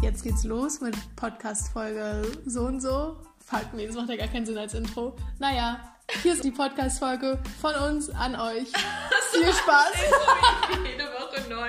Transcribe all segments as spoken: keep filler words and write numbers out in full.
Jetzt geht's los mit Podcast-Folge so und so. Fuck, nee, das macht ja gar keinen Sinn als Intro. Naja, hier ist die Podcast-Folge von uns an euch. Viel Spaß! Jede Woche neu.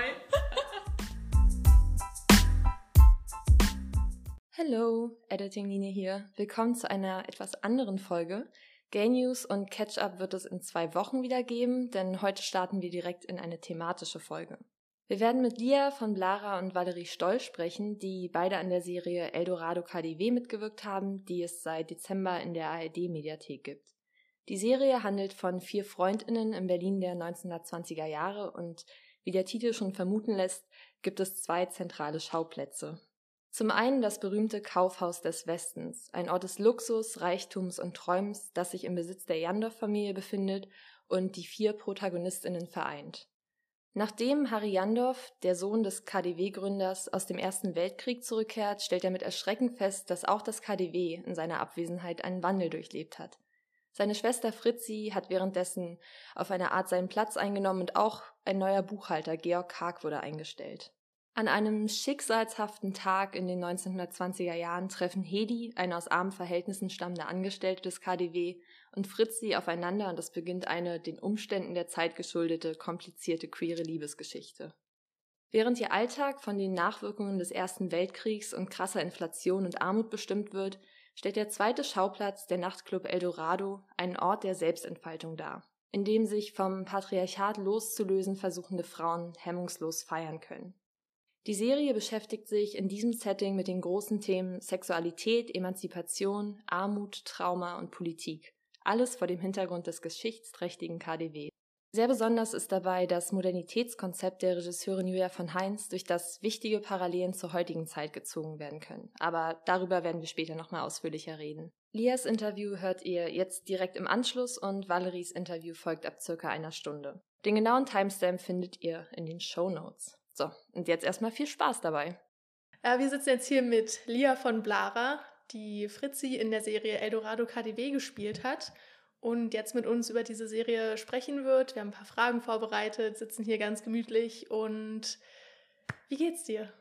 Hallo, Editing-Linie hier. Willkommen zu einer etwas anderen Folge. Gay News und Catch-Up wird es in zwei Wochen wieder geben, denn heute starten wir direkt in eine thematische Folge. Wir werden mit Lia von Blara und Valerie Stoll sprechen, die beide an der Serie Eldorado K D W mitgewirkt haben, die es seit Dezember in der A R D-Mediathek gibt. Die Serie handelt von vier FreundInnen in Berlin der neunzehnhundertzwanziger Jahre und, wie der Titel schon vermuten lässt, gibt es zwei zentrale Schauplätze. Zum einen das berühmte Kaufhaus des Westens, ein Ort des Luxus, Reichtums und Träumens, das sich im Besitz der Jandorf-Familie befindet und die vier ProtagonistInnen vereint. Nachdem Harry Jandorf, der Sohn des K D W-Gründers, aus dem Ersten Weltkrieg zurückkehrt, stellt er mit Erschrecken fest, dass auch das K D W in seiner Abwesenheit einen Wandel durchlebt hat. Seine Schwester Fritzi hat währenddessen auf eine Art seinen Platz eingenommen und auch ein neuer Buchhalter, Georg Karg, wurde eingestellt. An einem schicksalshaften Tag in den neunzehnhundertzwanziger Jahren treffen Hedi, eine aus armen Verhältnissen stammende Angestellte des K D W, und Fritzi aufeinander und es beginnt eine den Umständen der Zeit geschuldete, komplizierte queere Liebesgeschichte. Während ihr Alltag von den Nachwirkungen des Ersten Weltkriegs und krasser Inflation und Armut bestimmt wird, stellt der zweite Schauplatz, der Nachtclub Eldorado, einen Ort der Selbstentfaltung dar, in dem sich vom Patriarchat loszulösen versuchende Frauen hemmungslos feiern können. Die Serie beschäftigt sich in diesem Setting mit den großen Themen Sexualität, Emanzipation, Armut, Trauma und Politik. Alles vor dem Hintergrund des geschichtsträchtigen K D W. Sehr besonders ist dabei das Modernitätskonzept der Regisseurin Julia von Heinz, durch das wichtige Parallelen zur heutigen Zeit gezogen werden können. Aber darüber werden wir später nochmal ausführlicher reden. Lias Interview hört ihr jetzt direkt im Anschluss und Valeries Interview folgt ab circa einer Stunde. Den genauen Timestamp findet ihr in den Shownotes. So, und jetzt erstmal viel Spaß dabei. Äh, wir sitzen jetzt hier mit Lia von Blara, die Fritzi in der Serie Eldorado K D W gespielt hat und jetzt mit uns über diese Serie sprechen wird. Wir haben ein paar Fragen vorbereitet, sitzen hier ganz gemütlich und wie geht's dir?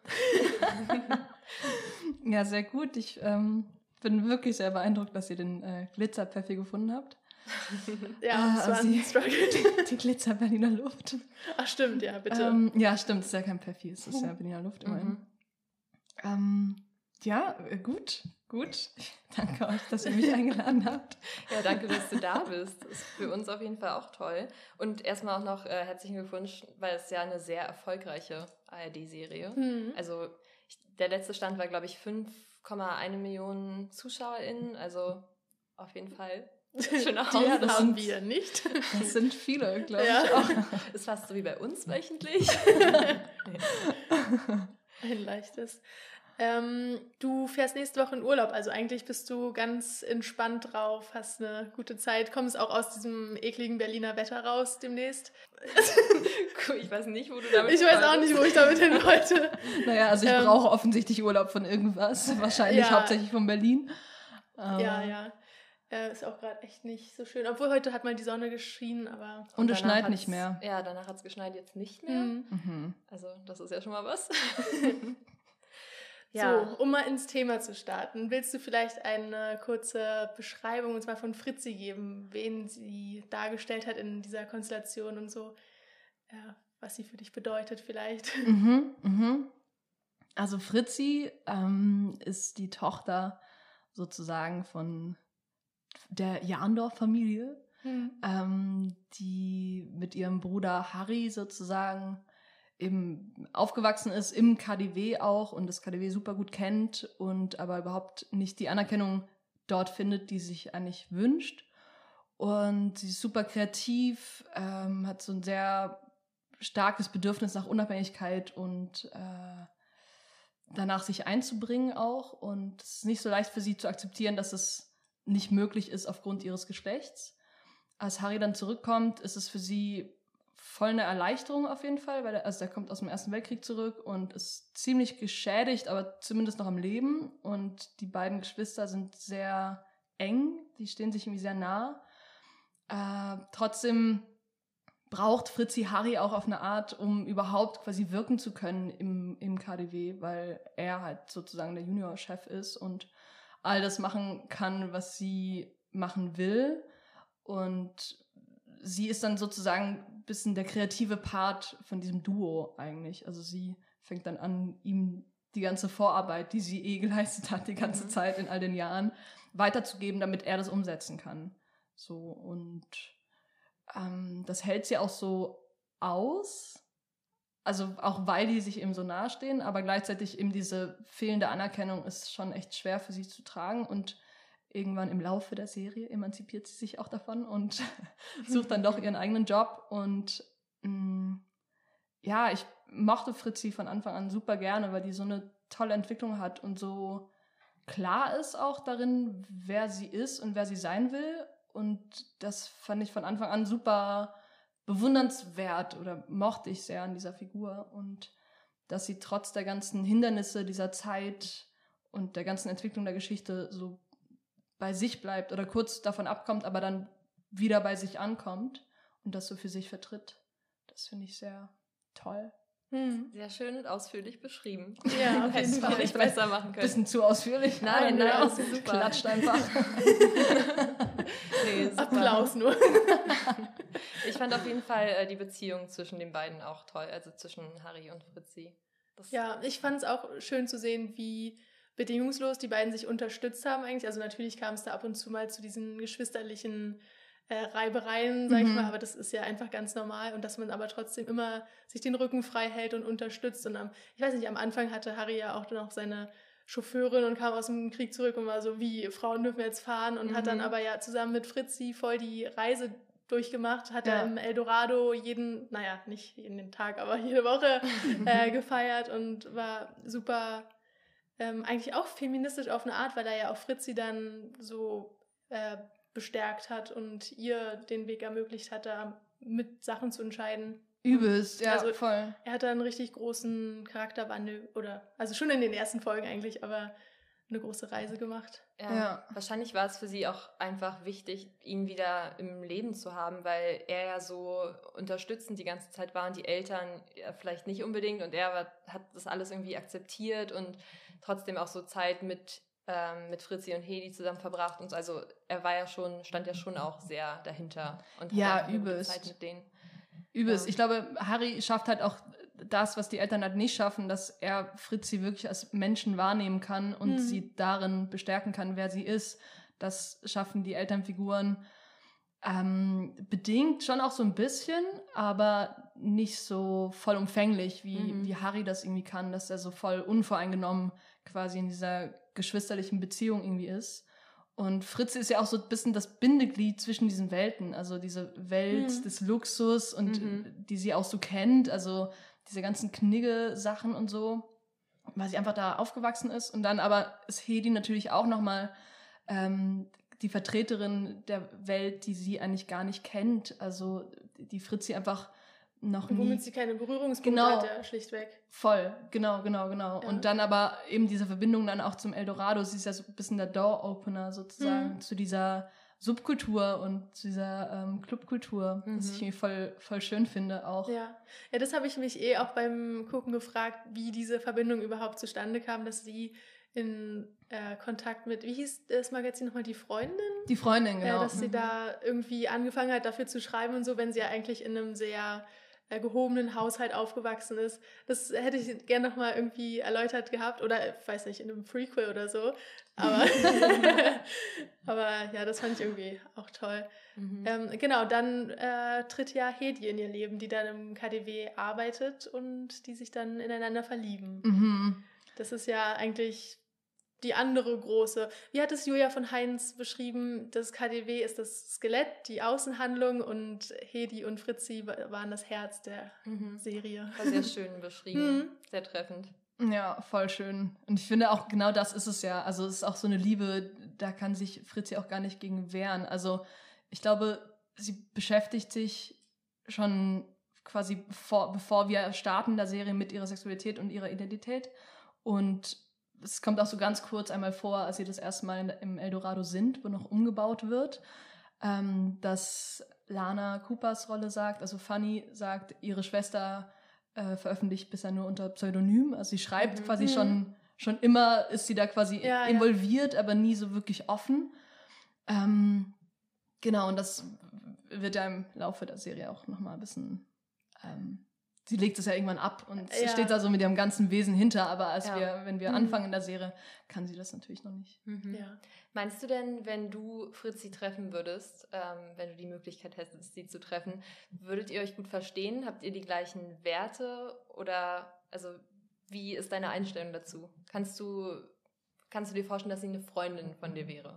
Ja, sehr gut. Ich ähm, bin wirklich sehr beeindruckt, dass ihr den äh, Glitzerpfeffi gefunden habt. Ja, das war also ein Struggle. Die, die Glitzer Berliner Luft. Ach stimmt, ja, bitte. Ähm, ja, stimmt, es ist ja kein Pfeffi, es ist ja Berliner Luft immerhin. Mhm. Ähm, ja, äh, gut, gut. Danke euch, dass ihr mich eingeladen habt. Ja, danke, dass du da bist. Das ist für uns auf jeden Fall auch toll. Und erstmal auch noch äh, herzlichen Glückwunsch, weil es ja eine sehr erfolgreiche A R D-Serie. Mhm. Also ich, der letzte Stand war, glaube ich, fünf Komma eins Millionen ZuschauerInnen. Also auf jeden Fall. Schöner Die Ja, das haben sind- wir nicht. Das sind viele, glaube Ja. ich auch. Ist fast so wie bei uns wöchentlich. Ein leichtes. Ähm, du fährst nächste Woche in Urlaub, also eigentlich bist du ganz entspannt drauf, hast eine gute Zeit, kommst auch aus diesem ekligen Berliner Wetter raus demnächst. Cool, ich weiß nicht, wo du damit Ich weiß auch nicht, wo ich damit hin wollte. Naja, also ich Ähm, brauche offensichtlich Urlaub von irgendwas. Wahrscheinlich Ja. hauptsächlich von Berlin. Aber Ja, ja. Äh, ist auch gerade echt nicht so schön. Obwohl heute hat mal die Sonne geschienen, aber... Und es danach schneit hat's- nicht mehr. Ja, danach hat es geschneit, jetzt nicht mehr. Mhm. Mhm. Also das ist ja schon mal was. So, um mal ins Thema zu starten, willst du vielleicht eine kurze Beschreibung uns mal von Fritzi geben, wen sie dargestellt hat in dieser Konstellation und so, ja, was sie für dich bedeutet vielleicht? Mhm, mhm. Also Fritzi ähm, ist die Tochter sozusagen von der Jandorf-Familie, Hm. ähm, die mit ihrem Bruder Harry sozusagen eben aufgewachsen ist, im K D W auch und das K D W super gut kennt und aber überhaupt nicht die Anerkennung dort findet, die sie sich eigentlich wünscht. Und sie ist super kreativ, ähm, hat so ein sehr starkes Bedürfnis nach Unabhängigkeit und äh, danach sich einzubringen auch. Und es ist nicht so leicht für sie zu akzeptieren, dass es nicht möglich ist aufgrund ihres Geschlechts. Als Harry dann zurückkommt, ist es für sie voll eine Erleichterung auf jeden Fall, weil er, also er kommt aus dem Ersten Weltkrieg zurück und ist ziemlich geschädigt, aber zumindest noch am Leben. Und die beiden Geschwister sind sehr eng, die stehen sich irgendwie sehr nah. Äh, trotzdem braucht Fritzi Harry auch auf eine Art, um überhaupt quasi wirken zu können im, im K D W, weil er halt sozusagen der Juniorchef ist und all das machen kann, was sie machen will. Und sie ist dann sozusagen ein bisschen der kreative Part von diesem Duo eigentlich. Also sie fängt dann an, ihm die ganze Vorarbeit, die sie eh geleistet hat, die ganze mhm. Zeit in all den Jahren, weiterzugeben, damit er das umsetzen kann. So, und ähm, das hält sie auch so aus. Also auch weil die sich eben so nahestehen, aber gleichzeitig eben diese fehlende Anerkennung ist schon echt schwer für sie zu tragen und irgendwann im Laufe der Serie emanzipiert sie sich auch davon und sucht dann doch ihren eigenen Job und mh, ja, ich mochte Fritzi von Anfang an super gerne, weil die so eine tolle Entwicklung hat und so klar ist auch darin, wer sie ist und wer sie sein will und das fand ich von Anfang an super bewundernswert oder mochte ich sehr an dieser Figur und dass sie trotz der ganzen Hindernisse dieser Zeit und der ganzen Entwicklung der Geschichte so bei sich bleibt oder kurz davon abkommt, aber dann wieder bei sich ankommt und das so für sich vertritt. Das finde ich sehr toll. Hm. Sehr schön und ausführlich beschrieben. Ja, auf jeden Fall. Nicht besser machen können. Bisschen zu ausführlich. Nein, nein, das ist super. Klatscht einfach. Nee, super. Applaus nur. Ich fand auf jeden Fall äh, die Beziehung zwischen den beiden auch toll, also zwischen Harry und Fritzi. Das ja, ich fand es auch schön zu sehen, wie bedingungslos die beiden sich unterstützt haben eigentlich. Also natürlich kam es da ab und zu mal zu diesen geschwisterlichen äh, Reibereien, sag mhm. ich mal, aber das ist ja einfach ganz normal und dass man aber trotzdem immer sich den Rücken frei hält und unterstützt. Und am, ich weiß nicht, am Anfang hatte Harry ja auch noch seine Chauffeurin und kam aus dem Krieg zurück und war so, wie, Frauen dürfen jetzt fahren und mhm. hat dann aber ja zusammen mit Fritzi voll die Reise durchgemacht, hat ja. er im Eldorado jeden, naja, nicht jeden Tag, aber jede Woche äh, gefeiert und war super ähm, eigentlich auch feministisch auf eine Art, weil er ja auch Fritzi dann so äh, bestärkt hat und ihr den Weg ermöglicht hat, da mit Sachen zu entscheiden. Übelst, ja, also, voll. Er hat da einen richtig großen Charakterwandel, oder, also schon in den ersten Folgen eigentlich, aber eine große Reise gemacht. Ja, ja. Wahrscheinlich war es für sie auch einfach wichtig, ihn wieder im Leben zu haben, weil er ja so unterstützend die ganze Zeit war und die Eltern ja, vielleicht nicht unbedingt und er war, hat das alles irgendwie akzeptiert und trotzdem auch so Zeit mit, ähm, mit Fritzi und Hedi zusammen verbracht und so. Also er war ja schon, stand ja schon auch sehr dahinter und ja, hatte übelst. Zeit mit denen. Übelst. Ja. Ich glaube, Harry schafft halt auch das, was die Eltern halt nicht schaffen, dass er Fritzi wirklich als Menschen wahrnehmen kann und mhm. sie darin bestärken kann, wer sie ist. Das schaffen die Elternfiguren ähm, bedingt schon auch so ein bisschen, aber nicht so vollumfänglich, wie, mhm. wie Harry das irgendwie kann, dass er so voll unvoreingenommen quasi in dieser geschwisterlichen Beziehung irgendwie ist. Und Fritzi ist ja auch so ein bisschen das Bindeglied zwischen diesen Welten, also diese Welt mhm. des Luxus und mhm. die sie auch so kennt, also diese ganzen Knigge-Sachen und so, weil sie einfach da aufgewachsen ist. Und dann aber ist Hedi natürlich auch nochmal ähm, die Vertreterin der Welt, die sie eigentlich gar nicht kennt, also die Fritzi einfach noch nie... Womit sie keine Berührungspunkte genau, hat, ja, schlichtweg. Voll, genau, genau, genau. Ja. Und dann aber eben diese Verbindung dann auch zum Eldorado, sie ist ja so ein bisschen der Door-Opener sozusagen mhm. zu dieser Subkultur und zu dieser ähm, Clubkultur, mhm. was ich irgendwie voll, voll schön finde auch. Ja, ja, das habe ich mich eh auch beim Gucken gefragt, wie diese Verbindung überhaupt zustande kam, dass sie in äh, Kontakt mit, wie hieß das Magazin nochmal, Die Freundin? Die Freundin, genau. Äh, dass sie mhm. da irgendwie angefangen hat, dafür zu schreiben und so, wenn sie ja eigentlich in einem sehr äh, gehobenen Haushalt aufgewachsen ist. Das hätte ich gerne nochmal irgendwie erläutert gehabt oder, ich weiß nicht, in einem Prequel oder so. Aber, aber ja, das fand ich irgendwie auch toll. Mhm. Ähm, genau, dann äh, tritt ja Hedi in ihr Leben, die dann im K D W arbeitet und die sich dann ineinander verlieben. Mhm. Das ist ja eigentlich die andere große, wie hat es Julia von Heinz beschrieben, das K D W ist das Skelett, die Außenhandlung und Hedi und Fritzi waren das Herz der mhm. Serie. War sehr schön beschrieben, mhm. sehr treffend. Ja, voll schön. Und ich finde auch, genau das ist es ja. Also es ist auch so eine Liebe, da kann sich Fritzi auch gar nicht gegen wehren. Also ich glaube, sie beschäftigt sich schon quasi vor, bevor wir starten in der Serie mit ihrer Sexualität und ihrer Identität. Und es kommt auch so ganz kurz einmal vor, als sie das erste Mal in, im Eldorado sind, wo noch umgebaut wird, ähm, dass Lana Coopers Rolle sagt, also Fanny sagt, ihre Schwester äh, veröffentlicht bisher nur unter Pseudonym. Also sie schreibt Mhm. quasi Mhm. schon, schon immer, ist sie da quasi Ja, ja. involviert, aber nie so wirklich offen. Ähm, genau, und das wird ja im Laufe der Serie auch nochmal ein bisschen... Ähm, sie legt es ja irgendwann ab und sie Ja. steht da so mit ihrem ganzen Wesen hinter, aber als Ja. wir, wenn wir Mhm. anfangen in der Serie, kann sie das natürlich noch nicht. Mhm. Ja. Meinst du denn, wenn du Fritzi treffen würdest, ähm, wenn du die Möglichkeit hättest, sie zu treffen, würdet ihr euch gut verstehen? Habt ihr die gleichen Werte? Oder, also, wie ist deine Einstellung dazu? Kannst du, kannst du dir vorstellen, dass sie eine Freundin von dir wäre?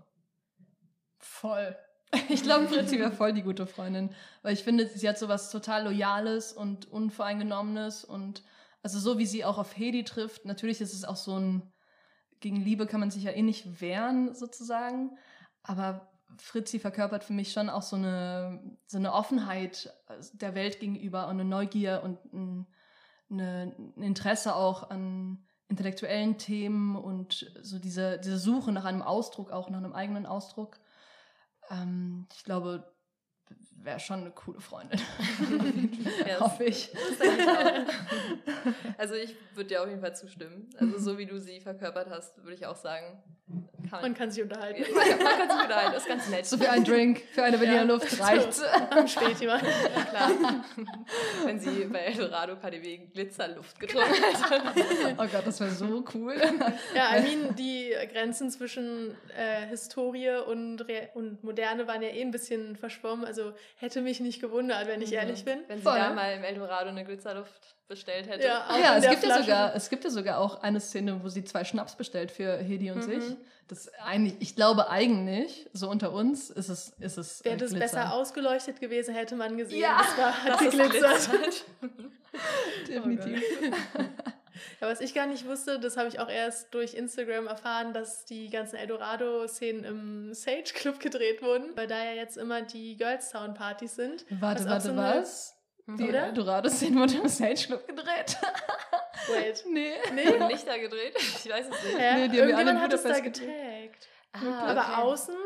Voll. Ich glaube, Fritzi wäre voll die gute Freundin, weil ich finde, sie hat so was total Loyales und Unvoreingenommenes und also so, wie sie auch auf Hedi trifft, natürlich ist es auch so ein, gegen Liebe kann man sich ja eh nicht wehren, sozusagen, aber Fritzi verkörpert für mich schon auch so eine, so eine Offenheit der Welt gegenüber und eine Neugier und ein, eine, ein Interesse auch an intellektuellen Themen und so diese, diese Suche nach einem Ausdruck, auch nach einem eigenen Ausdruck. Ähm, ich glaube, wäre schon eine coole Freundin. Ja, Hoffe ich. Das denke ich auch. Also ich würde dir auf jeden Fall zustimmen. Also so wie du sie verkörpert hast, würde ich auch sagen, kann Man kann sich unterhalten. man, man kann sich unterhalten, das ist ganz nett. So für einen Drink, für eine Berliner Ja. Luft reicht's. Am Späti mal. Ja, klar. Wenn sie bei Eldorado K D W Glitzerluft getrunken hat. Oh Gott, das wäre so cool. Ja, I mean, die Grenzen zwischen äh, Historie und, Re und Moderne waren ja eh ein bisschen verschwommen. Also hätte mich nicht gewundert, wenn ich ehrlich bin. Wenn sie Voll. da mal im Eldorado eine Glitzerluft bestellt hätte. Ja, auch Ja, in es der gibt ja, Flasche. sogar, es gibt ja sogar auch eine Szene, wo sie zwei Schnaps bestellt für Hedi und Mhm. sich. Das eigentlich, ich glaube eigentlich, so unter uns, ist es, ist es äh, Wäre das Glitzer. besser ausgeleuchtet gewesen, hätte man gesehen. Ja, das war, hat Das ist geglitzert. glitzert. Definitiv. Ja, was ich gar nicht wusste, das habe ich auch erst durch Instagram erfahren, dass die ganzen Eldorado-Szenen im Sage Club gedreht wurden, weil da ja jetzt immer die Girls Town Partys sind. Warte, Was auch warte, so eine- was? Die Oder? Eldorado-Szene wurde im Sage Club gedreht. Wait. Nee. Nee? Nicht da gedreht? Ich weiß es nicht. Ja, Nee, die haben wir alle in irgendjemand hat es da Budapest getaggt. Ah, Aber okay. außen?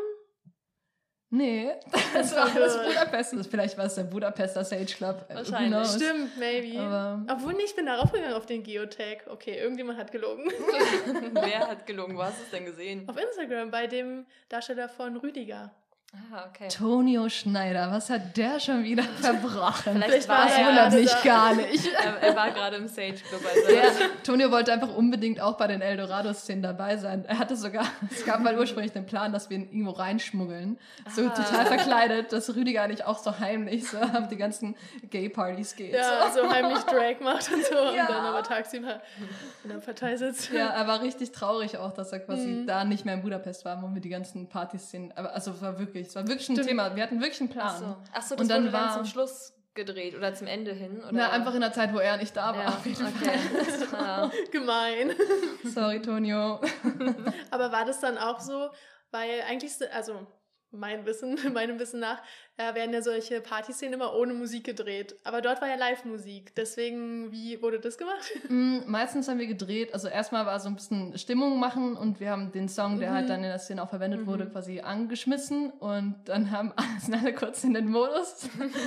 Nee, das war alles verwirrt. Budapest. Das- Vielleicht war es der Budapester Sage Club. Who Wahrscheinlich. knows? Stimmt, maybe. Aber Obwohl nicht, ich bin darauf gegangen auf den Geotag. Okay, irgendjemand hat gelogen. Wer hat gelogen? Wo hast du es denn gesehen? Auf Instagram bei dem Darsteller von Rüdiger. Ah, okay. Tonio Schneider, was hat der schon wieder verbrochen? Vielleicht war Das er wundert gerade mich da. gar nicht. Er, er war gerade im Sage Club. Also Der, Tonio wollte einfach unbedingt auch bei den Eldorado-Szenen dabei sein. Er hatte sogar, es gab mal ursprünglich den Plan, dass wir ihn irgendwo reinschmuggeln. So Ah. total verkleidet, dass Rüdiger nicht auch so heimlich so auf die ganzen Gay-Partys geht. Ja, so heimlich Drag macht und so. Ja. Und dann aber tagsüber in der Partei sitzt. Ja, er war richtig traurig auch, dass er quasi Mhm. da nicht mehr in Budapest war, wo wir die ganzen Partys sehen. Aber also es war wirklich, es war wirklich ein Stimmt. Thema. Wir hatten wirklich einen Plan. Achso, Ach so, das Und dann wurde dann war- zum Schluss gedreht oder zum Ende hin? Oder? Na, einfach in der Zeit, wo er nicht da war. ja, Auf jeden okay. Ah. Gemein. Fall. Sorry, Tonio. Aber war das dann auch so, weil eigentlich, so- also mein Wissen, meinem Wissen nach, äh, werden ja solche Partyszenen immer ohne Musik gedreht. Aber dort war ja Live-Musik. Deswegen, wie wurde das gemacht? Mm, Meistens haben wir gedreht, also erstmal war so ein bisschen Stimmung machen und wir haben den Song, der Mhm. halt dann in der Szene auch verwendet wurde, Mhm. quasi angeschmissen und dann haben alle, sind alle kurz in den Modus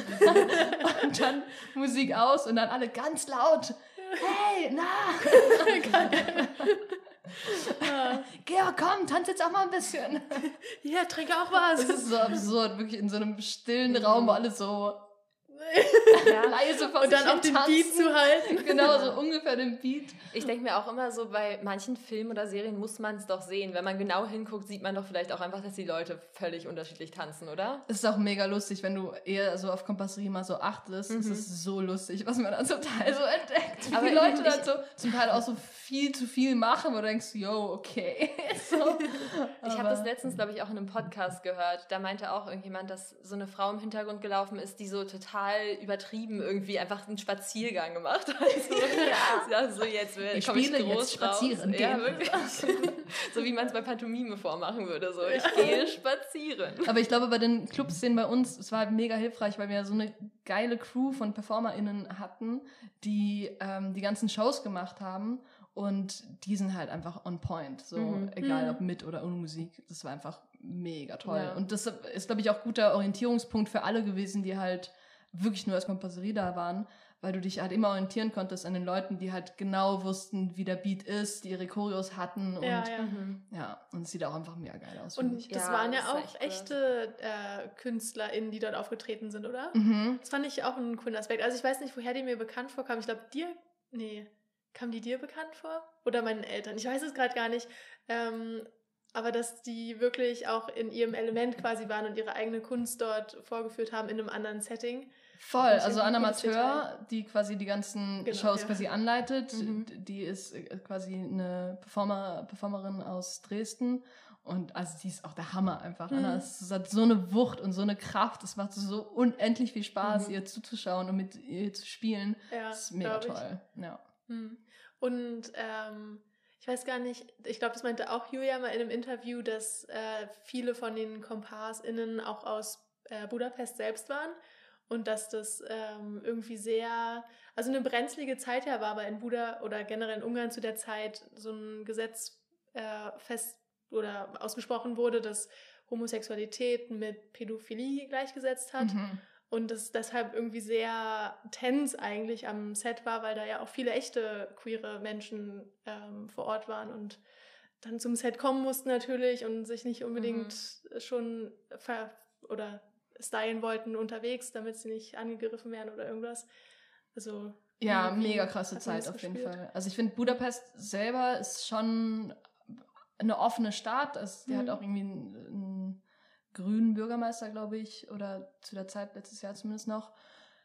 und dann Musik aus und dann alle ganz laut. Hey, na, Ah, Georg, komm, tanz jetzt auch mal ein bisschen. ja, trinke auch was. Das ist so absurd, wirklich in so einem stillen Raum, wo alle so Ja. leise vor Und sich dann auf hin den tanzen. Beat zu halten. Genau, so ungefähr den Beat. Ich denke mir auch immer so, bei manchen Filmen oder Serien muss man es doch sehen. Wenn man genau hinguckt, sieht man doch vielleicht auch einfach, dass die Leute völlig unterschiedlich tanzen, oder? Es ist auch mega lustig, wenn du eher so auf Kompasserie mal so achtest. Es Mhm. ist so lustig, was man dann zum Teil so entdeckt. Wie Aber die Leute ich- dann so zum Teil auch so viel zu viel machen, wo du denkst, yo, okay. So. Ich habe Aber- das letztens, glaube ich, auch in einem Podcast gehört. Da meinte auch irgendjemand, dass so eine Frau im Hintergrund gelaufen ist, die so total übertrieben irgendwie einfach einen Spaziergang gemacht hat. Also, ja. So jetzt komm Ich ich spiele groß jetzt spazieren raus. Ja, gehen. wirklich. So wie man es bei Pantomime vormachen würde. So, ich gehe spazieren. Aber ich glaube, bei den Clubszenen bei uns, es war halt mega hilfreich, weil wir ja so eine geile Crew von PerformerInnen hatten, die ähm, die ganzen Shows gemacht haben. Und die sind halt einfach on point, so Mhm. egal Mhm. ob mit oder ohne Musik. Das war einfach mega toll. Ja. Und das ist, glaube ich, auch guter Orientierungspunkt für alle gewesen, die halt wirklich nur als Kompasserie da waren, weil du dich halt immer orientieren konntest an den Leuten, die halt genau wussten, wie der Beat ist, die ihre Choreos hatten und Ja, ja, ja. Mhm. und es sieht auch einfach mega geil aus, finde Und ich. das Ja, waren ja das ist auch echt cool. echte äh, KünstlerInnen, die dort aufgetreten sind, oder? Mhm. Das fand ich auch einen coolen Aspekt. Also ich weiß nicht, woher die mir bekannt vorkam. Ich glaube, dir, nee, kam die dir bekannt vor? Oder meinen Eltern? Ich weiß es gerade gar nicht. Ähm, aber dass die wirklich auch in ihrem Element quasi waren und ihre eigene Kunst dort vorgeführt haben in einem anderen Setting. Voll, Finde ich also irgendwie ein ein cooles Amateur, die quasi die ganzen Genau, Shows ja. quasi anleitet, Mhm. die ist äh, quasi eine Performer, Performerin aus Dresden und also die ist auch der Hammer einfach. Mhm. Anna, es hat so eine Wucht und so eine Kraft, es macht so unendlich viel Spaß, Mhm. ihr zuzuschauen und mit ihr zu spielen. Ja, Das ist mega glaub ich. toll, ja. Hm. Und ähm, ich weiß gar nicht, ich glaube, das meinte auch Julia mal in einem Interview, dass äh, viele von den KompassInnen auch aus äh, Budapest selbst waren und dass das ähm, irgendwie sehr, also eine brenzlige Zeit ja war, aber in Buda oder generell in Ungarn zu der Zeit so ein Gesetz äh, fest oder ausgesprochen wurde, das Homosexualität mit Pädophilie gleichgesetzt hat. Mhm. Und das deshalb irgendwie sehr tense eigentlich am Set war, weil da ja auch viele echte queere Menschen ähm, vor Ort waren und dann zum Set kommen mussten natürlich und sich nicht unbedingt schon ver oder stylen wollten unterwegs, damit sie nicht angegriffen werden oder irgendwas. Also Ja, wie- wie mega krasse hat man das Zeit auf jeden gespürt? Fall. Also ich finde, Budapest selber ist schon eine offene Stadt. Also die Mhm. hat auch irgendwie einen, einen grünen Bürgermeister, glaube ich, oder zu der Zeit letztes Jahr zumindest noch.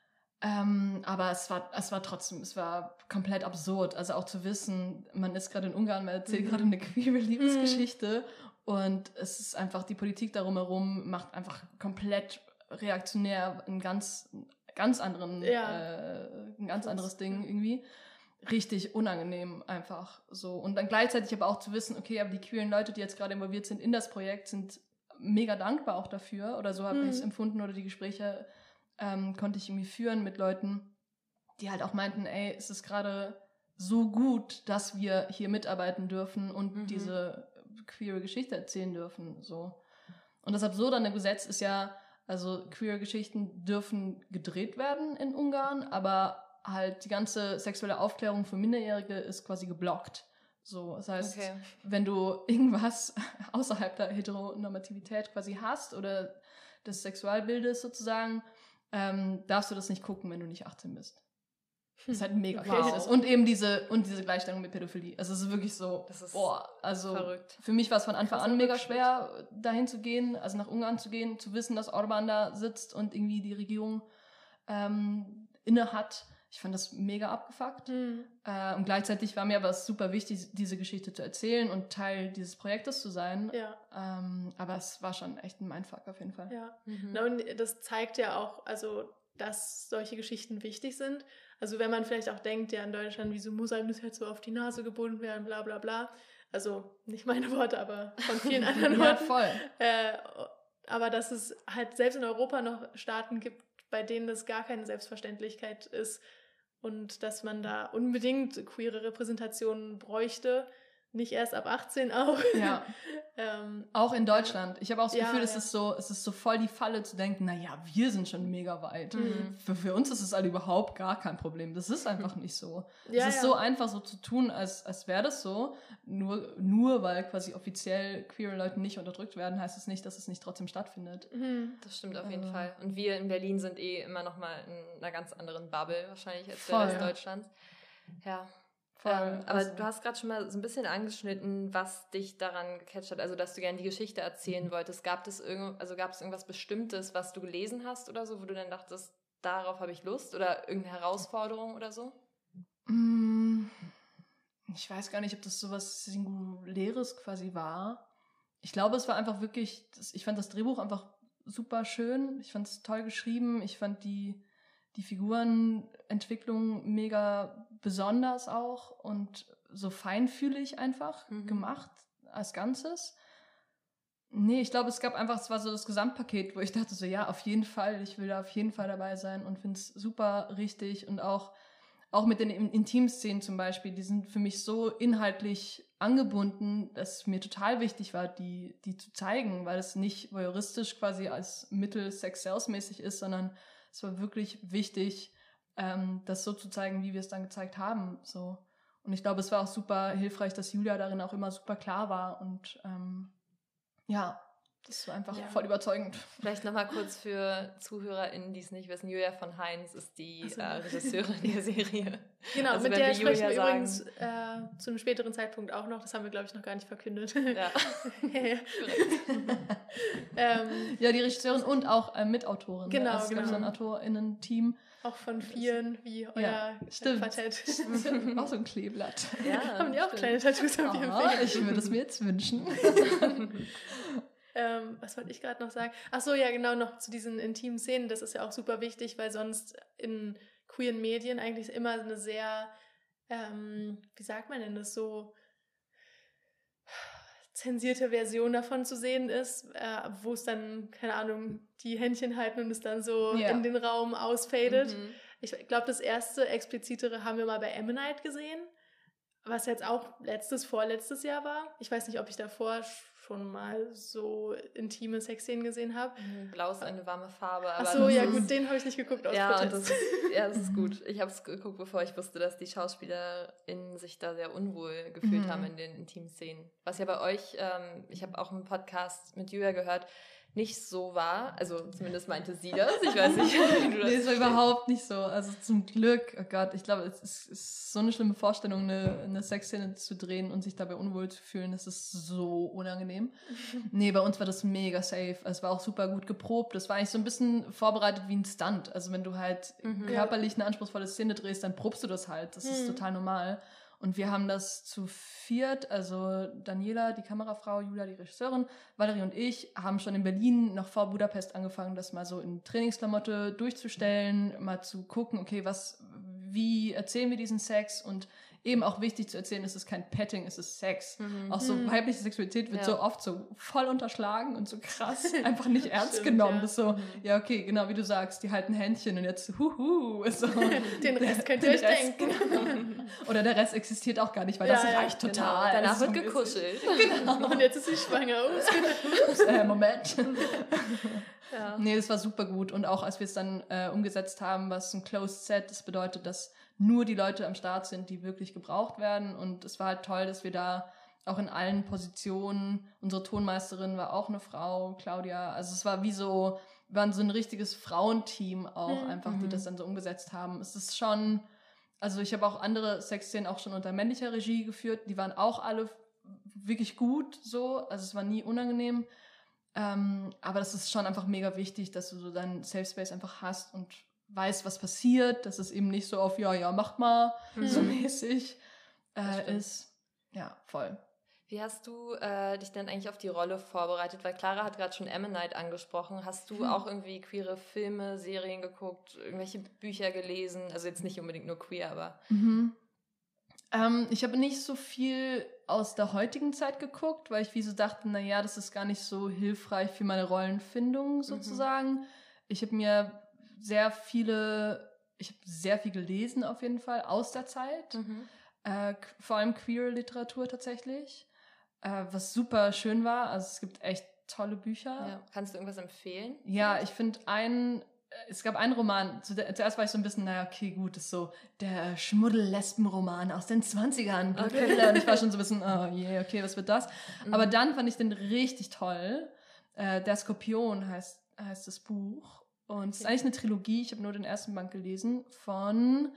Ähm, aber es war, es war trotzdem, es war komplett absurd. Also auch zu wissen, man ist gerade in Ungarn, man erzählt Mhm. gerade eine queere Liebesgeschichte und es ist einfach, die Politik darum herum macht einfach komplett reaktionär einen ganz, ganz anderen, Ja. äh, ein ganz Krass, anderes Ding ja. irgendwie. Richtig unangenehm einfach so. Und dann gleichzeitig aber auch zu wissen, okay, aber die queeren Leute, die jetzt gerade involviert sind in das Projekt, sind mega dankbar auch dafür. Oder so habe Mhm. ich es empfunden oder die Gespräche ähm, konnte ich irgendwie führen mit Leuten, die halt auch meinten, ey, es ist gerade so gut, dass wir hier mitarbeiten dürfen und Mhm. diese queere Geschichte erzählen dürfen. So. Und das Absurde an dem Gesetz ist ja, also queere Geschichten dürfen gedreht werden in Ungarn, aber halt die ganze sexuelle Aufklärung für Minderjährige ist quasi geblockt. So, das heißt, Okay. wenn du irgendwas außerhalb der Heteronormativität quasi hast oder des Sexualbildes sozusagen, ähm, darfst du das nicht gucken, wenn du nicht achtzehn bist. Das ist halt mega Okay. krass. Und eben diese, und diese Gleichstellung mit Pädophilie. Also es ist wirklich so, Das ist boah, also verrückt. für mich war es von Anfang Krasser an mega Rückschritt. schwer, dahin zu gehen, also nach Ungarn zu gehen, zu wissen, dass Orban da sitzt und irgendwie die Regierung ähm, inne hat. Ich fand das mega abgefuckt. Mhm. Äh, und gleichzeitig war mir aber super wichtig, diese Geschichte zu erzählen und Teil dieses Projektes zu sein. Ja. Ähm, aber es war schon echt ein Mindfuck auf jeden Fall. Ja. Mhm. Na, und das zeigt ja auch, also, dass solche Geschichten wichtig sind. Also wenn man vielleicht auch denkt, ja in Deutschland, wieso muss einem das halt so auf die Nase gebunden werden, bla bla bla. Also nicht meine Worte, aber von vielen anderen Ja, Worten. voll. Äh, aber dass es halt selbst in Europa noch Staaten gibt, bei denen das gar keine Selbstverständlichkeit ist und dass man da unbedingt queere Repräsentationen bräuchte. Nicht erst ab achtzehn auch. Ja. ähm, Auch in Deutschland. Ich habe auch das Ja, Gefühl, es ja. ist so, es ist so voll die Falle zu denken, naja, wir sind schon mega weit. Mhm. Für, für uns ist es halt überhaupt gar kein Problem. Das ist einfach nicht so. Ja, es ist ja. so einfach so zu tun, als, als wäre das so. Nur, nur weil quasi offiziell queere Leute nicht unterdrückt werden, heißt es nicht, dass es nicht trotzdem stattfindet. mhm. Das stimmt auf jeden Also- Fall. Und wir in Berlin sind eh immer noch mal in einer ganz anderen Bubble wahrscheinlich als Voll, der Rest ja. Deutschlands. Ja. Voll, Ähm, aber also- du hast gerade schon mal so ein bisschen angeschnitten, was dich daran gecatcht hat, also dass du gerne die Geschichte erzählen wolltest. Gab es irgend, also gab es irgendwas Bestimmtes, was du gelesen hast oder so, wo du dann dachtest, darauf habe ich Lust oder irgendeine Herausforderung oder so? Mm, Ich weiß gar nicht, ob das so was Singuläres quasi war. Ich glaube, es war einfach wirklich, das, ich fand das Drehbuch einfach super schön. Ich fand es toll geschrieben. Ich fand die, die Figurenentwicklung mega besonders auch und so feinfühlig einfach Mhm. gemacht als Ganzes. Nee, ich glaube, es gab einfach, es war so das Gesamtpaket, wo ich dachte so, ja, auf jeden Fall, ich will da auf jeden Fall dabei sein und finde es super richtig und auch auch mit den Intimszenen zum Beispiel, die sind für mich so inhaltlich angebunden, dass es mir total wichtig war, die, die zu zeigen, weil es nicht voyeuristisch quasi als Mittel Sex-Sales-mäßig ist, sondern es war wirklich wichtig, ähm, das so zu zeigen, wie wir es dann gezeigt haben. So. Und ich glaube, es war auch super hilfreich, dass Julia darin auch immer super klar war und ähm, ja, das war einfach ja. voll überzeugend. Vielleicht nochmal kurz für ZuhörerInnen, die es nicht wissen. Julia von Heinz ist die so. äh, Regisseurin der Serie. Genau, also mit der sprechen Julia wir sagen, übrigens äh, zu einem späteren Zeitpunkt auch noch. Das haben wir, glaube ich, noch gar nicht verkündet. Ja, ähm, ja, die Regisseurin und auch äh, Mitautorin. Genau, also es genau. gibt so ein AutorInnen-Team. Auch von Vieren, wie euer ja, stimmt. Quartett. Auch so ein Kleeblatt. Ja, haben die auch stimmt. kleine Tattoos auf ihrem Aha, Finger? ich würde es mir jetzt wünschen. Ähm, was wollte ich gerade noch sagen? Ach so, ja, genau, noch zu diesen intimen Szenen. Das ist ja auch super wichtig, weil sonst in queeren Medien eigentlich immer eine sehr, ähm, wie sagt man denn das, so zensierte Version davon zu sehen ist, äh, wo es dann, keine Ahnung, die Händchen halten und es dann so ja. in den Raum ausfadet. Mhm. Ich glaube, das erste explizitere haben wir mal bei Ammonite gesehen, was jetzt auch letztes, vorletztes Jahr war. Ich weiß nicht, ob ich davor schon mal so intime Sexszenen gesehen habe. Blau ist eine warme Farbe. Ach so, ja gut, den habe ich nicht geguckt aus ja, Protest. und das ist, ja, das ist gut. Ich habe es geguckt, bevor ich wusste, dass die SchauspielerInnen sich da sehr unwohl gefühlt Mhm. haben in den intimen Szenen. Was ja bei euch, ähm, ich habe auch einen Podcast mit Julia gehört, nicht so war. Also zumindest meinte sie das. Ich weiß nicht, wie du das Nee, es war überhaupt nicht so. Also zum Glück, oh Gott, ich glaube, es ist, ist so eine schlimme Vorstellung, eine, eine Sexszene zu drehen und sich dabei unwohl zu fühlen. Das ist so unangenehm. Nee, bei uns war das mega safe. Es war auch super gut geprobt. Das war eigentlich so ein bisschen vorbereitet wie ein Stunt. Also wenn du halt Mhm. körperlich eine anspruchsvolle Szene drehst, dann probst du das halt. Das ist Mhm. total normal. Und wir haben das zu viert, also Daniela, die Kamerafrau, Julia, die Regisseurin, Valerie und ich, haben schon in Berlin noch vor Budapest angefangen, das mal so in Trainingsklamotte durchzustellen, mal zu gucken, okay, was, wie erzählen wir diesen Sex und eben auch wichtig zu erzählen, es ist kein Petting, es ist Sex. Mhm. Auch so Mhm. weibliche Sexualität wird Ja. so oft so voll unterschlagen und so krass einfach nicht ernst Stimmt, genommen. ja. Das ist so, ja okay, genau wie du sagst, die halten Händchen und jetzt huhu. Ist so, Den Rest könnt ihr den euch Rest- denken. Oder der Rest existiert auch gar nicht, weil Ja, das ja, reicht Genau. total. Danach Das wird ist so gekuschelt. Genau. Und jetzt ist sie schwanger. Ups. Ups, äh, Moment. Ja. Nee, das war super gut. Und auch als wir es dann äh, umgesetzt haben, was ein Closed Set, das bedeutet, dass nur die Leute am Start sind, die wirklich gebraucht werden. Und es war halt toll, dass wir da auch in allen Positionen, unsere Tonmeisterin war auch eine Frau, Claudia. Also es war wie so, wir waren so ein richtiges Frauenteam auch Mhm. einfach, die das dann so umgesetzt haben. Es ist schon, also ich habe auch andere Sexszenen auch schon unter männlicher Regie geführt. Die waren auch alle wirklich gut so. Also es war nie unangenehm. Ähm, aber das ist schon einfach mega wichtig, dass du so deinen Safe Space einfach hast und weißt, was passiert, dass es eben nicht so auf, ja, ja, mach mal, Mhm. so mäßig Das äh, stimmt. ist. Ja, voll. Wie hast du äh, dich denn eigentlich auf die Rolle vorbereitet? Weil Clara hat gerade schon Ammonite angesprochen. Hast du Hm. auch irgendwie queere Filme, Serien geguckt, irgendwelche Bücher gelesen? Also jetzt nicht unbedingt nur queer, aber... Mhm. Ähm, ich habe nicht so viel aus der heutigen Zeit geguckt, weil ich wie so dachte, naja, das ist gar nicht so hilfreich für meine Rollenfindung sozusagen. Ich habe mir sehr viele, ich habe sehr viel gelesen auf jeden Fall aus der Zeit. Mhm. Äh, k- vor allem queere Literatur tatsächlich, äh, was super schön war. Also es gibt echt tolle Bücher. Ja. Kannst du irgendwas empfehlen? Ja, ich finde ein, es gab einen Roman, zu der, zuerst war ich so ein bisschen, naja, okay, gut, das ist so der Schmuddel-Lesben-Roman aus den zwanzigern. Okay. Und ich war schon so ein bisschen, oh je, okay, was wird das? Mhm. Aber dann fand ich den richtig toll. Äh, Der Skorpion heißt, heißt das Buch. Und es ist Okay. eigentlich eine Trilogie, ich habe nur den ersten Band gelesen, von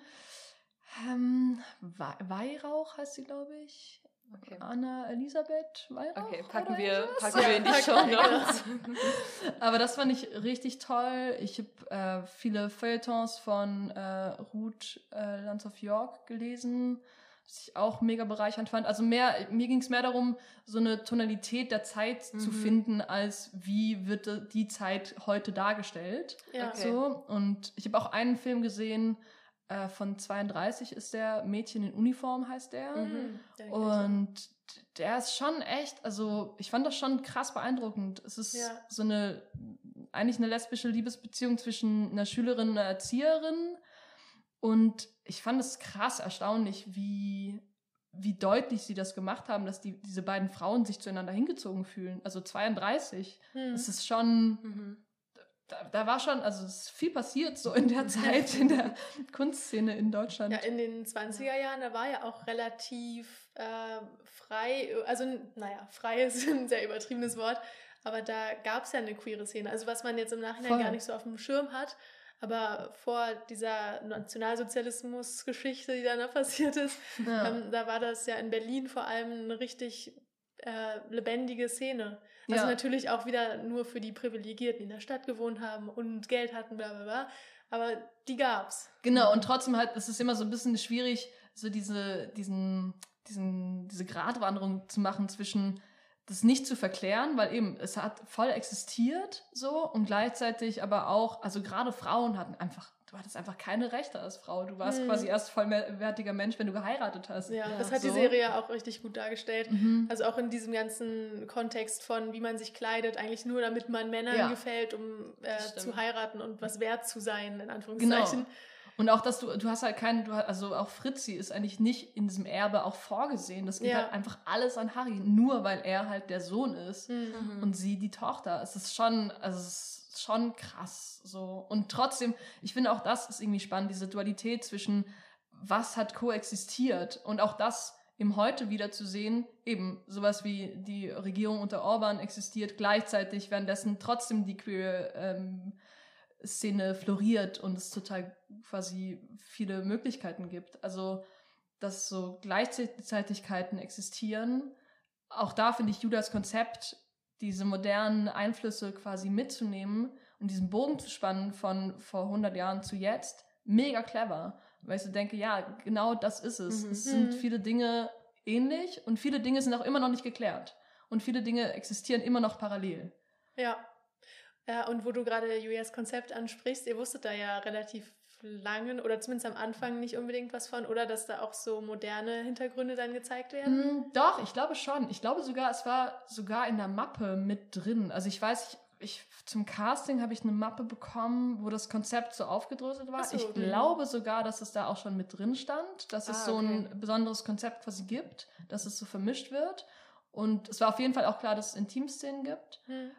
ähm, We- Weihrauch heißt sie, glaube ich. Okay. Anna Elisabeth Weihrauch. Okay, packen oder wir, irgendwas? packen wir in die Show Notes. Aber das fand ich richtig toll. Ich habe äh, viele Feuilletons von äh, Ruth äh, Lanz of York gelesen, was ich auch mega bereichernd fand. Also mehr, mir ging es mehr darum, so eine Tonalität der Zeit zu Mhm. finden, als wie wird die Zeit heute dargestellt. Ja. Okay. So. Und ich habe auch einen Film gesehen, äh, von zweiunddreißig ist der, Mädchen in Uniform heißt der. Mhm. Ja, den kenn ich auch. Und der ist schon echt, also ich fand das schon krass beeindruckend. Es ist Ja. so eine, eigentlich eine lesbische Liebesbeziehung zwischen einer Schülerin und einer Erzieherin. Und ich fand es krass erstaunlich, wie, wie deutlich sie das gemacht haben, dass die, diese beiden Frauen sich zueinander hingezogen fühlen. Also zweiunddreißig. Hm. Das ist schon... Mhm. Da, da war schon, also es ist viel passiert so in der Zeit in der Kunstszene in Deutschland. Ja, in den zwanziger Jahren, da war ja auch relativ äh, frei, also naja, frei ist ein sehr übertriebenes Wort, aber da gab es ja eine queere Szene. Also was man jetzt im Nachhinein Voll. gar nicht so auf dem Schirm hat, aber vor dieser Nationalsozialismus-Geschichte, die da noch passiert ist, Ja. ähm, da war das ja in Berlin vor allem eine richtig äh, lebendige Szene. Also Ja. natürlich auch wieder nur für die Privilegierten, die in der Stadt gewohnt haben und Geld hatten, bla bla bla. Aber die gab's. Genau, und trotzdem halt, es ist immer so ein bisschen schwierig, so diese, diesen, diesen, diese Gratwanderung zu machen zwischen das nicht zu verklären, weil eben, es hat voll existiert so und gleichzeitig aber auch, also gerade Frauen hatten einfach, du hattest einfach keine Rechte als Frau. Du warst Hm. quasi erst vollwertiger Mensch, wenn du geheiratet hast. Ja, Ja, das hat so. die Serie ja auch richtig gut dargestellt. Mhm. Also auch in diesem ganzen Kontext von, wie man sich kleidet, eigentlich nur damit man Männern Ja. gefällt, um äh, Das stimmt. zu heiraten und was wert zu sein, in Anführungszeichen. Genau. Und auch, dass du, du hast halt keinen, du hast, also auch Fritzi ist eigentlich nicht in diesem Erbe auch vorgesehen. Das geht Ja. halt einfach alles an Harry, nur weil er halt der Sohn ist Mhm. und sie die Tochter. Es ist schon, also es ist schon krass so. Und trotzdem, ich finde auch das ist irgendwie spannend, diese Dualität zwischen was hat koexistiert und auch das im Heute wieder zu sehen, eben sowas wie die Regierung unter Orban existiert, gleichzeitig währenddessen trotzdem die queer ähm, Szene floriert und es total quasi viele Möglichkeiten gibt. Also, dass so Gleichzeitigkeiten existieren. Auch da finde ich Judas Konzept, diese modernen Einflüsse quasi mitzunehmen und diesen Bogen zu spannen von vor hundert Jahren zu jetzt, mega clever. Weil ich so denke, ja, genau das ist es. Mhm. Es sind Mhm. viele Dinge ähnlich und viele Dinge sind auch immer noch nicht geklärt. Und viele Dinge existieren immer noch parallel. Ja. Ja, und wo du gerade Julias Konzept ansprichst, ihr wusstet da ja relativ lange oder zumindest am Anfang nicht unbedingt was von, oder dass da auch so moderne Hintergründe dann gezeigt werden? Mm, doch, ich glaube schon. Ich glaube sogar, es war sogar in der Mappe mit drin. Also ich weiß, ich, ich zum Casting habe ich eine Mappe bekommen, wo das Konzept so aufgedröselt war. Ach so, ich mhm. glaube sogar, dass es da auch schon mit drin stand, dass es Ah, so okay. ein besonderes Konzept quasi gibt, dass es so vermischt wird. Und es war auf jeden Fall auch klar, dass es Intimszenen gibt. Hm.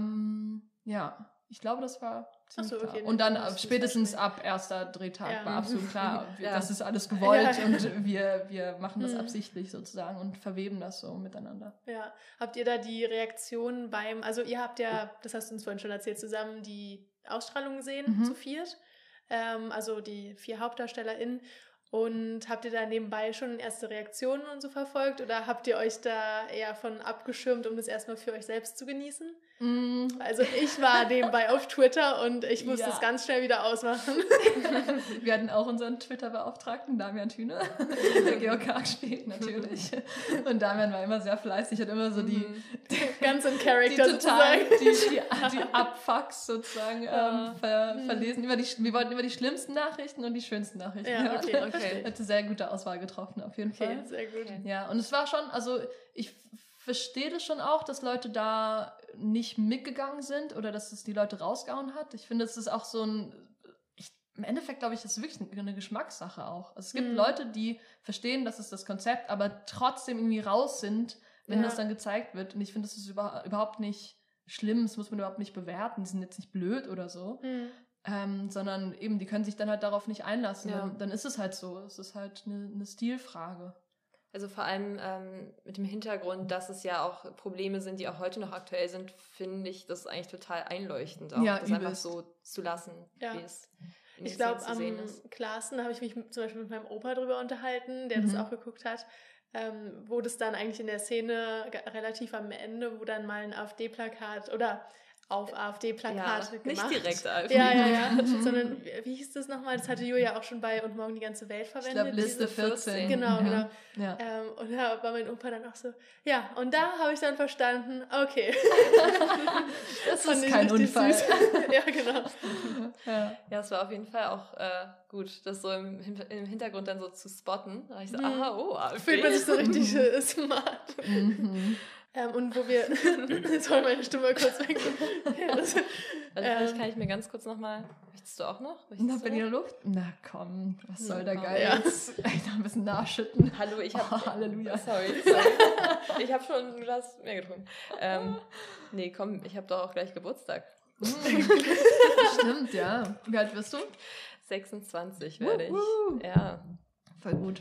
Ähm, ja, ich glaube, das war ziemlich Ach so, okay, klar. Und dann dann äh, wusste ich spätestens das ab erster Drehtag Ja. war absolut klar, wir- Ja. das ist alles gewollt Ja. und wir, wir machen das Mhm. absichtlich sozusagen und verweben das so miteinander. Ja, habt ihr da die Reaktion beim, also ihr habt ja, das hast du uns vorhin schon erzählt, zusammen die Ausstrahlung gesehen, Mhm. zu viert, ähm, also die vier HauptdarstellerInnen, und habt ihr da nebenbei schon erste Reaktionen und so verfolgt oder habt ihr euch da eher von abgeschirmt, um das erstmal für euch selbst zu genießen? Mm, Also ich war nebenbei auf Twitter und ich musste Ja. es ganz schnell wieder ausmachen. Wir hatten auch unseren Twitter-Beauftragten, Damian Thüne, der Georg Karg spielt natürlich. Und Damian war immer sehr fleißig, hat immer so die, Mhm. Ganz in die Character total, sozusagen. die, die, die Abfucks sozusagen Ja. ähm, ver, Mhm. verlesen. Über die, wir wollten über die schlimmsten Nachrichten und die schönsten Nachrichten Ja, hören. okay, Okay. Hatte sehr gute Auswahl getroffen, auf jeden Okay, Fall. sehr gut. Okay. Ja, und es war schon, also ich verstehe das schon auch, dass Leute da nicht mitgegangen sind oder dass es die Leute rausgehauen hat. Ich finde, es ist auch so ein, ich, im Endeffekt glaube ich, das ist wirklich eine Geschmackssache auch. Also es gibt Mhm. Leute, die verstehen, das ist das Konzept, aber trotzdem irgendwie raus sind, wenn Ja. das dann gezeigt wird. Und ich finde, das ist über, überhaupt nicht schlimm, das muss man überhaupt nicht bewerten, die sind jetzt nicht blöd oder so. Hm. Ähm, sondern eben, die können sich dann halt darauf nicht einlassen. Ja. Dann, dann ist es halt so. Es ist halt eine, eine Stilfrage. Also vor allem ähm, mit dem Hintergrund, dass es ja auch Probleme sind, die auch heute noch aktuell sind, finde ich das eigentlich total einleuchtend, auch Ja, das einfach übelst. so zu lassen, Ja. wie es in den Ich glaube, Szenen zu sehen am ist. klarsten habe ich mich zum Beispiel mit meinem Opa drüber unterhalten, der Mhm. das auch geguckt hat, ähm, wo das dann eigentlich in der Szene ge- relativ am Ende, wo dann mal ein AfD-Plakat oder auf AfD-Plakate Ja, gemacht. nicht direkt AfD. Ja, ja, ja. Sondern, wie wie hieß das nochmal? Das hatte Julia auch schon bei Und morgen die ganze Welt Ich verwendet. glaube, Liste diese- vierzehn. Genau, ja. genau. Ja. Ähm, und da war mein Opa dann auch so, ja, und da habe ich dann verstanden, okay. Das Fand ist ich kein richtig Unfall. süß. Ja, genau. Ja. Ja, es war auf jeden Fall auch äh, gut, das so im, Hin- im Hintergrund dann so zu spotten. Da war ich so, Mhm. aha, oh, AfD. Fühlt man sich so richtig äh, smart. Mhm. Ähm, und wo wir, jetzt soll meine Stimme kurz weg. Also vielleicht ähm, kann ich mir ganz kurz nochmal, möchtest du auch noch? Möchtest noch in die Luft? Na komm, was soll der komm, Geiz? Ja. Echt ein bisschen nachschütten. Hallo, ich habe... Oh, Halleluja. Sorry, sorry. Ich habe schon ein Glas mehr getrunken. Ähm, nee, komm, ich habe doch auch gleich Geburtstag. Stimmt, ja. Wie alt bist du? sechsundzwanzig werde ich. Wuhu. Ja. Voll gut.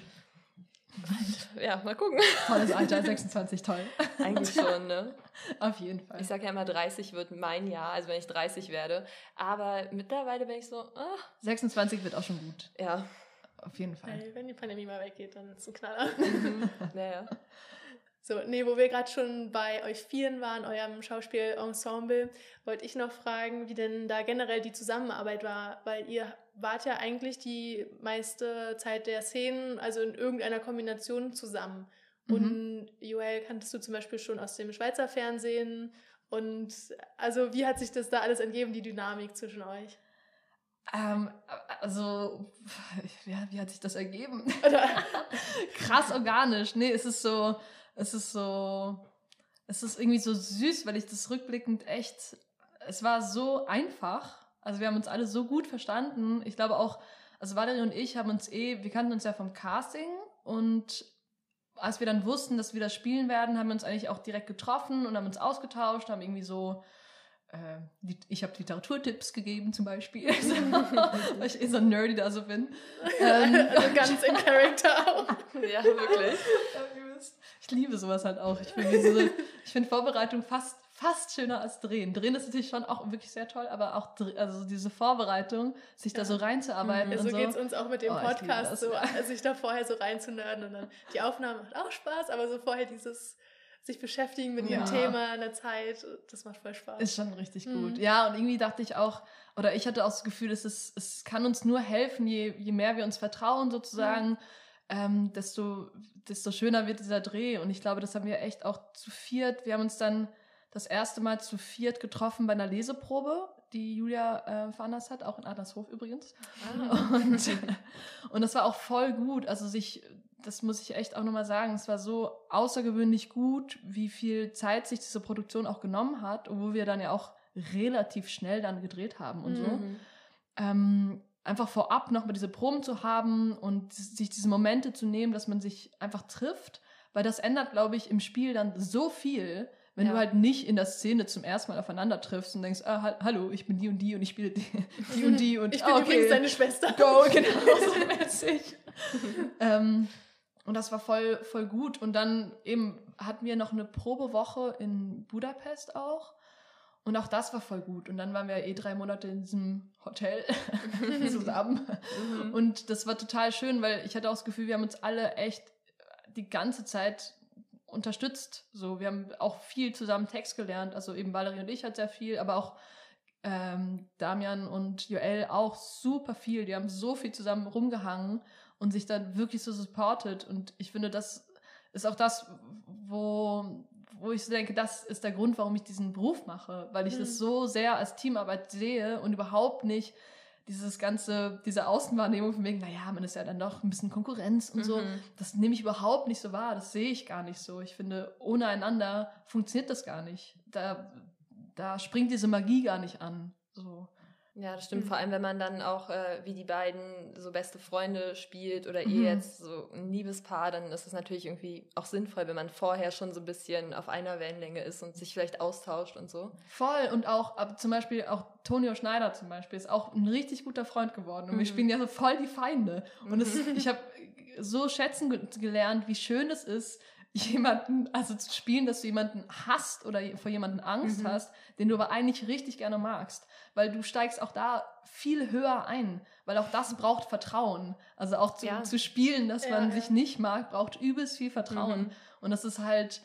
Ja, mal gucken. Tolles Alter, sechsundzwanzig, toll. Eigentlich schon, ne? Auf jeden Fall. Ich sage ja immer, dreißig wird mein Jahr, also wenn ich dreißig werde. Aber mittlerweile bin ich so, ah. sechsundzwanzig wird auch schon gut. Ja. Auf jeden Fall. Hey, wenn die Pandemie mal weggeht, dann ist es ein Knaller. Mhm. Naja. So, nee, wo wir gerade schon bei euch Vieren waren, eurem Schauspielensemble, wollte ich noch fragen, wie denn da generell die Zusammenarbeit war, weil ihr wart ja eigentlich die meiste Zeit der Szenen, also in irgendeiner Kombination zusammen. Mhm. Und Joel kanntest du zum Beispiel schon aus dem Schweizer Fernsehen und also wie hat sich das da alles ergeben, die Dynamik zwischen euch? Ähm, also, ja, wie hat sich das ergeben? Krass organisch. Nee, es ist so... Es ist so, es ist irgendwie so süß, weil ich das rückblickend echt, es war so einfach. Also wir haben uns alle so gut verstanden. Ich glaube auch, also Valerie und ich haben uns eh, wir kannten uns ja vom Casting und als wir dann wussten, dass wir das spielen werden, haben wir uns eigentlich auch direkt getroffen und haben uns ausgetauscht, haben irgendwie so, äh, ich habe Literaturtipps gegeben zum Beispiel, weil ich eh so nerdy da so bin. Ähm, also ganz in Charakter auch. Ja, wirklich. Ich liebe sowas halt auch. Ich finde diese, ich finde Vorbereitung fast, fast schöner als Drehen. Drehen ist natürlich schon auch wirklich sehr toll, aber auch also diese Vorbereitung, sich ja. da so reinzuarbeiten. Mhm. Und so so geht es uns auch mit dem oh, Podcast, so, sich da vorher so reinzunörden und dann die Aufnahme macht auch Spaß, aber so vorher dieses sich beschäftigen mit ja. dem Thema in der Zeit, das macht voll Spaß. Ist schon richtig mhm. gut. Ja, und irgendwie dachte ich auch, oder ich hatte auch das Gefühl, es, ist, es kann uns nur helfen, je, je mehr wir uns vertrauen sozusagen, mhm. Ähm, desto, desto schöner wird dieser Dreh. Und ich glaube, das haben wir echt auch zu viert. Wir haben uns dann das erste Mal zu viert getroffen bei einer Leseprobe, die Julia äh, veranlasst hat, auch in Adlershof übrigens. Ah. Und, und das war auch voll gut. Also sich, das muss ich echt auch nochmal sagen, es war so außergewöhnlich gut, wie viel Zeit sich diese Produktion auch genommen hat, obwohl wir dann ja auch relativ schnell dann gedreht haben und mhm. so. Ähm, einfach vorab nochmal diese Proben zu haben und sich diese Momente zu nehmen, dass man sich einfach trifft, weil das ändert, glaube ich, im Spiel dann so viel, wenn ja. du halt nicht in der Szene zum ersten Mal aufeinander triffst und denkst, ah, ha- hallo, ich bin die und die und ich spiele die, die und die und ich bin oh, okay. übrigens deine Schwester. Go, genau, so mäßig. ähm, und das war voll, voll gut. Und dann eben hatten wir noch eine Probewoche in Budapest auch. Und auch das war voll gut. Und dann waren wir eh drei Monate in diesem Hotel zusammen. Mhm. Und das war total schön, weil ich hatte auch das Gefühl, wir haben uns alle echt die ganze Zeit unterstützt. So, wir haben auch viel zusammen Text gelernt. Also eben Valerie und ich hat sehr viel, aber auch ähm, Damian und Joel auch super viel. Die haben so viel zusammen rumgehangen und sich dann wirklich so supportet. Und ich finde, das ist auch das, wo... wo ich so denke, das ist der Grund, warum ich diesen Beruf mache, weil ich mhm. das so sehr als Teamarbeit sehe und überhaupt nicht dieses ganze, diese Außenwahrnehmung von wegen, naja, man ist ja dann doch ein bisschen Konkurrenz und mhm. so, das nehme ich überhaupt nicht so wahr, das sehe ich gar nicht so. Ich finde, ohne einander funktioniert das gar nicht. Da, da springt diese Magie gar nicht an. So. Ja, das stimmt. Mhm. Vor allem, wenn man dann auch äh, wie die beiden so beste Freunde spielt oder Mhm. ihr jetzt so ein Liebespaar, dann ist es natürlich irgendwie auch sinnvoll, wenn man vorher schon so ein bisschen auf einer Wellenlänge ist und sich vielleicht austauscht und so. Voll. Und auch aber zum Beispiel auch Tonio Schneider zum Beispiel ist auch ein richtig guter Freund geworden. Und mhm. wir spielen ja so voll die Feinde. Und es, ich habe so schätzen ge- gelernt, wie schön es ist, jemanden, also zu spielen, dass du jemanden hasst oder vor jemanden Angst mhm. hast, den du aber eigentlich richtig gerne magst. Weil du steigst auch da viel höher ein. Weil auch das braucht Vertrauen. Also auch zu, ja. zu spielen, dass ja, man ja. sich nicht mag, braucht übelst viel Vertrauen. Mhm. Und das ist halt,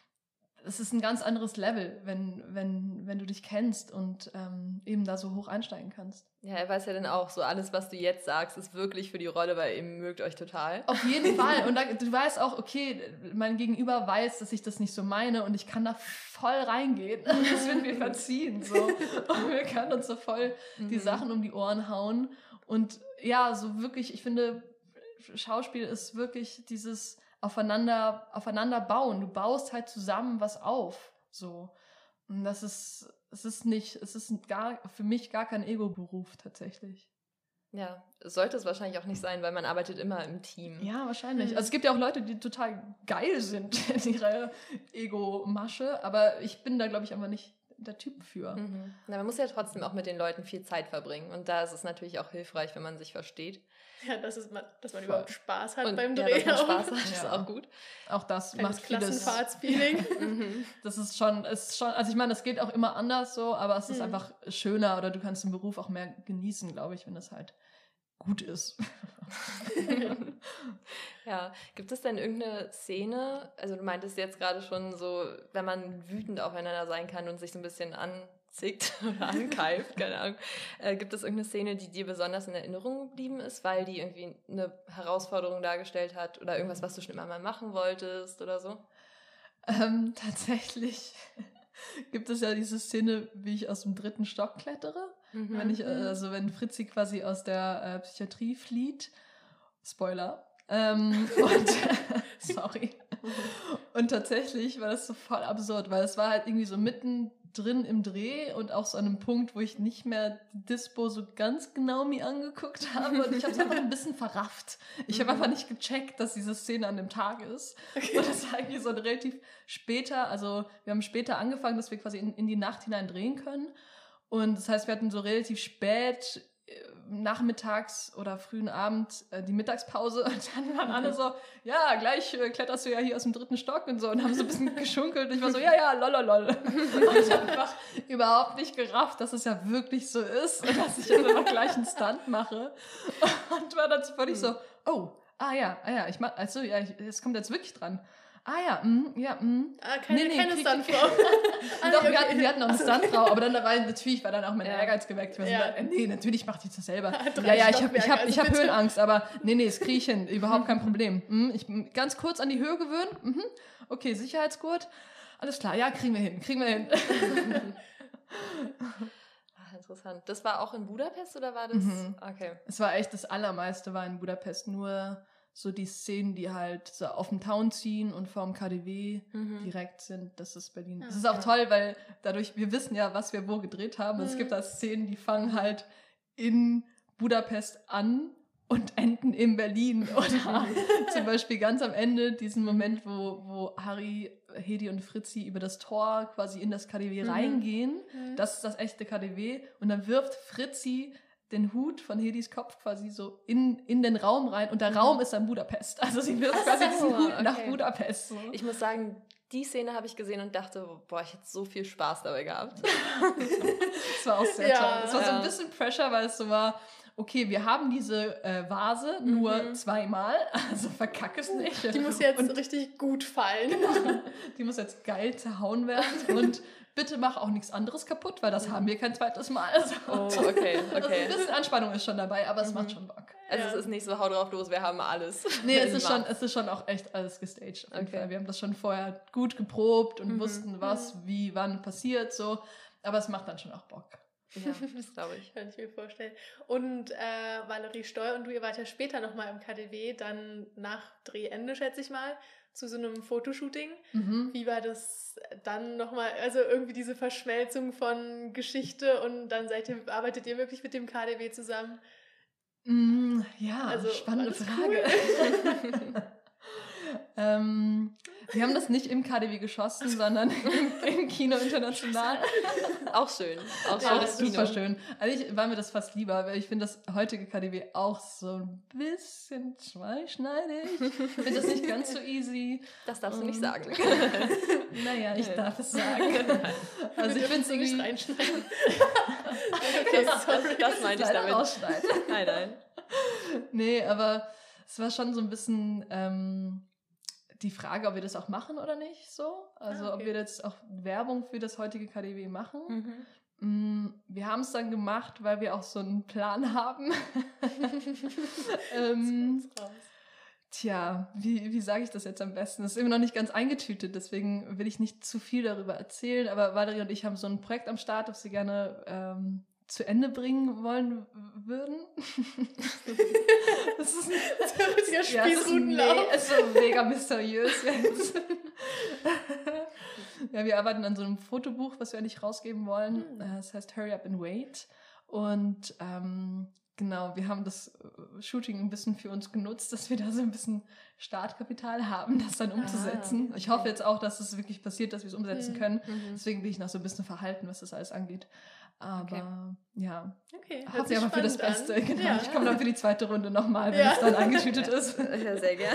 es ist ein ganz anderes Level, wenn, wenn, wenn du dich kennst und ähm, eben da so hoch einsteigen kannst. Ja, er weiß ja dann auch, so alles, was du jetzt sagst, ist wirklich für die Rolle, weil ihr mögt euch total. Auf jeden Fall. Und da, du weißt auch, okay, mein Gegenüber weiß, dass ich das nicht so meine und ich kann da voll reingehen. Das wird mir verziehen. So. Und wir können uns so voll die Mhm. Sachen um die Ohren hauen. Und ja, so wirklich, ich finde, Schauspiel ist wirklich dieses aufeinander, aufeinander bauen. Du baust halt zusammen was auf. So. Und das ist, es ist nicht, es ist gar, für mich gar kein Ego-Beruf tatsächlich. Ja, sollte es wahrscheinlich auch nicht sein, weil man arbeitet immer im Team. Ja, wahrscheinlich. Mhm. Also es gibt ja auch Leute, die total geil sind in ihrer Ego-Masche, aber ich bin da, glaube ich, einfach nicht der Typ für. Mhm. Na, man muss ja trotzdem auch mit den Leuten viel Zeit verbringen. Und da ist es natürlich auch hilfreich, wenn man sich versteht. Ja, das ist man, dass man Voll. überhaupt Spaß hat Und beim ja, Dreh. dass man Spaß hat, ist Ja. auch gut. Auch das Kleines macht vieles. Klassenfahrtsfeeling. Mhm. Das ist schon, ist schon, also ich meine, das geht auch immer anders so, aber es ist Mhm. einfach schöner oder du kannst den Beruf auch mehr genießen, glaube ich, wenn das halt gut ist. Ja, gibt es denn irgendeine Szene, also du meintest jetzt gerade schon so, wenn man wütend aufeinander sein kann und sich so ein bisschen anzickt oder ankeift, keine Ahnung, äh, gibt es irgendeine Szene, die dir besonders in Erinnerung geblieben ist, weil die irgendwie eine Herausforderung dargestellt hat oder irgendwas, was du schon immer mal machen wolltest oder so? Ähm, tatsächlich gibt es ja diese Szene, wie ich aus dem dritten Stock klettere. Mhm. Wenn ich, also wenn Fritzi quasi aus der äh, Psychiatrie flieht. Spoiler. Ähm, und sorry. Und tatsächlich war das so voll absurd, weil es war halt irgendwie so mittendrin im Dreh und auch so an einem Punkt, wo ich nicht mehr die Dispo so ganz genau mir angeguckt habe und ich habe es einfach ein bisschen verrafft. Ich habe einfach nicht gecheckt, dass diese Szene an dem Tag ist. Okay. Und das war eigentlich so relativ später, also wir haben später angefangen, dass wir quasi in, in die Nacht hinein drehen können. Und das heißt, wir hatten so relativ spät äh, nachmittags oder frühen Abend äh, die Mittagspause und dann waren alle so, ja, gleich äh, kletterst du ja hier aus dem dritten Stock und so und haben so ein bisschen geschunkelt und ich war so, ja, ja, lololol. Und ich habe einfach überhaupt nicht gerafft, dass es ja wirklich so ist und dass ich jetzt einfach gleich einen Stunt mache und war dann völlig so, oh, ah ja, ah ja, ich mach, also ja, es kommt jetzt wirklich dran. Ah ja, mh, ja, mh. Ah, keine, Nee, nee, keine krieg- Stuntfrau. Ah, Doch, nee, wir, okay. hatten, wir hatten auch eine Stuntfrau, aber dann war natürlich war dann auch mein Ja. Ehrgeiz geweckt. Ich war so, Ja. äh, nee, natürlich macht ich das selber. Drei Ja, ja, ich habe ich hab, Stockwerke, ich also hab bitte. Höhenangst, aber nee, nee, das kriege ich hin. Überhaupt kein Problem. Hm, ich bin ganz kurz an die Höhe gewöhnen. Mhm. Okay, Sicherheitsgurt. Alles klar, ja, kriegen wir hin, kriegen wir hin. Ach, interessant. Das war auch in Budapest oder war das? Mhm. Okay. Es war echt, das Allermeiste war in Budapest nur so die Szenen, die halt so auf dem Town ziehen und vorm K D W Mhm. direkt sind. Das ist Berlin. Ja. Das ist auch toll, weil dadurch, wir wissen ja, was wir wo gedreht haben. Und es Mhm. gibt da Szenen, die fangen halt in Budapest an und enden in Berlin. Oder zum Beispiel ganz am Ende diesen Moment, wo, wo Harry, Hedi und Fritzi über das Tor quasi in das K D W Mhm. reingehen. Mhm. Das ist das echte K D W. Und dann wirft Fritzi den Hut von Hedis Kopf quasi so in, in den Raum rein. Und der Mhm. Raum ist dann Budapest. Also sie wirft Ach quasi so, diesen Hut okay. nach Budapest. So. Ich muss sagen, die Szene habe ich gesehen und dachte, boah, ich hätte so viel Spaß dabei gehabt. Das war auch sehr Ja. toll. Es war so Ja. ein bisschen Pressure, weil es so war, okay, wir haben diese äh, Vase nur Mhm. zweimal, also verkack es nicht. Die muss jetzt Und richtig gut fallen. die muss jetzt geil zerhauen werden. Und bitte mach auch nichts anderes kaputt, weil das haben wir kein zweites Mal. Also, Oh, okay, also okay. ein bisschen Anspannung ist schon dabei, aber es Mhm. macht schon Bock. Also Ja. es ist nicht so, hau drauf los, wir haben alles. Nee, es ist, Immer. schon, es ist schon auch echt alles gestaged. Auf jeden Okay. Fall. Wir haben das schon vorher gut geprobt und Mhm. wussten, was, wie, wann passiert. So. Aber es macht dann schon auch Bock. Ja, das glaube ich. Kann ich mir vorstellen. Und äh, Valerie Steuer und du, ihr wart ja später nochmal im K D W, dann nach Drehende, schätze ich mal, zu so einem Fotoshooting. Mhm. Wie war das dann nochmal, also irgendwie diese Verschmelzung von Geschichte und dann seid ihr, arbeitet ihr wirklich mit dem K D W zusammen? Mm, ja, Also, spannende war das Frage. ähm, wir haben das nicht im K D W geschossen, sondern im, im Kino International. Auch schön. Auch Ja, schön. das ist Super schön. Eigentlich war mir das fast lieber, weil ich finde das heutige K D W auch so ein bisschen zweischneidig. Ich finde das nicht ganz so easy. Das darfst du nicht Und- sagen. Naja, ich Ja. darf es sagen. Also ich finde es nicht irgendwie... reinschneiden. Okay, sorry. Das meinte ich leider damit. rausschneiden. Nein, nein. Nee, aber es war schon so ein bisschen ähm, die Frage, ob wir das auch machen oder nicht so. Also Ah, ob okay. wir jetzt auch Werbung für das heutige K D W machen. Mhm. Mm, Wir haben es dann gemacht, weil wir auch so einen Plan haben. ähm, Raus. tja, wie, wie sage ich das jetzt am besten? Das ist immer noch nicht ganz eingetütet, deswegen will ich nicht zu viel darüber erzählen. Aber Valerie und ich haben so ein Projekt am Start, das wir gerne ähm, zu Ende bringen wollen w- würden. Das ist Das hört sich der Ja, es ist, Spießrutenlauf. me- es ist so mega mysteriös jetzt. Ja, wir arbeiten an so einem Fotobuch, was wir eigentlich rausgeben wollen. Hm. Das heißt Hurry Up and Wait. Und ähm, genau, wir haben das äh, Shooting ein bisschen für uns genutzt, dass wir da so ein bisschen Startkapital haben, das dann umzusetzen. okay. Ich hoffe jetzt auch, dass es wirklich passiert, dass wir es umsetzen Mhm. können. Mhm. Deswegen bin ich noch so ein bisschen verhalten, was das alles angeht. Aber Okay. ja, Okay, hört hoffe sich aber für das spannend Beste. an. Genau. Ja. Ich komme dann für die zweite Runde nochmal, wenn Ja. es dann eingetütet ist. Ja, sehr gern.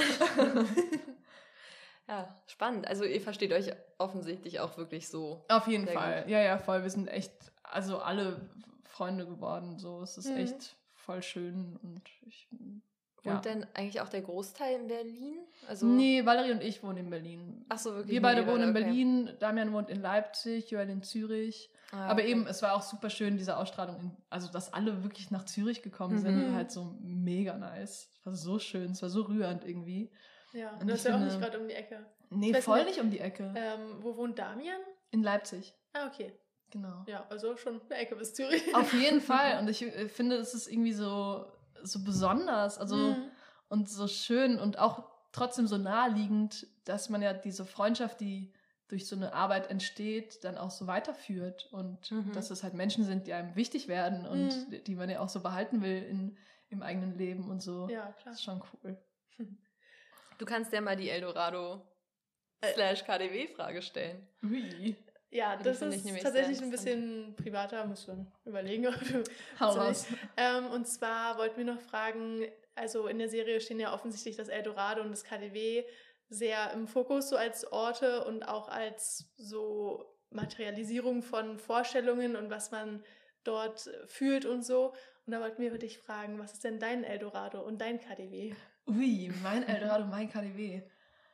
Ja, spannend. Also ihr versteht euch offensichtlich auch wirklich so. Auf jeden Sehr Fall. gut. Ja, ja, voll. Wir sind echt, also alle Freunde geworden. So, es ist Mhm. echt voll schön und ich. Ja. Und dann eigentlich auch der Großteil in Berlin? Also, Nee, Valerie und ich wohnen in Berlin. ach so, wirklich. Wir nur beide ihr wohnen in okay. Berlin, Damian wohnt in Leipzig, Joel in Zürich. Ah, Aber okay. eben, es war auch super schön, diese Ausstrahlung, in, also dass alle wirklich nach Zürich gekommen sind, Mhm. war halt so mega nice. Es war so schön, es war so rührend irgendwie. Ja, Und und das ich ist ja auch finde- nicht gerade um die Ecke. Nee, Ich weiß voll nicht- nicht um die Ecke. Ähm, wo wohnt Damian? In Leipzig, Ah, okay. genau. Ja, also schon eine Ecke bis Zürich. Auf jeden Fall. Und ich äh, finde, es ist irgendwie so, so besonders, also Mhm. und so schön und auch trotzdem so naheliegend, dass man ja diese Freundschaft, die durch so eine Arbeit entsteht, dann auch so weiterführt und Mhm. dass es halt Menschen sind, die einem wichtig werden und Mhm. die- die man ja auch so behalten will in, im eigenen Leben und so. Ja, Das klar. ist schon cool. Du kannst ja mal die Eldorado Äh. slash K D W-Frage stellen. Ui. Ja, Die das finde ich ist nämlich tatsächlich sehr ein bisschen privater, muss man überlegen. Hau Soll ich? raus. Ähm, und zwar wollten wir noch fragen, also in der Serie stehen ja offensichtlich das Eldorado und das K D W sehr im Fokus, so als Orte und auch als so Materialisierung von Vorstellungen und was man dort fühlt und so. Und da wollten wir dich fragen, was ist denn dein Eldorado und dein K D W? Ui, mein Eldorado, mein K D W.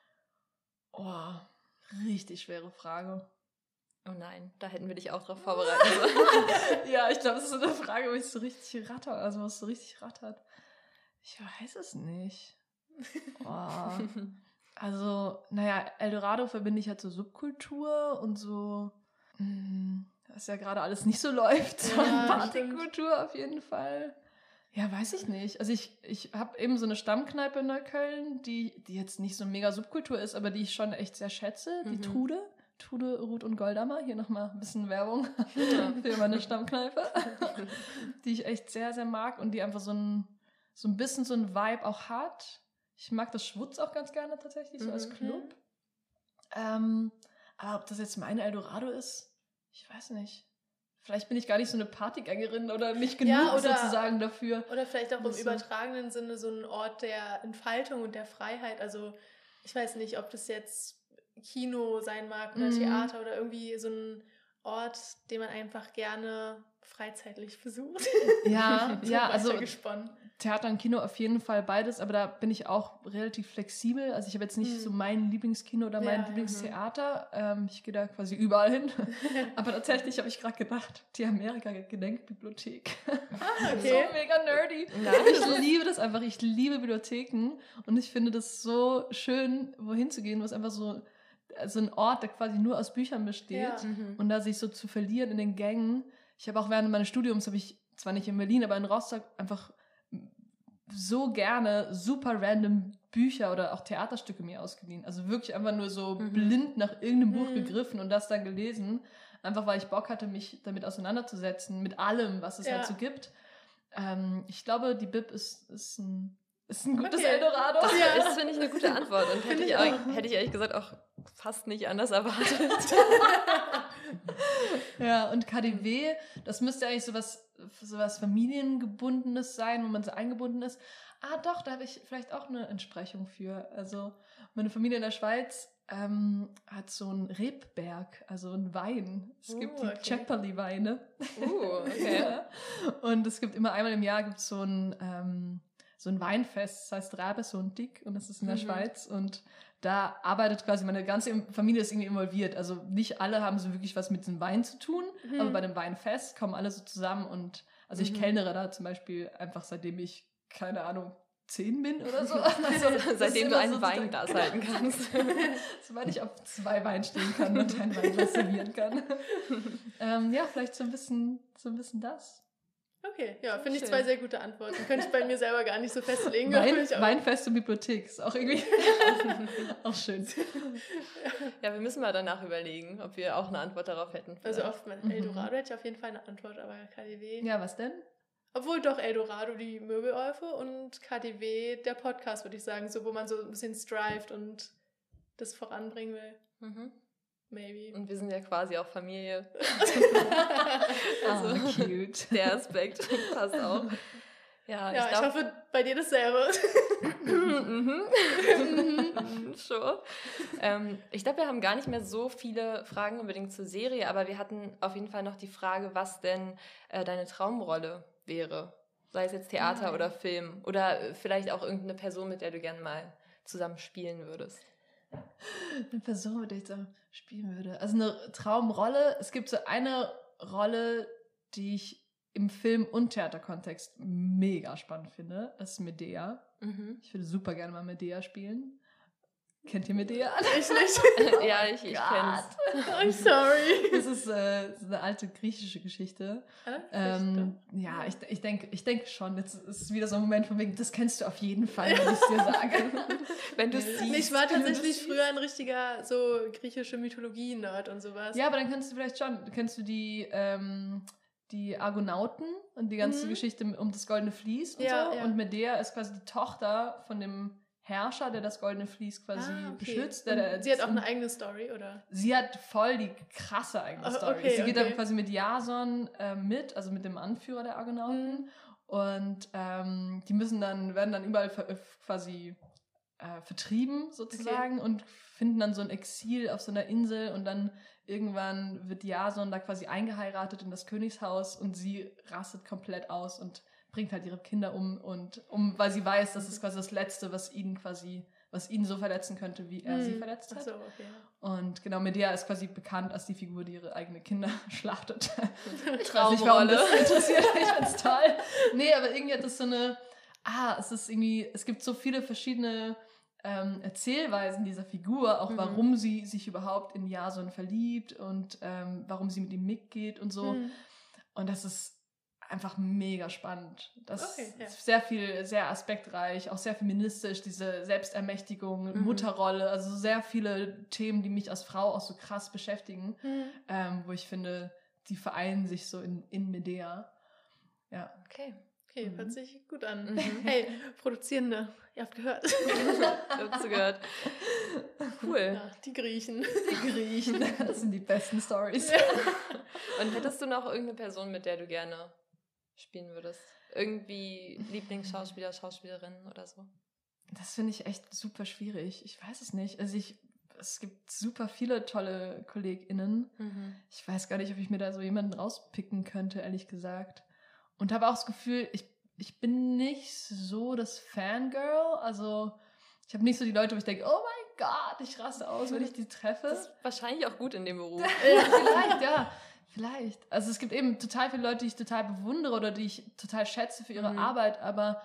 Oh, richtig schwere Frage. Oh nein, da hätten wir dich auch drauf vorbereiten sollen. Ja, ich glaube, das ist so eine Frage, wo ich so richtig ratter, also was so richtig rattert. Ich weiß es nicht. Oh. Also, naja, Eldorado verbinde ich halt so Subkultur und so, mh, was ja gerade alles nicht so läuft. So Ja, Partykultur auf jeden Fall. Ja, weiß ich nicht. Also ich, ich habe eben so eine Stammkneipe in Neukölln, die, die jetzt nicht so mega Subkultur ist, aber die ich schon echt sehr schätze. Die Mhm. Trude. Trude, Ruth und Goldammer. Hier nochmal ein bisschen Werbung Ja. für meine Stammkneipe. Die ich echt sehr, sehr mag und die einfach so ein, so ein bisschen so ein Vibe auch hat. Ich mag das Schwutz auch ganz gerne tatsächlich, so als Mhm. Club. Ähm, aber ob das jetzt mein Eldorado ist, ich weiß nicht. Vielleicht bin ich gar nicht so eine Partygängerin oder nicht genug Ja, oder- sozusagen dafür. Oder vielleicht auch im Das so- übertragenen Sinne so ein Ort der Entfaltung und der Freiheit. Also ich weiß nicht, ob das jetzt Kino sein mag oder Mhm. Theater oder irgendwie so ein Ort, den man einfach gerne freizeitlich besucht. Ja, So ja, also weitergesponnen. Theater und Kino auf jeden Fall beides, aber da bin ich auch relativ flexibel. Also ich habe jetzt nicht Mhm. so mein Lieblingskino oder mein Ja, Lieblingstheater. Ähm, ich gehe da quasi überall hin. Aber tatsächlich habe ich gerade gedacht, die Amerika-Gedenkbibliothek. Ah, So okay. mega nerdy. Nein. Ich liebe das einfach. Ich liebe Bibliotheken und ich finde das so schön, wohin zu gehen, wo es einfach so, so ein Ort, der quasi nur aus Büchern besteht Ja. Mhm. und da sich so zu verlieren in den Gängen. Ich habe auch während meines Studiums, habe ich zwar nicht in Berlin, aber in Rostock einfach so gerne super random Bücher oder auch Theaterstücke mir ausgeliehen. Also wirklich einfach nur so Mhm. blind nach irgendeinem Buch Mhm. gegriffen und das dann gelesen. Einfach weil ich Bock hatte, mich damit auseinanderzusetzen, mit allem, was es Ja. halt so gibt. Ähm, ich glaube, die Bib ist, ist, ein, ist ein gutes Okay. Eldorado. Das Ja. ist, finde ich, eine gute Antwort und hätte Finde ich, ich ehrlich- auch. hätte ich ehrlich gesagt auch fast nicht anders erwartet. Ja, und K D W, das müsste eigentlich sowas, sowas Familiengebundenes sein, wo man so eingebunden ist. Ah, doch, da habe ich vielleicht auch eine Entsprechung für. Also, meine Familie in der Schweiz ähm, hat so einen Rebberg, also einen Wein. Es Oh, gibt die okay. Chapperly-Weine. Uh, okay. Ja. Und es gibt immer einmal im Jahr gibt's so ein, ähm, so ein Weinfest, das heißt Rabesondig und das ist in der Mhm. Schweiz und da arbeitet quasi meine ganze Familie ist irgendwie involviert. Also nicht alle haben so wirklich was mit diesem Wein zu tun, Mhm. aber bei dem Weinfest kommen alle so zusammen und also ich Mhm. kellnere da zum Beispiel einfach seitdem ich, keine Ahnung, zehn bin oder so. Also, das ist Seitdem du immer ein so Weinglas sozusagen- halten kannst. Soweit ich auf zwei Wein stehen kann und ein Weinglas servieren kann. ähm, ja, vielleicht so ein bisschen, so ein bisschen das. Okay, ja, finde ich Schön. zwei sehr gute Antworten. Könnte ich bei mir selber gar nicht so festlegen. Wein, aber ich auch- Weinfest und Bibliothek ist auch irgendwie auch schön. Ja, wir müssen mal danach überlegen, ob wir auch eine Antwort darauf hätten. Also vielleicht. auf Mhm. Eldorado hätte ich auf jeden Fall eine Antwort, aber K D W... Ja, was denn? Obwohl doch Eldorado die Möbeleufe und K D W der Podcast, würde ich sagen, so wo man so ein bisschen strived und das voranbringen will. Mhm. Maybe. Und wir sind ja quasi auch Familie. Also, Also cute. der Aspekt passt auch. Ja, Ja, ich, glaub- hoffe, bei dir dasselbe. Mhm. Mhm, Sure. Ähm, ich glaube, wir haben gar nicht mehr so viele Fragen unbedingt zur Serie, aber wir hatten auf jeden Fall noch die Frage, was denn äh, deine Traumrolle wäre. Sei es jetzt Theater Ah. oder Film oder äh, vielleicht auch irgendeine Person, mit der du gerne mal zusammen spielen würdest. Eine Person, mit der ich zusammen spielen würde. Also eine Traumrolle. Es gibt so eine Rolle, die ich im Film- und Theaterkontext mega spannend finde. Das ist Medea. Mhm. Ich würde super gerne mal Medea spielen. Kennt ihr Medea? Ich nicht. Ja, ich, ich kenn's. I'm sorry. Das ist äh, so eine alte griechische Geschichte. Ähm, ja, ich, ich denke ich denk schon, jetzt ist es wieder so ein Moment von wegen, das kennst du auf jeden Fall, wenn ich es dir sage. Wenn du Nee. siehst. Ich war Wenn du tatsächlich das früher ein richtiger so griechische Mythologie-Nerd und sowas. Ja, aber dann kennst du vielleicht schon, kennst du die, ähm, die Argonauten und die ganze Mhm. Geschichte um das Goldene Vlies und Ja, so. ja. Und Medea ist quasi die Tochter von dem Herrscher, der das Goldene Vlies quasi Ah, okay. beschützt. Und Der, der, sie hat auch eine eigene Story, oder? Sie hat voll die krasse eigene Oh, Story. okay, sie geht okay. dann quasi mit Jason äh, mit, also mit dem Anführer der Argonauten. Mhm. Und ähm, die müssen dann, werden dann überall ver quasi äh, vertrieben sozusagen und finden dann so ein Exil auf so einer Insel und dann irgendwann wird Jason da quasi eingeheiratet in das Königshaus und sie rastet komplett aus und bringt halt ihre Kinder um und um, weil sie weiß, das ist quasi das Letzte, was ihn quasi, was ihn so verletzen könnte, wie er sie Mhm. verletzt Ach hat. so, okay. Und genau, Medea ist quasi bekannt als die Figur, die ihre eigenen Kinder schlachtet. Ich weiß nicht, Traumrolle. warum das interessiert. Ich find's toll. Nee, aber irgendwie hat das so eine, ah, es ist irgendwie, es gibt so viele verschiedene ähm, Erzählweisen dieser Figur, auch Mhm. warum sie sich überhaupt in Jason verliebt und ähm, warum sie mit ihm mitgeht und so. Mhm. Und das ist einfach mega spannend. Das Okay, ja. ist sehr viel, sehr aspektreich, auch sehr feministisch, diese Selbstermächtigung, Mhm. Mutterrolle, also sehr viele Themen, die mich als Frau auch so krass beschäftigen, Mhm. ähm, wo ich finde, die vereinen sich so in, in Medea. Ja. Okay. Okay, Mhm. hört sich gut an. Mhm. Hey, Produzierende, ihr habt gehört. Dazu gehört. Cool. Ja, die Griechen. Die Griechen, das sind die besten Stories. Und hättest du noch irgendeine Person, mit der du gerne spielen würdest? Irgendwie Lieblingsschauspieler, Schauspielerin oder so? Das finde ich echt super schwierig. Ich weiß es nicht. Also ich, es gibt super viele tolle KollegInnen. Mhm. Ich weiß gar nicht, ob ich mir da so jemanden rauspicken könnte, ehrlich gesagt. Und habe auch das Gefühl, ich, ich bin nicht so das Fangirl. Also ich habe nicht so die Leute, wo ich denke, oh mein Gott, ich raste aus, wenn ich die treffe. Das ist wahrscheinlich auch gut in dem Beruf. Ja, vielleicht, ja. Vielleicht. Also es gibt eben total viele Leute, die ich total bewundere oder die ich total schätze für ihre Mhm. Arbeit, aber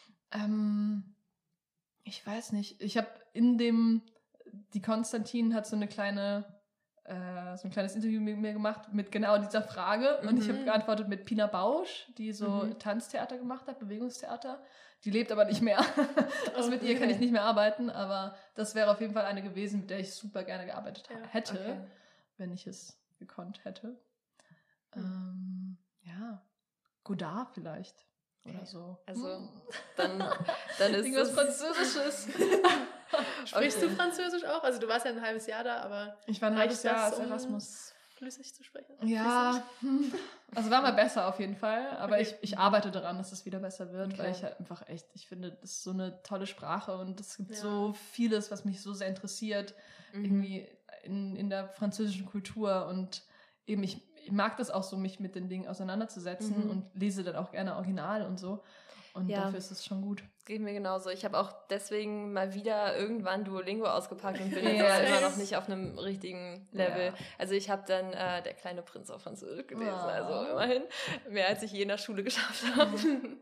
ähm, ich weiß nicht. Ich habe in dem, die Konstantin hat so eine kleine, äh, so ein kleines Interview mit mir gemacht mit genau dieser Frage und ich habe Mhm. geantwortet mit Pina Bausch, die so Mhm. Tanztheater gemacht hat, Bewegungstheater. Die lebt aber nicht mehr. Also mit ihr kann ich Okay. nicht mehr arbeiten, aber das wäre auf jeden Fall eine gewesen, mit der ich super gerne gearbeitet Ja, hätte, Okay. wenn ich es gekonnt hätte. Hm. Ähm, ja, Godard vielleicht oder Okay. so. Also, Hm. Dann, dann ist Irgendwas es... Französisches. Sprichst Okay. du Französisch auch? Also du warst ja ein halbes Jahr da, aber Ich war ein reicht halbes Jahr das, als um Erasmus. flüssig zu sprechen? Ja, hm. also war mal besser auf jeden Fall, aber Okay. ich, ich arbeite daran, dass es wieder besser wird, Okay. weil ich halt einfach echt, ich finde, das ist so eine tolle Sprache und es gibt Ja. so vieles, was mich so sehr interessiert, Mhm. irgendwie in, in der französischen Kultur und eben ich, ich mag das auch so, mich mit den Dingen auseinanderzusetzen Mhm. und lese dann auch gerne Original und so und Ja. dafür ist es schon gut. Geht mir genauso. Ich habe auch deswegen mal wieder irgendwann Duolingo ausgepackt und bin jetzt Ja. aber immer noch nicht auf einem richtigen Level. Ja. Also ich habe dann äh, Der kleine Prinz auf Französisch gelesen, Oh. also immerhin. Mehr als ich je in der Schule geschafft habe.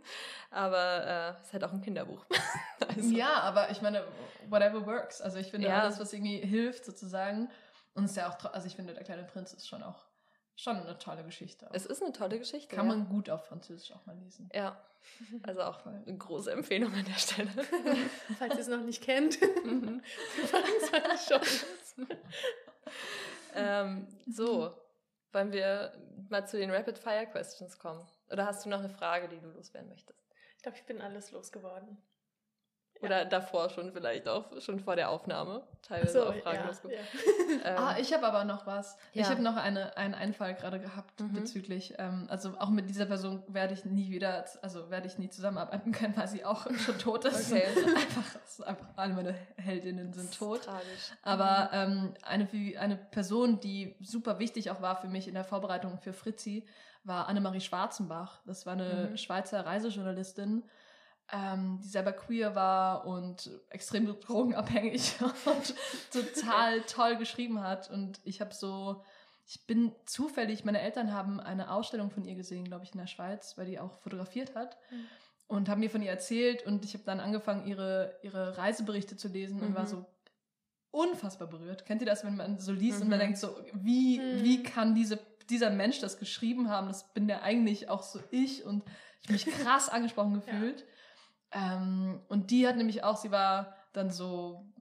Aber äh, es ist halt auch ein Kinderbuch. Also, Ja, aber ich meine, whatever works. Also ich finde Ja. alles, was irgendwie hilft sozusagen und es ist ja auch, tro- also ich finde, der kleine Prinz ist schon auch schon eine tolle Geschichte. Auch. Es ist eine tolle Geschichte. Kann ja. man gut auf Französisch auch mal lesen. Ja, also auch eine große Empfehlung an der Stelle. Falls ihr es noch nicht kennt. Wir packen es mal in die Shownotes. ähm, so, wollen wir mal zu den Rapid-Fire-Questions kommen? Oder hast du noch eine Frage, die du loswerden möchtest? Ich glaube, ich bin alles losgeworden. Oder davor schon vielleicht auch, schon vor der Aufnahme. Teilweise So, auch Fragen ja, losgeworden. ja. Ähm, Ah, ich habe aber noch was. Ja. Ich habe noch eine, einen Einfall gerade gehabt Mhm. bezüglich, ähm, also auch mit dieser Person werde ich nie wieder, also werde ich nie zusammenarbeiten können, weil sie auch schon tot ist. Okay. einfach, es ist einfach, alle meine Heldinnen sind tot. Tragisch. Aber ähm, eine, eine Person, die super wichtig auch war für mich in der Vorbereitung für Fritzi, war Annemarie Schwarzenbach. Das war eine Mhm. Schweizer Reisejournalistin, ähm, die selber queer war und extrem drogenabhängig und total toll geschrieben hat. Und ich habe so, ich bin zufällig, meine Eltern haben eine Ausstellung von ihr gesehen, glaube ich, in der Schweiz, weil die auch fotografiert hat. Mhm. Und haben mir von ihr erzählt und ich habe dann angefangen, ihre, ihre Reiseberichte zu lesen und Mhm. war so unfassbar berührt. Kennt ihr das, wenn man so liest Mhm. und man denkt so, wie, Mhm. wie kann diese, dieser Mensch das geschrieben haben? Das bin ja eigentlich auch so ich und ich habe mich krass angesprochen gefühlt. Ähm, und die hat nämlich auch, sie war dann so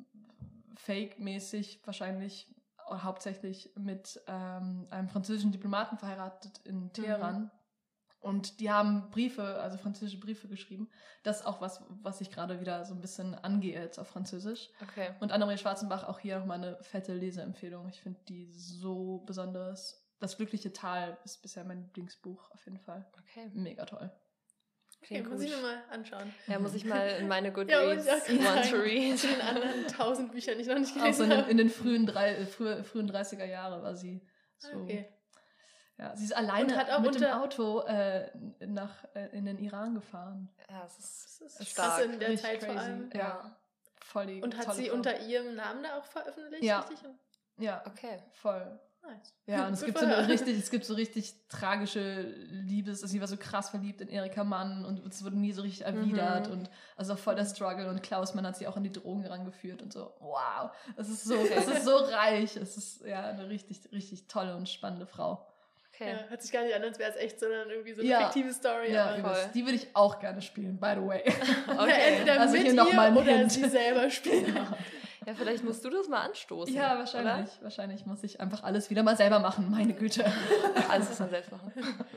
fake-mäßig wahrscheinlich hauptsächlich mit ähm, einem französischen Diplomaten verheiratet in Teheran. Mhm. Und die haben Briefe, also französische Briefe geschrieben. Das ist auch was, was ich gerade wieder so ein bisschen angehe jetzt auf Französisch. Okay. Und Annemarie Schwarzenbach, auch hier nochmal eine fette Leseempfehlung. Ich finde die so besonders. Das glückliche Tal ist bisher mein Lieblingsbuch, auf jeden Fall. Okay. Mega toll. Okay, Klingt muss ich gut. mir mal anschauen. Ja, muss ich mal in meine Ja, muss Goodreads ich auch gerade Want to sagen. Read. Zu den anderen tausend Büchern, die ich noch nicht Auch so gelesen in den, habe. in den frühen, drei, äh, frühe, frühen dreißiger Jahre war sie so. Okay. Ja, sie ist alleine Und hat auch mit dem unter- Auto äh, nach, äh, in den Iran gefahren. Ja, es ist, Das ist stark. krass in der Richtig Zeit vor crazy. allem. Ja, voll die Und hat tolle sie Frau. unter ihrem Namen da auch veröffentlicht? Ja. Richtig? Ja, Okay. voll. Nice. Ja, und es Gut gibt so eine verhört. richtig, es gibt so richtig tragische Liebes, also sie war so krass verliebt in Erika Mann und es wurde nie so richtig erwidert Mhm. und also auch voll der Struggle und Klaus Mann hat sie auch an die Drogen rangeführt und so, wow, es ist so, Okay. es ist so reich, es ist ja eine richtig, richtig tolle und spannende Frau. Okay. Ja, hört sich gar nicht an, als wäre es echt, sondern irgendwie so eine Ja. fiktive Story. Ja, aber übelst. voll. Die würde ich auch gerne spielen, by the way. Okay. Entweder Also mit hier noch ihr mal ein oder Hint. sie selber spielen. Ja, vielleicht musst du das mal anstoßen. Ja, oder? wahrscheinlich. Wahrscheinlich muss ich einfach alles wieder mal selber machen, meine Güte. Alles muss man selbst machen.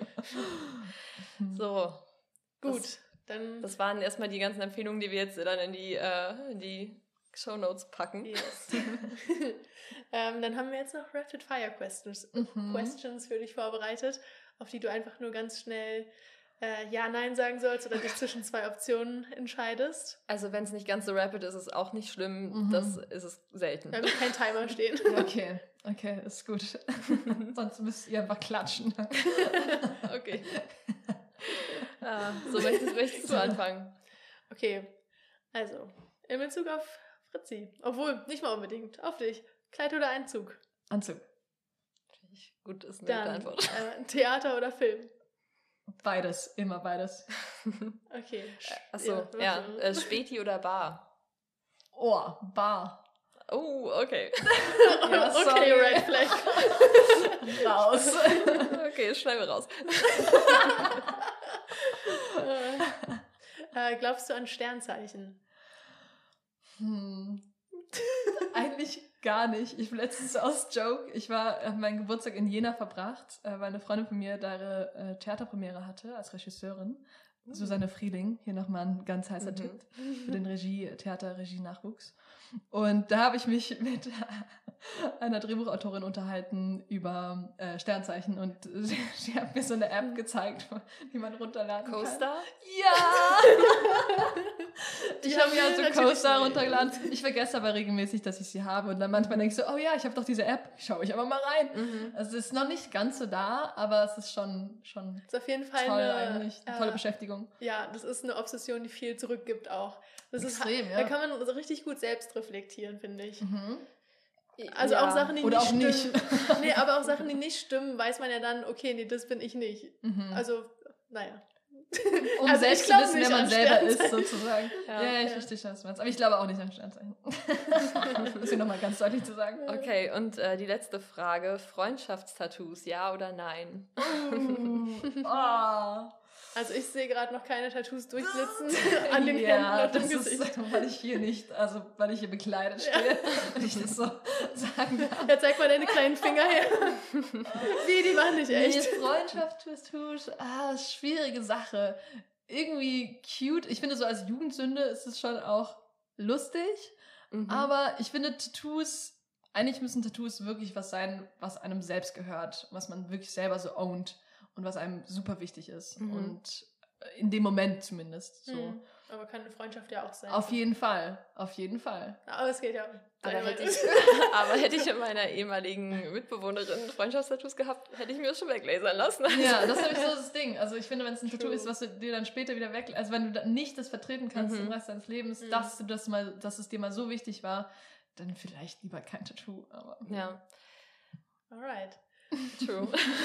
So, Gut, Das- dann das waren erstmal die ganzen Empfehlungen, die wir jetzt dann in die, äh, in die Shownotes packen. yes. ähm, dann haben wir jetzt noch Rapid Fire Questions, Mhm. Questions für dich vorbereitet, auf die du einfach nur ganz schnell äh, Ja, Nein sagen sollst oder dich zwischen zwei Optionen entscheidest. Also wenn es nicht ganz so rapid ist, ist es auch nicht schlimm. Mhm. Das ist es selten. Wir haben keinen Timer stehen. Okay, okay, ist gut. Sonst müsst ihr einfach klatschen. Okay. ah, so möchtest, möchtest du anfangen. Okay, also in Bezug auf Fritzi. Obwohl, nicht mal unbedingt. Auf dich. Kleid oder Einzug? Anzug. Finde ich gut, ist eine Dann gute Antwort. äh, Theater oder Film? Beides, immer beides. Okay. Achso, Ja, ja. was- Äh, Späti oder Bar? Oh, Bar. Oh, okay. Ja, okay, sorry. Red Flag. Raus. Okay, schneiden wir raus. äh, glaubst du an Sternzeichen? Hm. Eigentlich gar nicht. Ich bin letztens aus Joke. Ich war, habe meinen Geburtstag in Jena verbracht, äh, weil eine Freundin von mir da ihre äh, Theaterpremiere hatte als Regisseurin. Susanne Frieling, hier nochmal ein ganz heißer Mhm. Tipp für den Regie, Theater-Regie-Nachwuchs. Und da habe ich mich mit einer Drehbuchautorin unterhalten über äh, Sternzeichen und sie, sie hat mir so eine App gezeigt, die man runterladen kann. Coaster? Ja! Die ich haben habe mir wir also natürlich Coaster nicht. runtergeladen. Ich vergesse aber regelmäßig, dass ich sie habe. Und dann manchmal denke ich so, oh ja, ich habe doch diese App. Schau ich aber mal rein. Mhm. Also es ist noch nicht ganz so da, aber es ist schon, schon Das ist auf jeden Fall toll eine, eigentlich. Eine tolle äh, Beschäftigung. Ja, das ist eine Obsession, die viel zurückgibt auch. Das Extrem, ist, ja. Da kann man so richtig gut selbst reflektieren, finde ich. Mhm. Also Ja. auch Sachen, die Oder nicht auch stimmen. nicht. Nee, aber auch Sachen, die nicht stimmen, weiß man ja dann, okay, nee, das bin ich nicht. Mhm. Also, naja. Um Also selbst ich zu glaub wissen, nicht wer man an selber ist, Sternzeichen. sozusagen. Ja. Ja, ja, ich Ja. verstehe schon, was du meinst. Aber ich glaube auch nicht an Sternzeichen. Um es mir nochmal ganz deutlich zu sagen. Okay, und äh, die letzte Frage. Freundschaftstattoos, ja oder nein? Uh, oh. Also ich sehe gerade noch keine Tattoos durchblitzen an den Ja, Händen und das dem Gesicht. ist, weil ich hier nicht, also weil ich hier bekleidet stehe und ich das so sagen darf. Ja, zeig mal deine kleinen Finger her. Wie, die waren nicht echt. Nee, Freundschaft, Tattoos, ah, schwierige Sache. Irgendwie cute. Ich finde, so als Jugendsünde ist es schon auch lustig. Mhm. Aber ich finde, Tattoos, eigentlich müssen Tattoos wirklich was sein, was einem selbst gehört, was man wirklich selber so ownt und was einem super wichtig ist. Mhm. Und in dem Moment zumindest. So. Hm. Aber kann eine Freundschaft ja auch sein. Auf jeden Fall, auf jeden Fall. Aber es geht ja. Aber Deine hätte, Meinung. ich, aber hätte ich in meiner ehemaligen Mitbewohnerin Freundschaftstattoos gehabt, hätte ich mir das schon weglasern lassen. Also, Ja, das ist nämlich so das Ding. Also ich finde, wenn es ein Tattoo True. ist, was du dir dann später wieder weg, also wenn du dann nicht das vertreten kannst Mhm. den Rest deines Lebens, Mhm. dass du das mal, dass es dir mal so wichtig war, dann vielleicht lieber kein Tattoo. Aber Ja, Alright. true.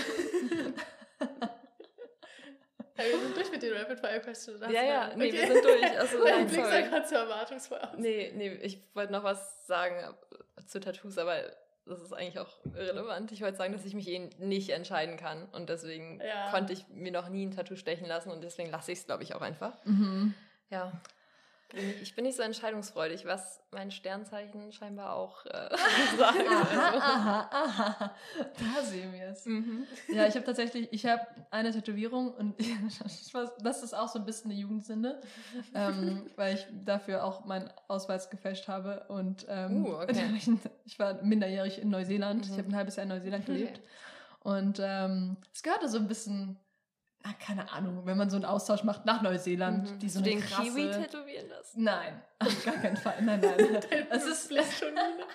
Ja, wir sind durch mit den Rapid Fire Questions. Ja, ja, nee, wir sind durch. Also, Mein nein, Blick sah sorry. gerade so erwartungsvoll aus. Nee, nee, ich wollte noch was sagen zu Tattoos, aber das ist eigentlich auch irrelevant. Ich wollte sagen, dass ich mich eh nicht entscheiden kann und deswegen Ja. konnte ich mir noch nie ein Tattoo stechen lassen und deswegen lasse ich es, glaube ich, auch einfach. Mhm. Ja. Ich bin nicht so entscheidungsfreudig, was mein Sternzeichen scheinbar auch äh, sagt. Aha, Also. aha, aha. Da sehen wir es. Mhm. Ja, ich habe tatsächlich, ich habe eine Tätowierung und das ist auch so ein bisschen eine Jugendsünde, ähm, weil ich dafür auch meinen Ausweis gefälscht habe und ähm, Uh, okay. ich war minderjährig in Neuseeland. Mhm. Ich habe ein halbes Jahr in Neuseeland Okay. gelebt und ähm, es gehörte so ein bisschen, na, keine Ahnung, wenn man so einen Austausch macht nach Neuseeland, Mhm. die so Hast du eine den krasse... Kiwi tätowieren lassen? Nein, auf gar keinen Fall. Nein, nein. Es ist Split schon wieder.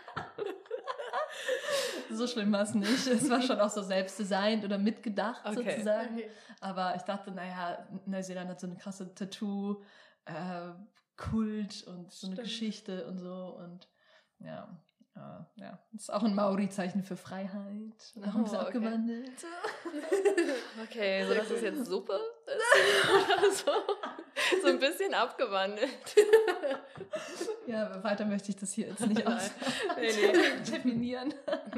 so schlimm war es nicht. Es war schon auch so selbstdesignt oder mitgedacht Okay. sozusagen. Okay. Aber ich dachte, naja, Neuseeland hat so eine krasse Tattoo-Kult und so eine Stimmt. Geschichte und so. Und ja, äh, ja. Das ist auch ein Maori-Zeichen für Freiheit. Auch ein bisschen Oh, okay. abgewandelt. Okay, so Sehr dass es cool. jetzt Suppe ist oder so. So ein bisschen abgewandelt. Ja, aber weiter möchte ich das hier jetzt nicht Nein. aus Nee, nee. definieren.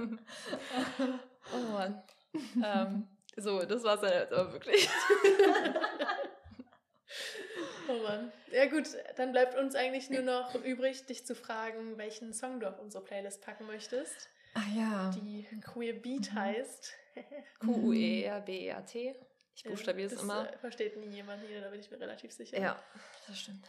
Oh Mann. Ähm, so, das war's dann jetzt aber wirklich. Oh Mann. Ja gut, dann bleibt uns eigentlich nur noch übrig, dich zu fragen, welchen Song du auf unsere Playlist packen möchtest, Ach ja. die Queer Beat heißt. Q U E R B E A T. Ich buchstabiere es das immer. äh, versteht nie jemand hier, da bin ich mir relativ sicher. Ja, das stimmt.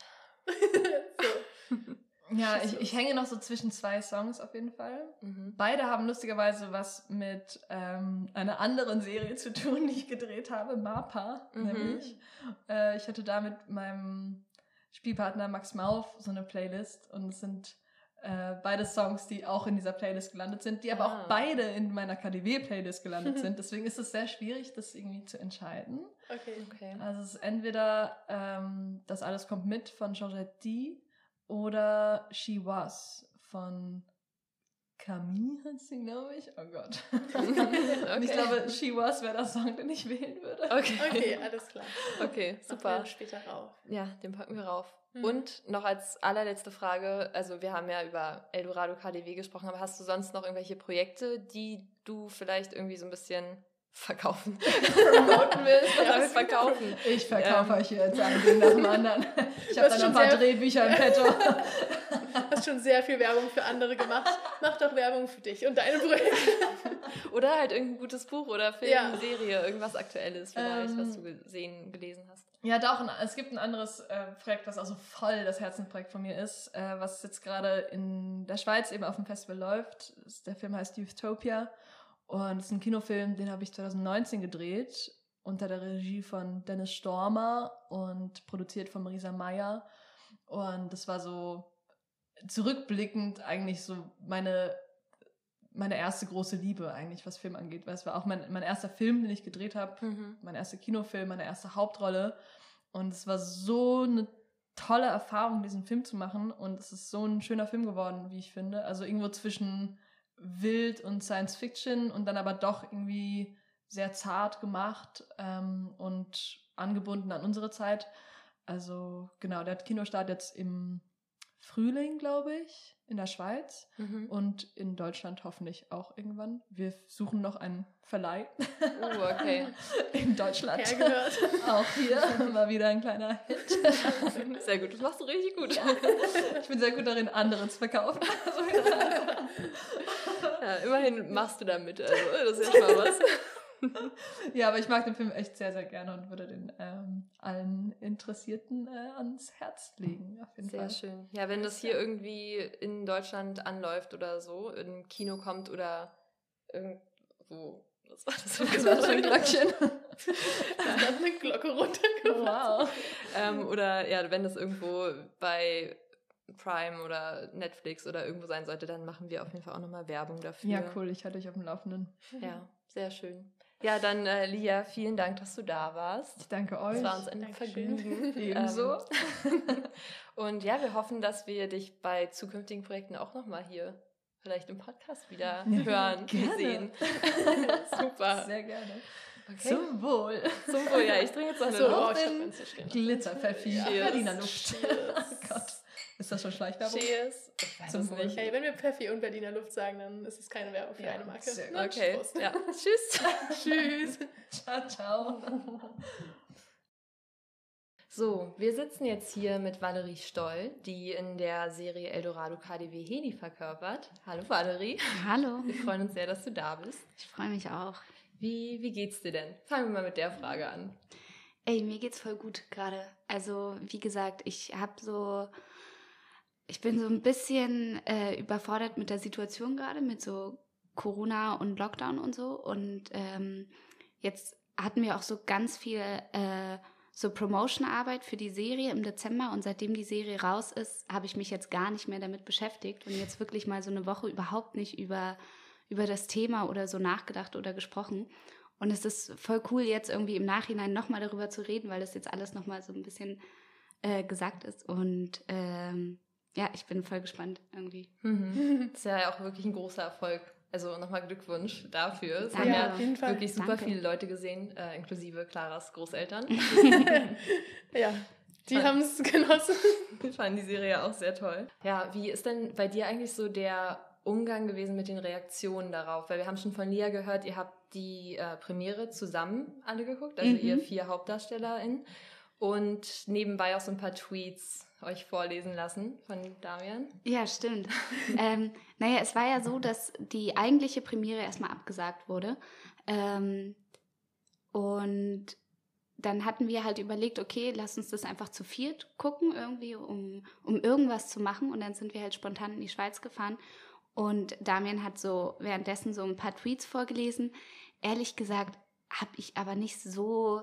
So. Ja, Schieß ich, ich los. hänge noch so zwischen zwei Songs auf jeden Fall. Mhm. Beide haben lustigerweise was mit ähm, einer anderen Serie zu tun, die ich gedreht habe, MAPA, Mhm. nämlich. Äh, ich hatte da mit meinem Spielpartner Max Mauf so eine Playlist und es sind äh, beide Songs, die auch in dieser Playlist gelandet sind, die aber Ah. auch beide in meiner K D W-Playlist gelandet sind. Deswegen ist es sehr schwierig, das irgendwie zu entscheiden. Okay. Okay. Also es ist entweder ähm, Das alles kommt mit von Georgette D oder She Was von Camille heißt sie, glaube ich. Oh Gott. Und ich glaube, She Was wäre der Song, den ich wählen würde. Okay. Okay, alles klar. Okay, Machen wir super. dann später rauf. Ja, den packen wir rauf. Mhm. Und noch als allerletzte Frage, also wir haben ja über Eldorado K D W gesprochen, aber hast du sonst noch irgendwelche Projekte, die du vielleicht irgendwie so ein bisschen verkaufen, promoten willst? Was Ja, heißt verkaufen? Ich verkaufe Ähm. euch jetzt ein Ding nach dem anderen. Ich habe hast da noch ein schon paar sehr- Drehbücher im Petto. Du hast schon sehr viel Werbung für andere gemacht. Mach doch Werbung für dich und deine Projekte. Oder halt irgendein gutes Buch oder Film, Ja. Serie, irgendwas Aktuelles vielleicht, Ähm. was du gesehen, gelesen hast. Ja, doch, ein, es gibt ein anderes äh, Projekt, was auch so voll das Herzensprojekt von mir ist, äh, was jetzt gerade in der Schweiz eben auf dem Festival läuft. Das- Der Film heißt Youthtopia und es ist ein Kinofilm, den habe ich zwanzig neunzehn gedreht, unter der Regie von Dennis Stormer und produziert von Marisa Meyer. Und das war so zurückblickend eigentlich so meine meine erste große Liebe eigentlich, was Film angeht, weil es war auch mein, mein erster Film, den ich gedreht habe, Mhm. mein erster Kinofilm, meine erste Hauptrolle. Und es war so eine tolle Erfahrung, diesen Film zu machen. Und es ist so ein schöner Film geworden, wie ich finde. Also irgendwo zwischen wild und Science Fiction und dann aber doch irgendwie sehr zart gemacht. Ähm, und angebunden an unsere Zeit. Also genau, der hat Kinostart jetzt im Frühling, glaube ich, in der Schweiz Mhm. und in Deutschland hoffentlich auch irgendwann. Wir suchen noch einen Verleih Oh, okay. in Deutschland. Hergehört. Auch hier mal wieder ein kleiner Hit. Sehr gut, das machst du richtig gut. Ja. Ich bin sehr gut darin, andere zu verkaufen. Ja, immerhin machst du da mit, also das ist ja schon mal was. Ja, aber ich mag den Film echt sehr, sehr gerne und würde den ähm, allen Interessierten äh, ans Herz legen, auf jeden Sehr Fall. schön. Ja, wenn das hier irgendwie in Deutschland anläuft oder so, im Kino kommt oder irgendwo, was war das für Das war schon ein Glöckchen. Da hat eine Glocke runtergemacht. Wow. ähm, oder ja, wenn das irgendwo bei Prime oder Netflix oder irgendwo sein sollte, dann machen wir auf jeden Fall auch nochmal Werbung dafür. Ja, cool, ich halte dich auf dem Laufenden. Ja, sehr schön. Ja, dann äh, Lia, vielen Dank, dass du da warst. Ich danke euch. Es war uns ein Dankeschön. Vergnügen. Ebenso. Ähm, und ja, wir hoffen, dass wir dich bei zukünftigen Projekten auch nochmal hier vielleicht im Podcast wieder hören, Gerne. sehen. Super. Sehr gerne. Okay. Zum Wohl. Zum Wohl, ja, ich trinke jetzt noch eine So, Luft. oh, ich hab ganz so stehen. Glitzerpfeffi. Ja. Berliner Luft. Cheers. Oh Gott. Ist das schon Schleichwerbung? Cheers. Ich weiß Zum es Wohl. nicht. Hey, wenn wir Pfeffi und Berliner Luft sagen, dann ist es keine Werbung für Ja, eine Marke. sehr gut. Na, Okay, Prost. ja. Tschüss. Tschüss. Ciao, ciao. So, wir sitzen jetzt hier mit Valerie Stoll, die in der Serie Eldorado K D W Hedi verkörpert. Hallo Valerie. Hallo, Wir freuen uns sehr, dass du da bist. ich freue mich auch. Wie, wie geht's dir denn? Fangen wir mal mit der Frage an. Ey, mir geht's voll gut gerade. Also, wie gesagt, ich habe so, ich bin so ein bisschen äh, überfordert mit der Situation gerade, mit so Corona und Lockdown und so. Und ähm, jetzt hatten wir auch so ganz viel äh, so Promotion-Arbeit für die Serie im Dezember. Und seitdem die Serie raus ist, habe ich mich jetzt gar nicht mehr damit beschäftigt und jetzt wirklich mal so eine Woche überhaupt nicht über, über das Thema oder so nachgedacht oder gesprochen. Und es ist voll cool, jetzt irgendwie im Nachhinein nochmal darüber zu reden, weil das jetzt alles nochmal so ein bisschen äh, gesagt ist. Und ähm, ja, ich bin voll gespannt irgendwie. Mhm. Das ist ja auch wirklich ein großer Erfolg. Also nochmal Glückwunsch dafür. Es haben Danke. ja auf jeden Fall. wirklich super Danke. viele Leute gesehen, äh, inklusive Claras Großeltern. Ja, die Fand- haben es genossen. Ich fand die Serie ja auch sehr toll. Ja, wie ist denn bei dir eigentlich so der Umgang gewesen mit den Reaktionen darauf? Weil wir haben schon von Lia gehört, ihr habt die äh, Premiere zusammen alle geguckt, also Mhm. ihr vier HauptdarstellerInnen. Und nebenbei auch so ein paar Tweets euch vorlesen lassen von Damian. Ja, stimmt. ähm, naja, es war ja so, dass die eigentliche Premiere erstmal abgesagt wurde. Ähm, und dann hatten wir halt überlegt, okay, lass uns das einfach zu viert gucken, irgendwie, um, um irgendwas zu machen. Und dann sind wir halt spontan in die Schweiz gefahren. Und Damian hat so währenddessen so ein paar Tweets vorgelesen. Ehrlich gesagt habe ich aber nicht so...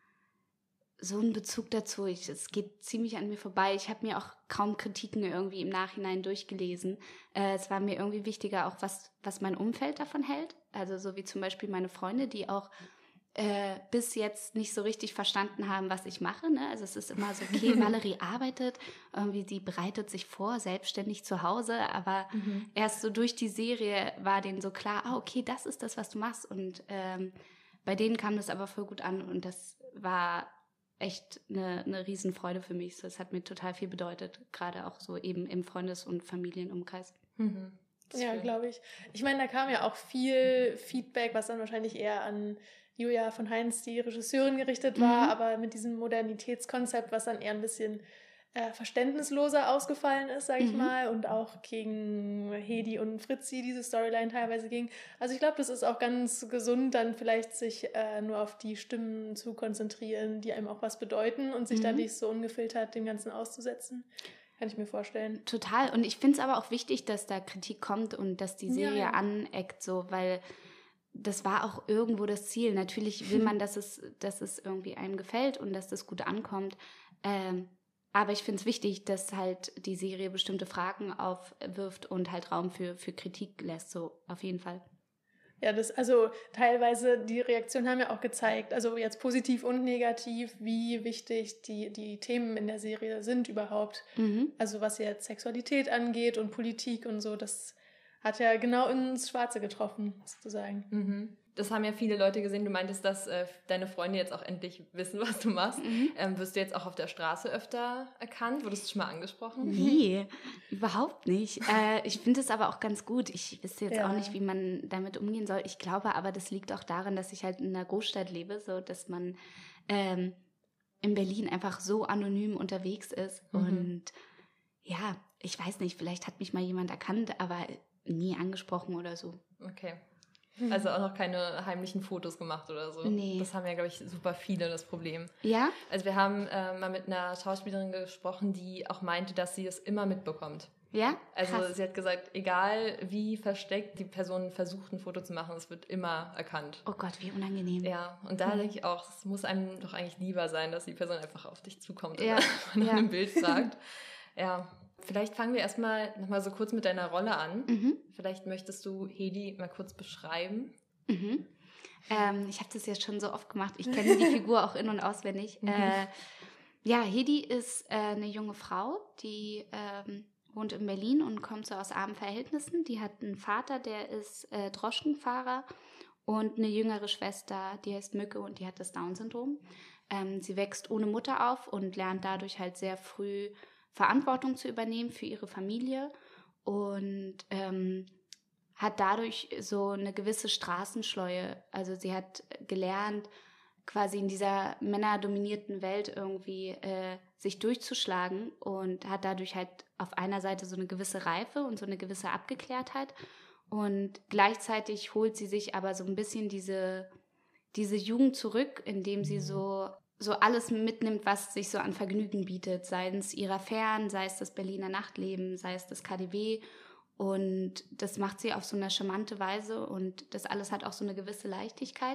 so einen Bezug dazu. Ich, es geht ziemlich an mir vorbei. Ich habe mir auch kaum Kritiken irgendwie im Nachhinein durchgelesen. Äh, es war mir irgendwie wichtiger, auch was, was mein Umfeld davon hält. Also so wie zum Beispiel meine Freunde, die auch äh, bis jetzt nicht so richtig verstanden haben, was ich mache. Ne? Also es ist immer so, okay, Valerie arbeitet, irgendwie die bereitet sich vor, selbstständig zu Hause, aber Mhm. erst so durch die Serie war denen so klar, ah, okay, das ist das, was du machst. Und ähm, bei denen kam das aber voll gut an und das war echt eine, eine Riesenfreude für mich. Das hat mir total viel bedeutet, gerade auch so eben im Freundes- und Familienumkreis. Mhm. Ja, Schön. glaube ich. Ich meine, da kam ja auch viel Feedback, was dann wahrscheinlich eher an Julia von Heinz, die Regisseurin, gerichtet war, Mhm. aber mit diesem Modernitätskonzept, was dann eher ein bisschen äh, verständnisloser ausgefallen ist, sage ich Mhm. mal, und auch gegen Hedi und Fritzi diese Storyline teilweise ging. Also ich glaube, das ist auch ganz gesund, dann vielleicht sich äh, nur auf die Stimmen zu konzentrieren, die einem auch was bedeuten und sich dann Mhm. nicht so ungefiltert dem Ganzen auszusetzen. Kann ich mir vorstellen. Total. Und ich finde es aber auch wichtig, dass da Kritik kommt und dass die Ja, Serie ja. aneckt, so, weil das war auch irgendwo das Ziel. Natürlich will man, dass es, dass es irgendwie einem gefällt und dass das gut ankommt. Ähm, aber ich finde es wichtig, dass halt die Serie bestimmte Fragen aufwirft und halt Raum für, für Kritik lässt, so auf jeden Fall. Ja, das, also teilweise, die Reaktionen haben ja auch gezeigt, also jetzt positiv und negativ, wie wichtig die, die Themen in der Serie sind überhaupt. Mhm. Also was jetzt Sexualität angeht und Politik und so, das hat ja genau ins Schwarze getroffen, sozusagen. Mhm. Das haben ja viele Leute gesehen. Du meintest, dass äh, deine Freunde jetzt auch endlich wissen, was du machst. Mhm. Ähm, wirst du jetzt auch auf der Straße öfter erkannt? Wurdest du schon mal angesprochen? Nee, überhaupt nicht. Äh, ich finde es aber auch ganz gut. Ich wüsste jetzt ja. auch nicht, wie man damit umgehen soll. Ich glaube aber, das liegt auch daran, dass ich halt in einer Großstadt lebe, so dass man ähm, in Berlin einfach so anonym unterwegs ist. Mhm. Und ja, ich weiß nicht, vielleicht hat mich mal jemand erkannt, aber nie angesprochen oder so. Okay. Also auch noch keine heimlichen Fotos gemacht oder so. Nee. Das haben ja, glaube ich, super viele, das Problem. Ja? Also wir haben äh, mal mit einer Schauspielerin gesprochen, die auch meinte, dass sie es immer mitbekommt. Ja? Also Krass. Sie hat gesagt, egal wie versteckt die Person versucht, ein Foto zu machen, es wird immer erkannt. Oh Gott, wie unangenehm. Ja, und da mhm. denke ich auch, es muss einem doch eigentlich lieber sein, dass die Person einfach auf dich zukommt ja. oder man ja. nach einem Bild fragt. Ja. Vielleicht fangen wir erstmal nochmal so kurz mit deiner Rolle an. Mhm. Vielleicht möchtest du Hedi mal kurz beschreiben. Mhm. Ähm, ich habe das jetzt schon so oft gemacht. Ich kenne die Figur auch in- und auswendig. Mhm. Äh, ja, Hedi ist äh, eine junge Frau, die ähm, wohnt in Berlin und kommt so aus armen Verhältnissen. Die hat einen Vater, der ist äh, Droschkenfahrer und eine jüngere Schwester, die heißt Mücke und die hat das Down-Syndrom. Ähm, sie wächst ohne Mutter auf und lernt dadurch halt sehr früh Verantwortung zu übernehmen für ihre Familie und ähm, hat dadurch so eine gewisse Straßenschleue. Also sie hat gelernt, quasi in dieser männerdominierten Welt irgendwie äh, sich durchzuschlagen und hat dadurch halt auf einer Seite so eine gewisse Reife und so eine gewisse Abgeklärtheit und gleichzeitig holt sie sich aber so ein bisschen diese, diese Jugend zurück, indem sie so so alles mitnimmt, was sich so an Vergnügen bietet, sei es ihrer Fern, sei es das Berliner Nachtleben, sei es das K D W und das macht sie auf so eine charmante Weise und das alles hat auch so eine gewisse Leichtigkeit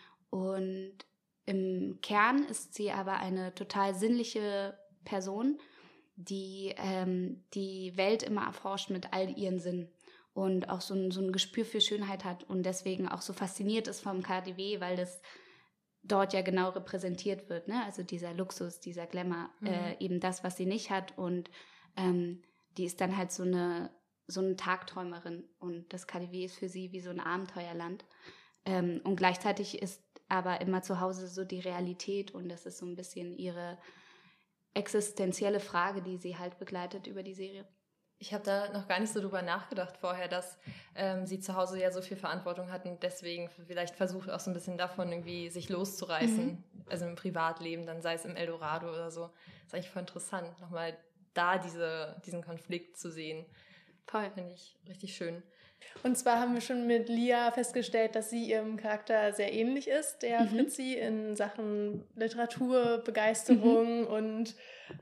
und im Kern ist sie aber eine total sinnliche Person, die ähm, die Welt immer erforscht mit all ihren Sinnen und auch so ein, so ein Gespür für Schönheit hat und deswegen auch so fasziniert ist vom K D W, weil das dort ja genau repräsentiert wird, ne? Also dieser Luxus, dieser Glamour, mhm. äh, eben das, was sie nicht hat und ähm, die ist dann halt so eine so eine Tagträumerin und das K D W ist für sie wie so ein Abenteuerland ähm, und gleichzeitig ist aber immer zu Hause so die Realität und das ist so ein bisschen ihre existenzielle Frage, die sie halt begleitet über die Serie. Ich habe da noch gar nicht so drüber nachgedacht vorher, dass ähm, sie zu Hause ja so viel Verantwortung hat und deswegen vielleicht versucht auch so ein bisschen davon irgendwie sich loszureißen, mhm. also im Privatleben, dann sei es im Eldorado oder so. Das ist eigentlich voll interessant, nochmal da diese, diesen Konflikt zu sehen. Voll. Finde ich richtig schön. Und zwar haben wir schon mit Lia festgestellt, dass sie ihrem Charakter sehr ähnlich ist, der mhm. Fritzi, in Sachen Literatur, Begeisterung mhm. und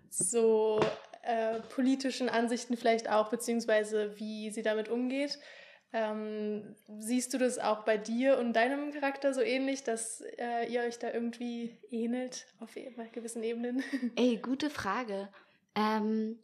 so äh, politischen Ansichten vielleicht auch, beziehungsweise wie sie damit umgeht. Ähm, siehst du das auch bei dir und deinem Charakter so ähnlich, dass äh, ihr euch da irgendwie ähnelt auf gewissen Ebenen? Ey, gute Frage. Ähm,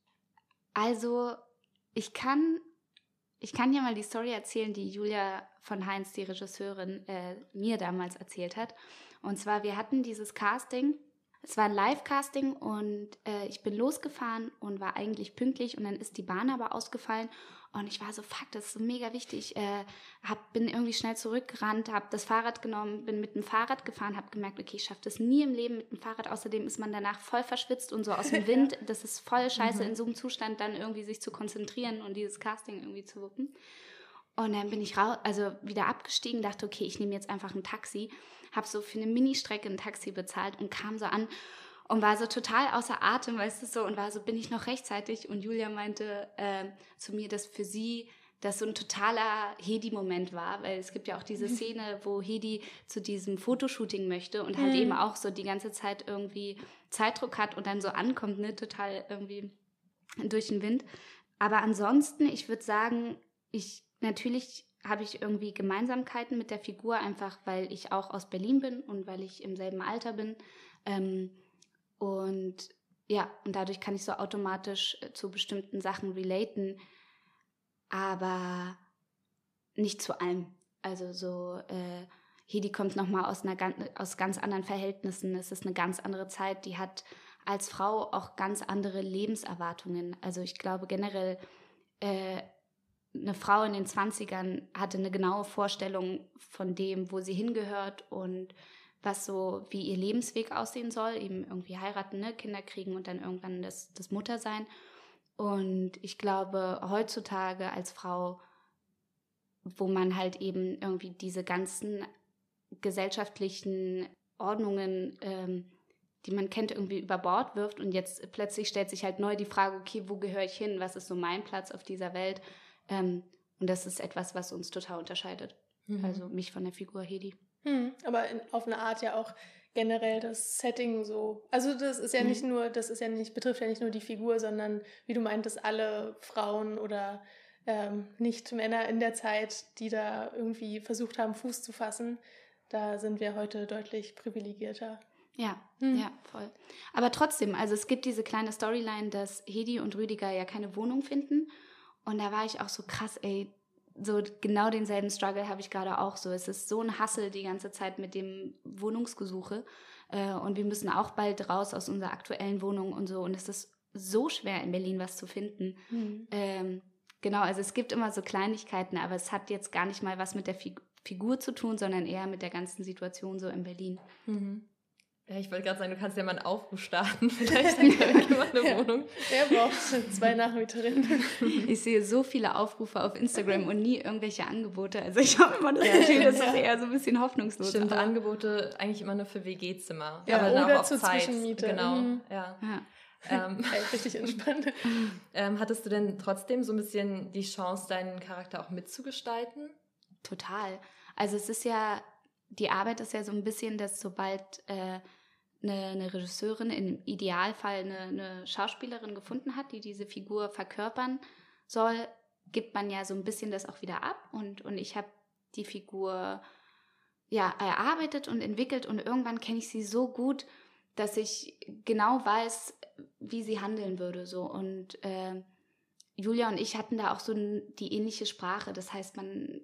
also ich kann... Ich kann dir mal die Story erzählen, die Julia von Heinz, die Regisseurin, äh, mir damals erzählt hat. Und zwar, wir hatten dieses Casting, es war ein Live-Casting und äh, ich bin losgefahren und war eigentlich pünktlich und dann ist die Bahn aber ausgefallen und ich war so, fuck, das ist so mega wichtig. Äh, hab, bin irgendwie schnell zurückgerannt, habe das Fahrrad genommen, bin mit dem Fahrrad gefahren, habe gemerkt, okay, ich schaffe das nie im Leben mit dem Fahrrad. Außerdem ist man danach voll verschwitzt und so aus dem Wind. Das ist voll scheiße, mhm. in so einem Zustand dann irgendwie sich zu konzentrieren und dieses Casting irgendwie zu wuppen. Und dann bin ich raus, also wieder abgestiegen, dachte, okay, ich nehme jetzt einfach ein Taxi, habe so für eine Ministrecke ein Taxi bezahlt und kam so an und war so total außer Atem, weißt du, so, und war so, bin ich noch rechtzeitig? Und Julia meinte äh, zu mir, dass für sie das so ein totaler Hedi-Moment war, weil es gibt ja auch diese Szene, wo Hedi zu diesem Fotoshooting möchte und halt mhm. eben auch so die ganze Zeit irgendwie Zeitdruck hat und dann so ankommt, ne, total irgendwie durch den Wind. Aber ansonsten, ich würde sagen, ich, natürlich habe ich irgendwie Gemeinsamkeiten mit der Figur, einfach weil ich auch aus Berlin bin und weil ich im selben Alter bin. Ähm, und ja, und dadurch kann ich so automatisch zu bestimmten Sachen relaten, aber nicht zu allem. Also so, äh, Hedi kommt nochmal aus, einer, aus ganz anderen Verhältnissen. Es ist eine ganz andere Zeit. Die hat als Frau auch ganz andere Lebenserwartungen. Also ich glaube generell, äh, eine Frau in den zwanzigern hatte eine genaue Vorstellung von dem, wo sie hingehört und was so, wie ihr Lebensweg aussehen soll, eben irgendwie heiraten, ne, Kinder kriegen und dann irgendwann das, das Muttersein. Und ich glaube, heutzutage als Frau, wo man halt eben irgendwie diese ganzen gesellschaftlichen Ordnungen, ähm, die man kennt, irgendwie über Bord wirft und jetzt plötzlich stellt sich halt neu die Frage, okay, wo gehöre ich hin? Was ist so mein Platz auf dieser Welt? Ähm, und das ist etwas, was uns total unterscheidet. Mhm. Also mich von der Figur Hedi. Hm, aber in, auf eine Art ja auch generell das Setting so. Also das ist ja mhm. nicht nur, das ist ja nicht, betrifft ja nicht nur die Figur, sondern wie du meintest, alle Frauen oder ähm, Nicht-Männer in der Zeit, die da irgendwie versucht haben, Fuß zu fassen. Da sind wir heute deutlich privilegierter. Ja, hm. ja, voll. Aber trotzdem, also es gibt diese kleine Storyline, dass Hedi und Rüdiger ja keine Wohnung finden. Und da war ich auch so krass, ey, so genau denselben Struggle habe ich gerade auch so. Es ist so ein Hassel die ganze Zeit mit dem Wohnungsgesuche. Äh, und wir müssen auch bald raus aus unserer aktuellen Wohnung und so. Und es ist so schwer, in Berlin was zu finden. Mhm. Ähm, genau, also es gibt immer so Kleinigkeiten, aber es hat jetzt gar nicht mal was mit der Fig- Figur zu tun, sondern eher mit der ganzen Situation so in Berlin. Mhm. Ja, ich wollte gerade sagen, du kannst ja mal einen Aufruf starten. Vielleicht irgendjemand eine ja. Wohnung. Wer braucht zwei Nachmieterinnen? Ich sehe so viele Aufrufe auf Instagram und nie irgendwelche Angebote. Also ich habe immer das Gefühl, das ist eher so ein bisschen hoffnungslos. Stimmt, aber Angebote eigentlich immer nur für W G-Zimmer. Ja, aber dann oder auch auf zur Zeit. Zwischenmiete. Genau, mhm. ja. ja. Ähm, hey, richtig entspannt. ähm, hattest du denn trotzdem so ein bisschen die Chance, deinen Charakter auch mitzugestalten? Total. Also es ist ja, die Arbeit ist ja so ein bisschen, dass sobald äh, eine, eine Regisseurin, im Idealfall eine, eine Schauspielerin gefunden hat, die diese Figur verkörpern soll, gibt man ja so ein bisschen das auch wieder ab. Und, und ich habe die Figur ja erarbeitet und entwickelt und irgendwann kenne ich sie so gut, dass ich genau weiß, wie sie handeln würde. So. Und äh, Julia und ich hatten da auch so die ähnliche Sprache. Das heißt, man,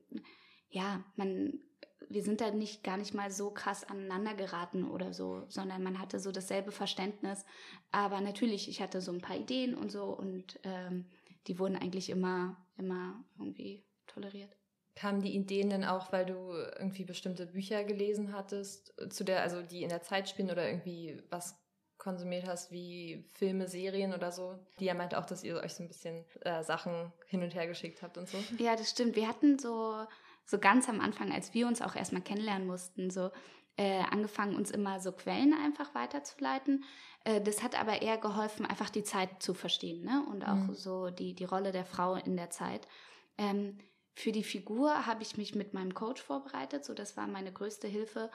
ja, man... wir sind da nicht gar nicht mal so krass aneinander geraten oder so, sondern man hatte so dasselbe Verständnis. Aber natürlich, ich hatte so ein paar Ideen und so und ähm, die wurden eigentlich immer, immer irgendwie toleriert. Kamen die Ideen denn auch, weil du irgendwie bestimmte Bücher gelesen hattest, zu der, also die in der Zeit spielen oder irgendwie was konsumiert hast, wie Filme, Serien oder so? Die ja meinte auch, dass ihr euch so ein bisschen äh, Sachen hin und her geschickt habt und so. Ja, das stimmt. Wir hatten so... so ganz am Anfang, als wir uns auch erstmal kennenlernen mussten, so äh, angefangen, uns immer so Quellen einfach weiterzuleiten. Äh, das hat aber eher geholfen, einfach die Zeit zu verstehen, ne? Und auch mhm. so die, die Rolle der Frau in der Zeit. Ähm, für die Figur habe ich mich mit meinem Coach vorbereitet, so das war meine größte Hilfe.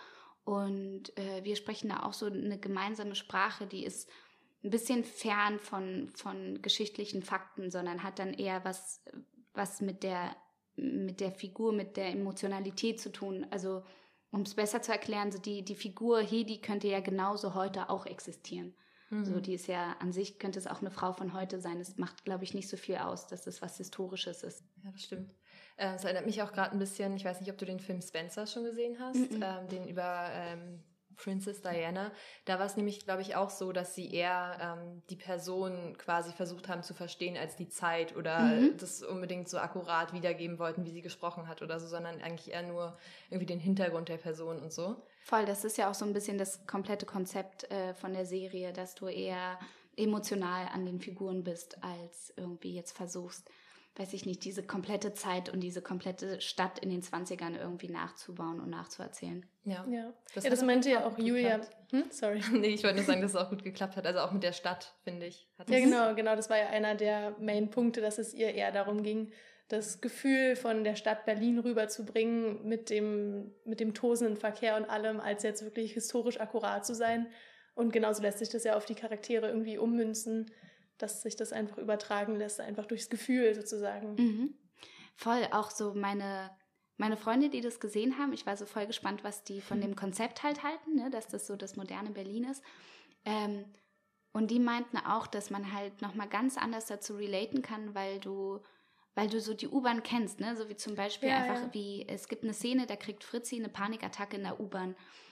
Und äh, wir sprechen da auch so eine gemeinsame Sprache, die ist ein bisschen fern von, von geschichtlichen Fakten, sondern hat dann eher was, was mit der mit der Figur, mit der Emotionalität zu tun. Also, um es besser zu erklären, so die, die Figur Hedi könnte ja genauso heute auch existieren. Mhm. So, die ist ja an sich, könnte es auch eine Frau von heute sein. Es macht, glaube ich, nicht so viel aus, dass es was Historisches ist. Ja, das stimmt. Äh, es erinnert mich auch gerade ein bisschen, ich weiß nicht, ob du den Film Spencer schon gesehen hast, mhm. ähm, den über ähm, Princess Diana. Da war es nämlich, glaube ich, auch so, dass sie eher ähm, die Person quasi versucht haben zu verstehen als die Zeit oder mhm. das unbedingt so akkurat wiedergeben wollten, wie sie gesprochen hat oder so, sondern eigentlich eher nur irgendwie den Hintergrund der Person und so. Voll, das ist ja auch so ein bisschen das komplette Konzept äh, von der Serie, dass du eher emotional an den Figuren bist, als irgendwie jetzt versuchst, weiß ich nicht, diese komplette Zeit und diese komplette Stadt in den zwanzigern irgendwie nachzubauen und nachzuerzählen. Ja, ja. Das, ja, das meinte ja auch Julia. Hm? Sorry. Nee, ich wollte nur sagen, dass es auch gut geklappt hat. Also auch mit der Stadt, finde ich. Hat ja, genau, genau. Das war ja einer der Main-Punkte, dass es ihr eher darum ging, das Gefühl von der Stadt Berlin rüberzubringen mit dem, mit dem tosenden Verkehr und allem, als jetzt wirklich historisch akkurat zu sein. Und genauso lässt sich das ja auf die Charaktere irgendwie ummünzen, dass sich das einfach übertragen lässt, einfach durchs Gefühl sozusagen. Mhm. Voll, auch so meine, meine Freunde, die das gesehen haben, ich war so voll gespannt, was die von dem Konzept halt halten, ne, dass das so das moderne Berlin ist. Ähm, und die meinten auch, dass man halt nochmal ganz anders dazu relaten kann, weil du, weil du so die U-Bahn kennst, ne, so wie zum Beispiel ja, einfach ja. wie, es gibt eine Szene, da kriegt Fritzi eine Panikattacke in der U-Bahn.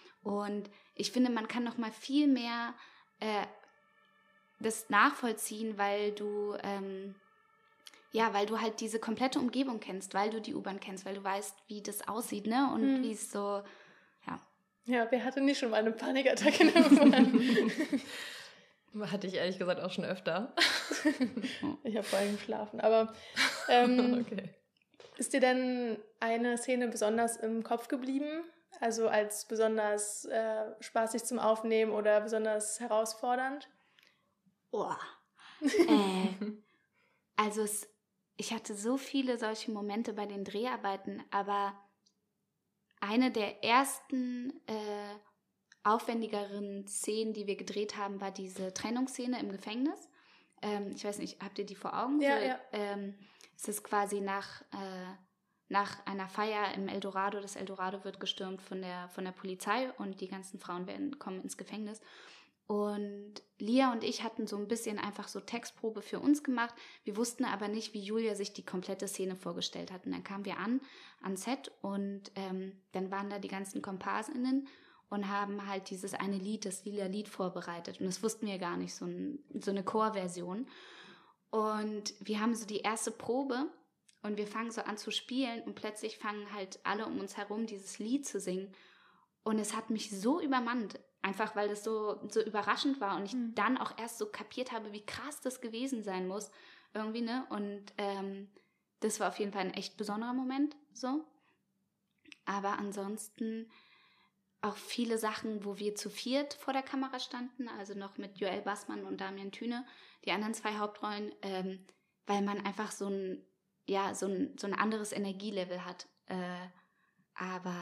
Und ich finde, man kann nochmal viel mehr äh, das nachvollziehen, weil du, ähm, ja, weil du halt diese komplette Umgebung kennst, weil du die U-Bahn kennst, weil du weißt, wie das aussieht, ne? Und mhm. wie es so, ja. Ja, wer hatte nicht schon mal eine Panikattacke in der U-Bahn? Hatte ich ehrlich gesagt auch schon öfter. Ich habe vorhin geschlafen, aber ähm, okay. Ist dir denn eine Szene besonders im Kopf geblieben? Also als besonders äh, spaßig zum Aufnehmen oder besonders herausfordernd? Oh. äh, also es, ich hatte so viele solche Momente bei den Dreharbeiten, aber eine der ersten äh, aufwendigeren Szenen, die wir gedreht haben, war diese Trennungsszene im Gefängnis. Ähm, ich weiß nicht, habt ihr die vor Augen? Ja, so, ja. Ähm, es ist quasi nach, äh, nach einer Feier im Eldorado. Das Eldorado wird gestürmt von der, von der Polizei und die ganzen Frauen werden, kommen ins Gefängnis. Und Lia und ich hatten so ein bisschen einfach so Textprobe für uns gemacht. Wir wussten aber nicht, wie Julia sich die komplette Szene vorgestellt hat. Und dann kamen wir an, ans Set und ähm, dann waren da die ganzen KomparserInnen und haben halt dieses eine Lied, das Lila Lied, vorbereitet. Und das wussten wir gar nicht, so, ein, so eine Chorversion. Und wir haben so die erste Probe und wir fangen so an zu spielen und plötzlich fangen halt alle um uns herum dieses Lied zu singen. Und es hat mich so übermannt, einfach weil das so, so überraschend war und ich mhm. dann auch erst so kapiert habe, wie krass das gewesen sein muss, irgendwie, ne? Und ähm, das war auf jeden Fall ein echt besonderer Moment, so. Aber ansonsten auch viele Sachen, wo wir zu viert vor der Kamera standen, also noch mit Joel Bassmann und Damian Thüne, die anderen zwei Hauptrollen, ähm, weil man einfach so ein, ja, so ein, so ein anderes Energielevel hat. Äh, aber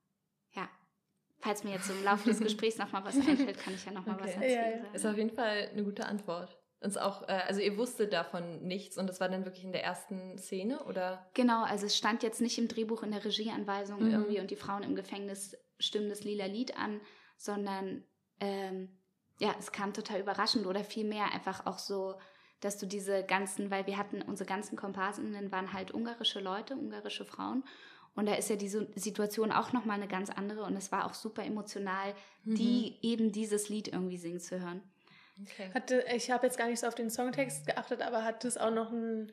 ja, falls mir jetzt im Laufe des Gesprächs nochmal was einfällt, kann ich ja nochmal okay. was erzählen. Ja, ja. Ist auf jeden Fall eine gute Antwort. Und auch, äh, also ihr wusstet davon nichts und das war dann wirklich in der ersten Szene, oder? Genau, also es stand jetzt nicht im Drehbuch in der Regieanweisung mhm. irgendwie und die Frauen im Gefängnis stimmen das lila Lied an, sondern ähm, ja, es kam total überraschend oder vielmehr einfach auch so, dass du diese ganzen, weil wir hatten, unsere ganzen Komparsinnen waren halt ungarische Leute, ungarische Frauen und da ist ja diese Situation auch nochmal eine ganz andere und es war auch super emotional, mhm. die eben dieses Lied irgendwie singen zu hören. Okay. Hatte, ich habe jetzt gar nicht so auf den Songtext geachtet, aber hat es auch noch ein,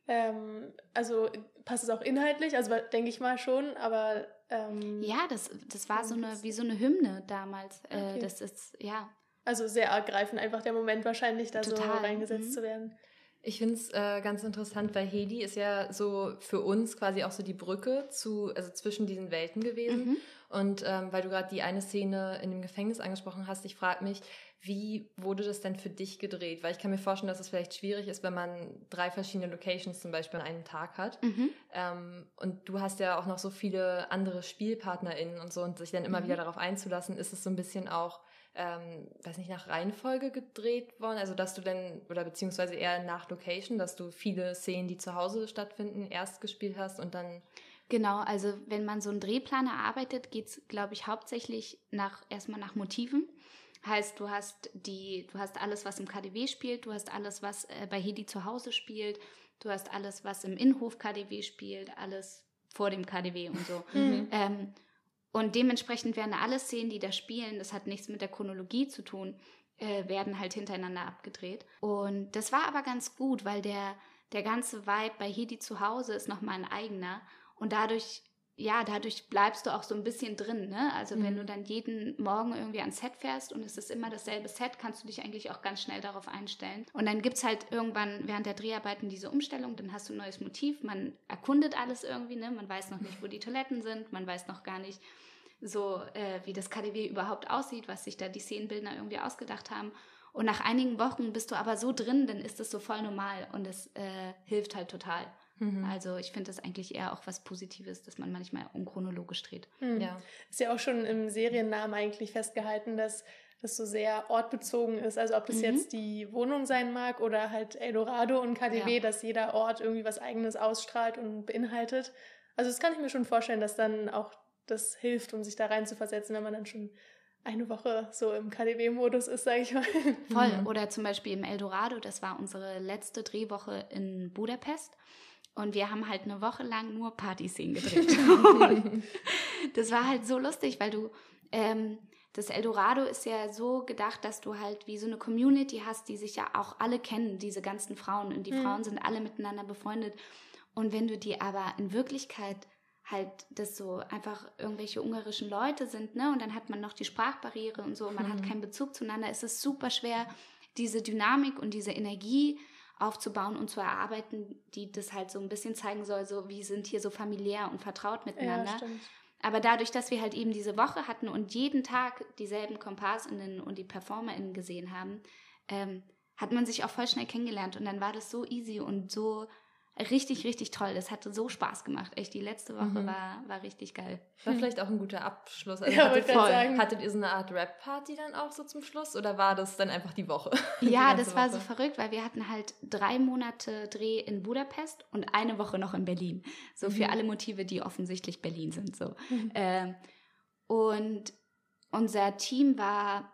ähm, also passt es auch inhaltlich, also denke ich mal schon, aber ähm, ja, das, das war so eine, wie so eine Hymne damals, äh, okay. Das ist, ja. Also sehr ergreifend einfach der Moment wahrscheinlich, da Total. so reingesetzt mhm. zu werden. Ich finde es äh, ganz interessant, weil Hedi ist ja so für uns quasi auch so die Brücke zu, also zwischen diesen Welten gewesen. Mhm. Und ähm, weil du gerade die eine Szene in dem Gefängnis angesprochen hast, ich frage mich, wie wurde das denn für dich gedreht? Weil ich kann mir vorstellen, dass es vielleicht schwierig ist, wenn man drei verschiedene Locations zum Beispiel an einem Tag hat. Mhm. Ähm, und du hast ja auch noch so viele andere SpielpartnerInnen und so und sich dann immer mhm. wieder darauf einzulassen, ist es so ein bisschen auch Ähm, weiß nicht, nach Reihenfolge gedreht worden, also dass du dann, oder beziehungsweise eher nach Location, dass du viele Szenen, die zu Hause stattfinden, erst gespielt hast und dann... Genau, also wenn man so einen Drehplan erarbeitet, geht es, glaube ich, hauptsächlich nach erstmal nach Motiven. Heißt, du hast die, du hast alles, was im K D W spielt, du hast alles, was äh, bei Hedi zu Hause spielt, du hast alles, was im Innenhof K D W spielt, alles vor dem K D W und so. Mhm. Ähm, Und dementsprechend werden alle Szenen, die da spielen, das hat nichts mit der Chronologie zu tun, äh, werden halt hintereinander abgedreht. Und das war aber ganz gut, weil der, der ganze Vibe bei Hedi zu Hause ist nochmal ein eigener. Und dadurch, ja, dadurch bleibst du auch so ein bisschen drin, ne? Also mhm. wenn du dann jeden Morgen irgendwie ans Set fährst und es ist immer dasselbe Set, kannst du dich eigentlich auch ganz schnell darauf einstellen. Und dann gibt's halt irgendwann während der Dreharbeiten diese Umstellung, dann hast du ein neues Motiv, man erkundet alles irgendwie, ne? Man weiß noch nicht, wo die Toiletten sind, man weiß noch gar nicht so, äh, wie das K D W überhaupt aussieht, was sich da die Szenenbildner irgendwie ausgedacht haben. Und nach einigen Wochen bist du aber so drin, dann ist das so voll normal und es äh, hilft halt total. Mhm. Also ich finde das eigentlich eher auch was Positives, dass man manchmal unchronologisch dreht. Mhm. Ja. Ist ja auch schon im Seriennamen eigentlich festgehalten, dass das so sehr ortbezogen ist. Also ob das mhm. jetzt die Wohnung sein mag oder halt Eldorado und K D W, ja. dass jeder Ort irgendwie was Eigenes ausstrahlt und beinhaltet. Also das kann ich mir schon vorstellen, dass dann auch das hilft, um sich da rein zu versetzen, wenn man dann schon eine Woche so im K D W-Modus ist, sage ich mal. Voll. Mhm. Oder zum Beispiel im Eldorado, das war unsere letzte Drehwoche in Budapest. Und wir haben halt eine Woche lang nur Partyszenen gedreht. Das war halt so lustig, weil du, ähm, das Eldorado ist ja so gedacht, dass du halt wie so eine Community hast, die sich ja auch alle kennen, diese ganzen Frauen. Und die mhm. Frauen sind alle miteinander befreundet. Und wenn du die aber in Wirklichkeit halt, das so einfach irgendwelche ungarischen Leute sind, ne? Und dann hat man noch die Sprachbarriere und so, und man mhm. hat keinen Bezug zueinander, ist es super schwer, diese Dynamik und diese Energie aufzubauen und zu erarbeiten, die das halt so ein bisschen zeigen soll, so wie sind hier so familiär und vertraut miteinander. Ja, stimmt. Aber dadurch, dass wir halt eben diese Woche hatten und jeden Tag dieselben KomparserInnen und die PerformerInnen gesehen haben, ähm, hat man sich auch voll schnell kennengelernt und dann war das so easy und so richtig, richtig toll. Das hatte so Spaß gemacht. Echt, die letzte Woche mhm. war, war richtig geil. War vielleicht auch ein guter Abschluss. Also ja, hattet, voll. Sagen. hattet ihr so eine Art Rap-Party dann auch so zum Schluss oder war das dann einfach die Woche? Ja, die das war Woche? so verrückt, weil wir hatten halt drei Monate Dreh in Budapest und eine Woche noch in Berlin. So mhm. für alle Motive, die offensichtlich Berlin sind. So. Mhm. Ähm, und unser Team war,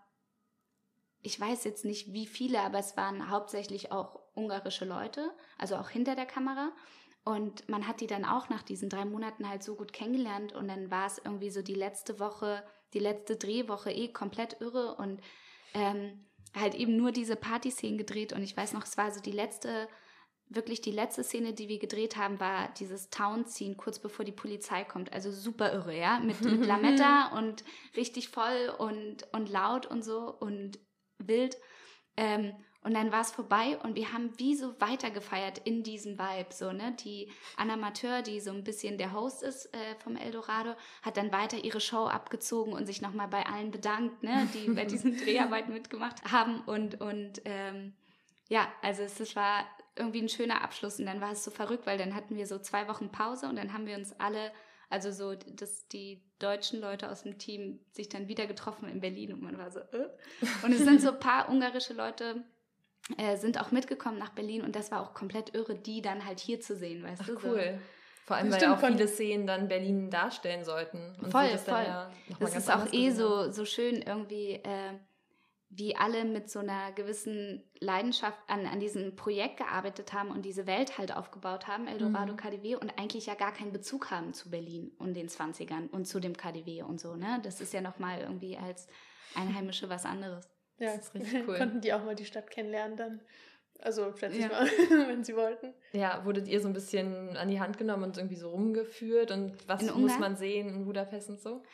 ich weiß jetzt nicht wie viele, aber es waren hauptsächlich auch ungarische Leute, also auch hinter der Kamera. Und man hat die dann auch nach diesen drei Monaten halt so gut kennengelernt und dann war es irgendwie so die letzte Woche, die letzte Drehwoche eh komplett irre und ähm, halt eben nur diese Partyszenen gedreht und ich weiß noch, es war so die letzte, wirklich die letzte Szene, die wir gedreht haben, war dieses Town-Scene kurz bevor die Polizei kommt, also super irre, ja, mit, mit Lametta und richtig voll und, und laut und so und wild. Ähm, und dann war es vorbei und wir haben wie so weitergefeiert in diesem Vibe, so, ne, die Anna Mateur, die so ein bisschen der Host ist äh, vom Eldorado, hat dann weiter ihre Show abgezogen und sich nochmal bei allen bedankt, ne, die bei diesen Dreharbeiten mitgemacht haben und, und ähm, ja, also es, es war irgendwie ein schöner Abschluss und dann war es so verrückt, weil dann hatten wir so zwei Wochen Pause und dann haben wir uns alle, also so, dass die deutschen Leute aus dem Team sich dann wieder getroffen in Berlin und man war so, äh. Und es sind so ein paar ungarische Leute, äh, sind auch mitgekommen nach Berlin und das war auch komplett irre, die dann halt hier zu sehen, weißt Ach, du? cool. So. Vor allem, weil ja auch viele Szenen dann Berlin darstellen sollten. Und voll, das voll. Dann ja noch mal das ganz ist auch eh so, haben. so schön irgendwie, äh, wie alle mit so einer gewissen Leidenschaft an, an diesem Projekt gearbeitet haben und diese Welt halt aufgebaut haben, Eldorado mhm. K D W, und eigentlich ja gar keinen Bezug haben zu Berlin und den zwanzigern und zu dem K D W und so, ne? Das ist ja nochmal irgendwie als Einheimische was anderes. Ja, das ist richtig cool. Konnten die auch mal die Stadt kennenlernen dann? Also, schätze ich Ja. mal, wenn sie wollten. Ja, wurdet ihr so ein bisschen an die Hand genommen und irgendwie so rumgeführt und was In muss Ungarn? man sehen in Budapest und so?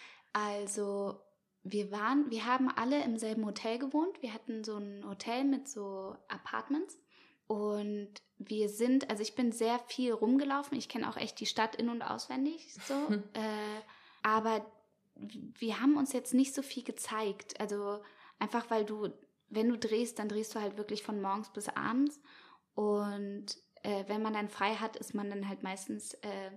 Also, wir waren, wir haben alle im selben Hotel gewohnt. Wir hatten so ein Hotel mit so Apartments. Und wir sind, also ich bin sehr viel rumgelaufen. Ich kenne auch echt die Stadt in- und auswendig. So. Hm. Äh, aber wir haben uns jetzt nicht so viel gezeigt. Also einfach, weil du, wenn du drehst, dann drehst du halt wirklich von morgens bis abends. Und äh, wenn man dann frei hat, ist man dann halt meistens äh,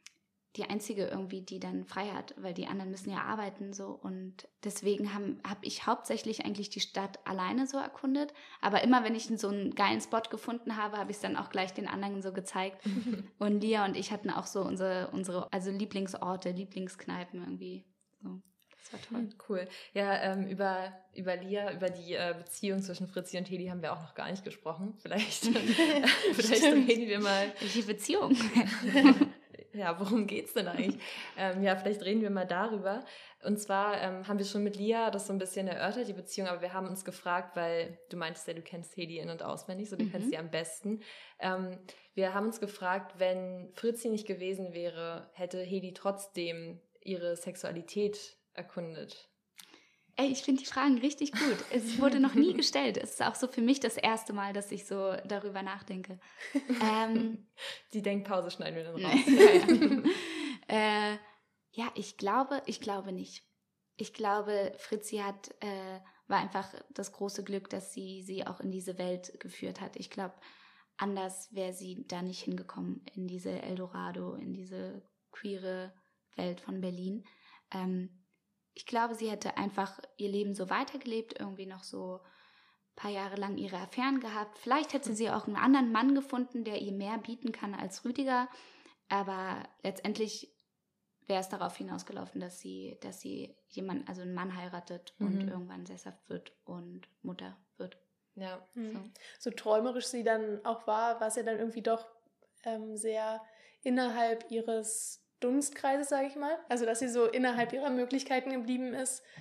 die Einzige irgendwie, die dann frei hat, weil die anderen müssen ja arbeiten so und deswegen habe hab ich hauptsächlich eigentlich die Stadt alleine so erkundet, aber immer wenn ich so einen geilen Spot gefunden habe, habe ich es dann auch gleich den anderen so gezeigt und Lia und ich hatten auch so unsere, unsere also Lieblingsorte, Lieblingskneipen irgendwie, so. Das war toll. Cool. Ja, ähm, über, über Lia, über die äh, Beziehung zwischen Fritzi und Hedi haben wir auch noch gar nicht gesprochen. Vielleicht, vielleicht reden wir mal. Welche Beziehung? Ja, worum geht's denn eigentlich? ähm, ja, vielleicht reden wir mal darüber. Und zwar ähm, haben wir schon mit Lia das so ein bisschen erörtert, die Beziehung, aber wir haben uns gefragt, weil du meintest ja, du kennst Hedi in- und auswendig, so du mhm. kennst sie am besten. Ähm, wir haben uns gefragt, wenn Fritzi nicht gewesen wäre, hätte Hedi trotzdem ihre Sexualität erkundet? Ey, ich finde die Fragen richtig gut. Es wurde noch nie gestellt. Es ist auch so für mich das erste Mal, dass ich so darüber nachdenke. Ähm, die Denkpause schneiden wir dann raus. ja, ja. äh, ja, ich glaube, ich glaube nicht. Ich glaube, Fritzi hat, äh, war einfach das große Glück, dass sie sie auch in diese Welt geführt hat. Ich glaube, anders wäre sie da nicht hingekommen in diese Eldorado, in diese queere Welt von Berlin. Ähm, Ich glaube, sie hätte einfach ihr Leben so weitergelebt, irgendwie noch so ein paar Jahre lang ihre Affären gehabt. Vielleicht hätte sie auch einen anderen Mann gefunden, der ihr mehr bieten kann als Rüdiger. Aber letztendlich wäre es darauf hinausgelaufen, dass sie, dass sie jemanden, also einen Mann heiratet und Mhm. irgendwann sesshaft wird und Mutter wird. Ja. Mhm. So. So träumerisch sie dann auch war, war es ja dann irgendwie doch ähm, sehr innerhalb ihres Dunstkreises, sage ich mal. Also, dass sie so innerhalb ihrer Möglichkeiten geblieben ist.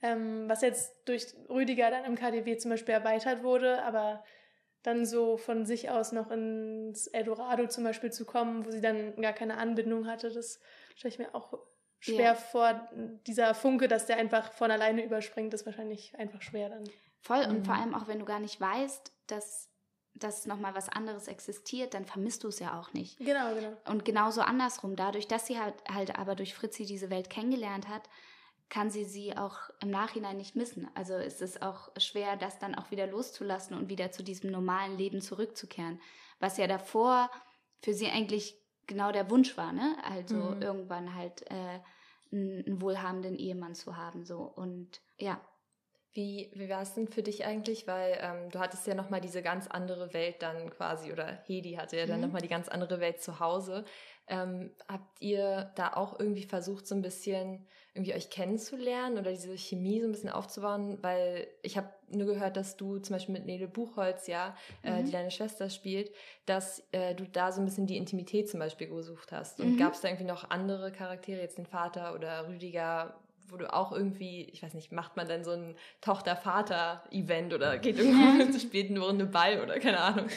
ähm, was jetzt durch Rüdiger dann im K D W zum Beispiel erweitert wurde, aber dann so von sich aus noch ins Eldorado zum Beispiel zu kommen, wo sie dann gar keine Anbindung hatte, das stelle ich mir auch schwer Ja. vor. Dieser Funke, dass der einfach von alleine überspringt, ist wahrscheinlich einfach schwer dann. Voll, und Mhm. vor allem auch, wenn du gar nicht weißt, dass, dass nochmal was anderes existiert, dann vermisst du es ja auch nicht. Genau, genau. Und genauso andersrum, dadurch, dass sie halt, halt aber durch Fritzi diese Welt kennengelernt hat, kann sie sie auch im Nachhinein nicht missen. Also es ist auch schwer, das dann auch wieder loszulassen und wieder zu diesem normalen Leben zurückzukehren. Was ja davor für sie eigentlich genau der Wunsch war, ne? Also Mhm. irgendwann halt äh, einen, einen wohlhabenden Ehemann zu haben. So. Und ja, Wie, wie war es denn für dich eigentlich? Weil ähm, du hattest ja nochmal diese ganz andere Welt dann quasi, oder Hedi hatte ja dann Mhm. nochmal die ganz andere Welt zu Hause. Ähm, habt ihr da auch irgendwie versucht, so ein bisschen irgendwie euch kennenzulernen oder diese Chemie so ein bisschen aufzubauen? Weil ich habe nur gehört, dass du zum Beispiel mit Nele Buchholz, ja, äh, Mhm. die deine Schwester spielt, dass äh, du da so ein bisschen die Intimität zum Beispiel gesucht hast. Und Mhm. gab es da irgendwie noch andere Charaktere, jetzt den Vater oder Rüdiger, wo du auch irgendwie, ich weiß nicht, macht man dann so ein Tochter-Vater-Event oder geht irgendwo, spielt eine Runde Ball oder keine Ahnung.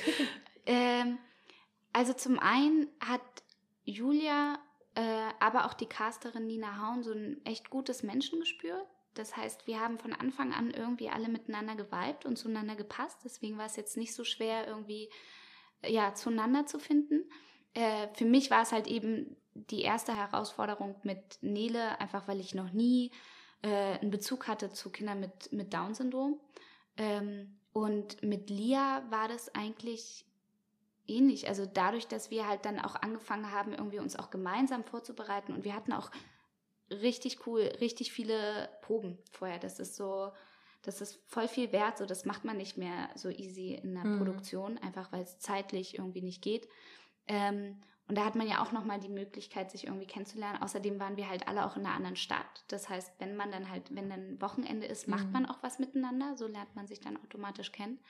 Ähm, also zum einen hat Julia, äh, aber auch die Casterin Nina Haun so ein echt gutes Menschengespür. Das heißt, wir haben von Anfang an irgendwie alle miteinander geweibt und zueinander gepasst. Deswegen war es jetzt nicht so schwer, irgendwie ja, zueinander zu finden. Äh, für mich war es halt eben die erste Herausforderung mit Nele, einfach weil ich noch nie äh, einen Bezug hatte zu Kindern mit, mit Down-Syndrom. Ähm, und mit Lia war das eigentlich ähnlich. Also dadurch, dass wir halt dann auch angefangen haben, irgendwie uns auch gemeinsam vorzubereiten, und wir hatten auch richtig cool, richtig viele Proben vorher. Das ist so, das ist voll viel wert. So, das macht man nicht mehr so easy in der Mhm. Produktion, einfach weil es zeitlich irgendwie nicht geht. Ähm, und da hat man ja auch nochmal die Möglichkeit, sich irgendwie kennenzulernen. Außerdem waren wir halt alle auch in einer anderen Stadt. Das heißt, wenn man dann halt, wenn dann Wochenende ist, macht Mhm. man auch was miteinander. So lernt man sich dann automatisch kennen.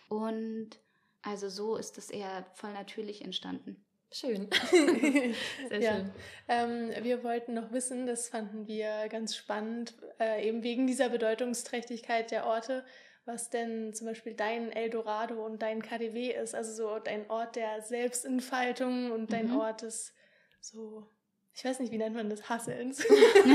Und also so ist das eher voll natürlich entstanden. Schön. Sehr Ja. schön. Ähm, wir wollten noch wissen, das fanden wir ganz spannend, äh, eben wegen dieser Bedeutungsträchtigkeit der Orte, was denn zum Beispiel dein Eldorado und dein K D W ist, also so dein Ort der Selbstentfaltung und dein Mhm. Ort des so, ich weiß nicht, wie nennt man das, Hasselns.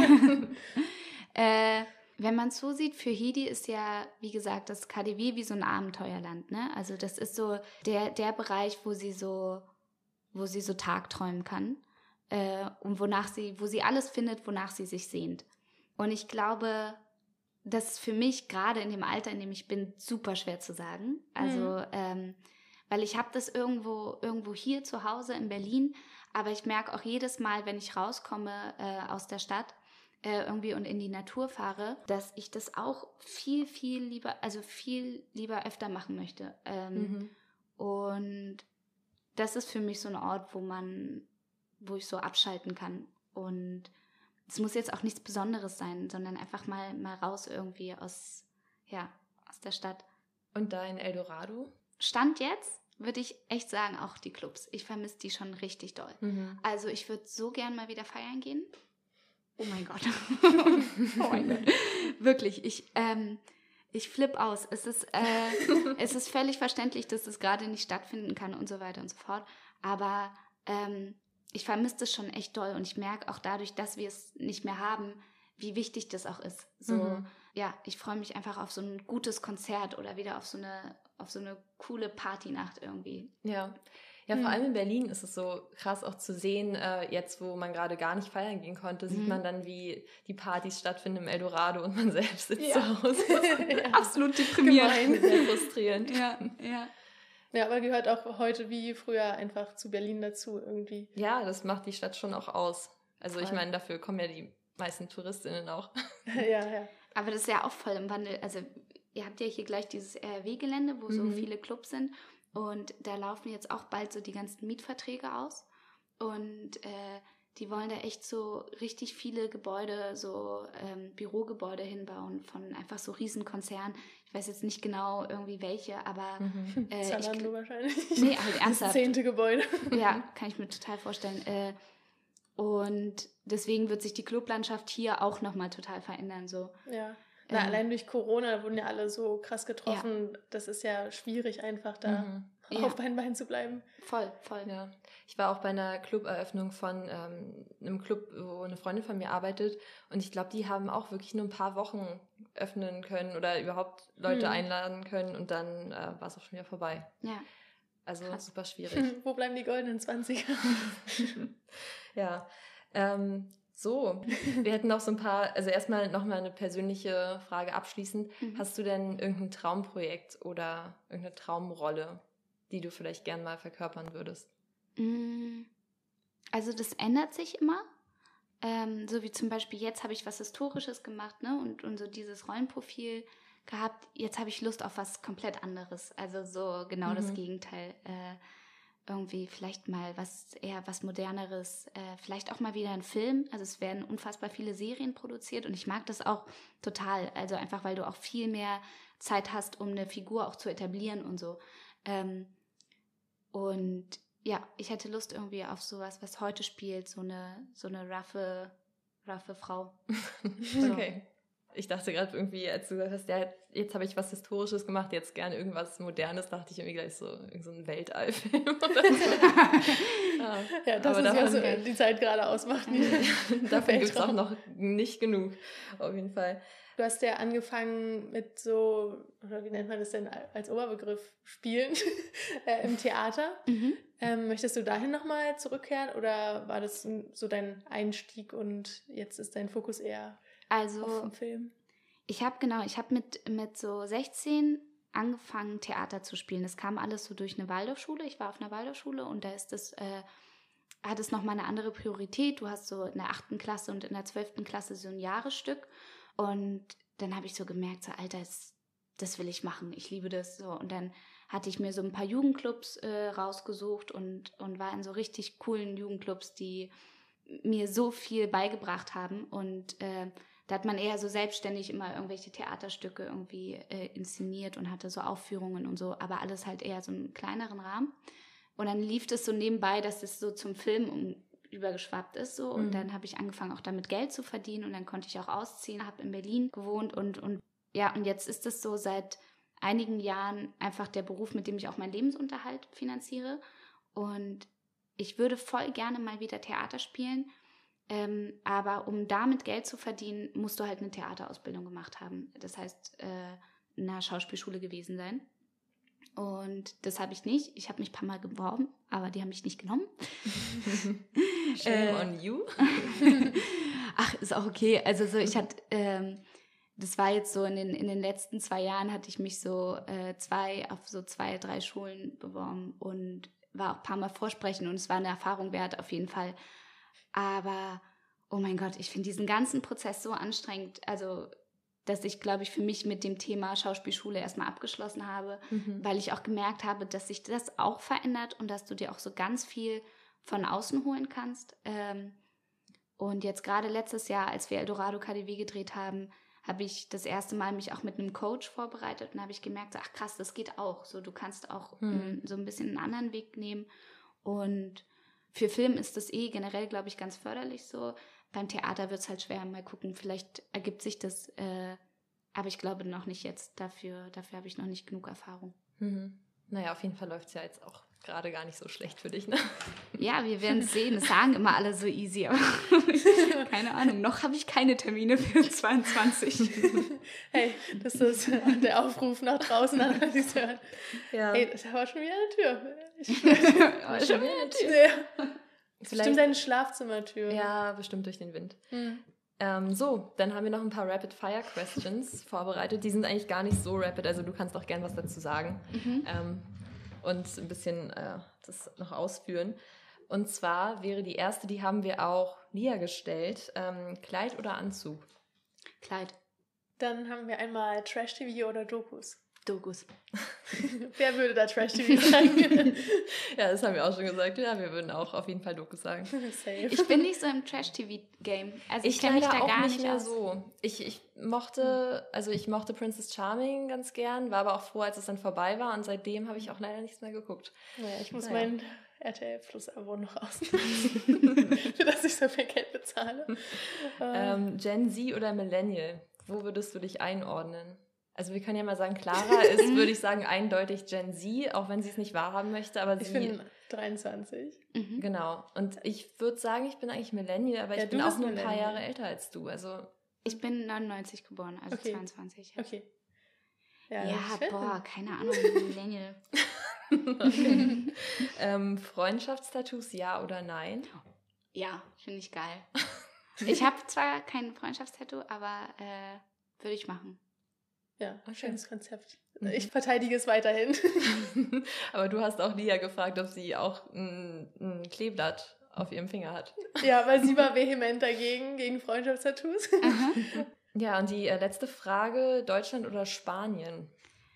äh, wenn man es so sieht, für Hedi ist ja, wie gesagt, das K D W wie so ein Abenteuerland, ne? Also das ist so der, der Bereich, wo sie so, wo sie so tagträumen kann äh, und wonach sie, wo sie alles findet, wonach sie sich sehnt. Und ich glaube, das ist für mich gerade in dem Alter, in dem ich bin, super schwer zu sagen. Also, Mhm. ähm, weil ich habe das irgendwo, irgendwo hier zu Hause in Berlin, aber ich merke auch jedes Mal, wenn ich rauskomme äh, aus der Stadt äh, irgendwie und in die Natur fahre, dass ich das auch viel, viel lieber, also viel lieber öfter machen möchte. Ähm, Mhm. Und das ist für mich so ein Ort, wo man, wo ich so abschalten kann. Und es muss jetzt auch nichts Besonderes sein, sondern einfach mal, mal raus irgendwie aus, ja, aus der Stadt. Und dein Eldorado? Stand jetzt, würde ich echt sagen, auch die Clubs. Ich vermisse die schon richtig doll. Mhm. Also ich würde so gern mal wieder feiern gehen. Oh mein Gott. Oh mein Gott. Wirklich, ich, ähm, ich flippe aus. Es ist, äh, es ist völlig verständlich, dass es gerade nicht stattfinden kann und so weiter und so fort. Aber ähm, ich vermisse das schon echt doll und ich merke auch dadurch, dass wir es nicht mehr haben, wie wichtig das auch ist. So, Mhm. ja, ich freue mich einfach auf so ein gutes Konzert oder wieder auf so eine, auf so eine coole Partynacht irgendwie. Ja. Ja, vor Mhm. allem in Berlin ist es so krass auch zu sehen, äh, jetzt wo man gerade gar nicht feiern gehen konnte, sieht Mhm. man dann, wie die Partys stattfinden im Eldorado und man selbst sitzt Ja. zu Hause. Ja. Absolut deprimierend. Gemein. Sehr frustrierend. Ja, ja. Ja, aber gehört auch heute wie früher einfach zu Berlin dazu irgendwie. Ja, das macht die Stadt schon auch aus. Also ich Voll. meine, dafür kommen ja die meisten Touristinnen auch. Ja, ja. Aber das ist ja auch voll im Wandel. Also ihr habt ja hier gleich dieses R R W-Gelände, wo so Mhm. viele Clubs sind. Und da laufen jetzt auch bald so die ganzen Mietverträge aus. Und äh, die wollen da echt so richtig viele Gebäude, so ähm, Bürogebäude hinbauen von einfach so Riesenkonzernen. Ich weiß jetzt nicht genau irgendwie welche, aber Mhm. äh, ich, Zalando wahrscheinlich. nee, halt Das ernsthaft. zehnte Gebäude. Ja, kann ich mir total vorstellen. Äh, und deswegen wird sich die Clublandschaft hier auch nochmal total verändern. So. Ja. Na, Ähm, allein durch Corona wurden ja alle so krass getroffen. Ja. Das ist ja schwierig, einfach da Mhm. auf Ja. beiden Beinen zu bleiben. Voll, voll. Ja, ich war auch bei einer Club-Eröffnung von ähm, einem Club, wo eine Freundin von mir arbeitet und ich glaube, die haben auch wirklich nur ein paar Wochen öffnen können oder überhaupt Leute Hm. einladen können und dann äh, war es auch schon wieder vorbei. Ja. Also Krass. super schwierig. Wo bleiben die goldenen Zwanziger? Ja, ähm, so, wir hätten noch so ein paar, also erstmal nochmal eine persönliche Frage abschließend. Mhm. Hast du denn irgendein Traumprojekt oder irgendeine Traumrolle, die du vielleicht gern mal verkörpern würdest? Mm, Also das ändert sich immer. Ähm, so wie zum Beispiel jetzt habe ich was Historisches gemacht, ne? Und, und so dieses Rollenprofil gehabt. Jetzt habe ich Lust auf was komplett anderes. Also so genau das Mhm. Gegenteil. Äh, irgendwie vielleicht mal was eher was Moderneres. Äh, vielleicht auch mal wieder ein Film. Also es werden unfassbar viele Serien produziert und ich mag das auch total. Also einfach, weil du auch viel mehr Zeit hast, um eine Figur auch zu etablieren und so. Ähm, und ja, ich hätte Lust irgendwie auf sowas, was heute spielt, so eine, so eine raffe, raffe Frau. So. Okay. Ich dachte gerade irgendwie, als du gesagt hast, ja, jetzt habe ich was Historisches gemacht, jetzt gerne irgendwas Modernes, dachte ich irgendwie gleich so, irgend so ein Weltallfilm oder so. Ja, Ja, das aber ist ja davon- so die Zeit gerade ausmacht. Davon gibt es auch Weltraum. noch nicht genug, auf jeden Fall. Du hast ja angefangen mit so, oder wie nennt man das denn als Oberbegriff, Spielen äh, im Theater. Mhm. Ähm, möchtest du dahin nochmal zurückkehren oder war das so dein Einstieg und jetzt ist dein Fokus eher Also auf dem Film? ich habe genau, ich habe mit, mit so sechzehn angefangen, Theater zu spielen. Das kam alles so durch eine Waldorfschule. Ich war auf einer Waldorfschule und da ist das, äh, hat es nochmal eine andere Priorität. Du hast so in der achten Klasse und in der zwölften Klasse so ein Jahresstück. Und dann habe ich so gemerkt, so Alter, das, das will ich machen. Ich liebe das so. Und dann hatte ich mir so ein paar Jugendclubs äh, rausgesucht und, und war in so richtig coolen Jugendclubs, die mir so viel beigebracht haben. Und äh, da hat man eher so selbstständig immer irgendwelche Theaterstücke irgendwie äh, inszeniert und hatte so Aufführungen und so, aber alles halt eher so einen kleineren Rahmen. Und dann lief das so nebenbei, dass es so zum Film um, übergeschwappt ist so und Mhm. dann habe ich angefangen auch damit Geld zu verdienen und dann konnte ich auch ausziehen, habe in Berlin gewohnt und, und ja, und jetzt ist es so seit einigen Jahren einfach der Beruf, mit dem ich auch meinen Lebensunterhalt finanziere und ich würde voll gerne mal wieder Theater spielen, ähm, aber um damit Geld zu verdienen, musst du halt eine Theaterausbildung gemacht haben. Das heißt, äh, in einer Schauspielschule gewesen sein. Und das habe ich nicht. Ich habe mich ein paar Mal beworben, aber die haben mich nicht genommen. Shame Äh, on you. Ach, ist auch okay. Also so, ich hatte, ähm, das war jetzt so in den, in den letzten zwei Jahren hatte ich mich so äh, zwei auf so zwei, drei Schulen beworben und war auch ein paar Mal vorsprechen und es war eine Erfahrung wert auf jeden Fall. Aber, oh mein Gott, ich finde diesen ganzen Prozess so anstrengend, also dass ich, glaube ich, für mich mit dem Thema Schauspielschule erstmal abgeschlossen habe, Mhm. weil ich auch gemerkt habe, dass sich das auch verändert und dass du dir auch so ganz viel von außen holen kannst. Ähm, und jetzt gerade letztes Jahr, als wir Eldorado K D W gedreht haben, habe ich das erste Mal mich auch mit einem Coach vorbereitet und habe ich gemerkt, so, ach krass, das geht auch. So, du kannst auch Mhm. m, so ein bisschen einen anderen Weg nehmen. Und für Film ist das eh generell, glaube ich, ganz förderlich so. Beim Theater wird es halt schwer. Mal gucken, vielleicht ergibt sich das, äh, aber ich glaube noch nicht jetzt. Dafür, dafür habe ich noch nicht genug Erfahrung. Mhm. Naja, auf jeden Fall läuft es ja jetzt auch gerade gar nicht so schlecht für dich, ne? Ja, wir werden es sehen. Es sagen immer alle so easy, aber keine Ahnung. Noch habe ich keine Termine für zweiundzwanzig. Hey, das ist der Aufruf nach draußen an all die es hört. Ja. Hey, das war schon wieder eine Tür. Ich, Aber schon wieder eine Tür. ja. Vielleicht- Bestimmt deine Schlafzimmertür. Ja, bestimmt durch den Wind. Hm. Ähm, so, dann haben wir noch ein paar Rapid-Fire-Questions vorbereitet. Die sind eigentlich gar nicht so rapid, also du kannst auch gern was dazu sagen. Mhm. Ähm, und ein bisschen äh, das noch ausführen. Und zwar wäre die erste, die haben wir auch Lia gestellt. Ähm, Kleid oder Anzug? Kleid. Dann haben wir einmal Trash-T V oder Dokus. Dokus. Wer würde da Trash-T V sagen? Ja, das haben wir auch schon gesagt. Ja, wir würden auch auf jeden Fall Dokus sagen. Safe. Ich bin nicht so im Trash-T V-Game. Also ich, Ich kenne mich leider da auch gar nicht nicht mehr aus. so. Ich, ich mochte, also ich mochte Princess Charming ganz gern, war aber auch froh, als es dann vorbei war und seitdem habe ich auch leider nichts mehr geguckt. Naja, ich muss Naja. mein R T L Plus Abo noch ausnutzen, für das ich so viel Geld bezahle. Ähm, Ähm, Gen Z oder Millennial? wo würdest du dich einordnen? Also wir können ja mal sagen, Clara ist, würde ich sagen, eindeutig Gen Z, auch wenn sie es nicht wahrhaben möchte, aber Ich sie... bin dreiundzwanzig. Mhm. Genau. Und ich würde sagen, ich bin eigentlich Millennial, aber Ja, ich du bin auch bist nur ein paar Millennial. Jahre älter als du. Also Ich bin neunundneunzig geboren, also Okay. zweiundzwanzig. Ja, Okay. ja, schön. boah, keine Ahnung, Millennial. okay. ähm, Freundschaftstattoos, ja oder nein? Ja, finde ich geil. Ich habe zwar kein Freundschaftstattoo, aber äh, würde ich machen. Ja, Okay. schönes Konzept. Mhm. Ich verteidige es weiterhin. Aber du hast auch Lia gefragt, ob sie auch ein, ein Kleeblatt auf ihrem Finger hat. Ja, weil sie war vehement dagegen, gegen Freundschaftstattoos. Aha. Ja, und die äh, letzte Frage, Deutschland oder Spanien?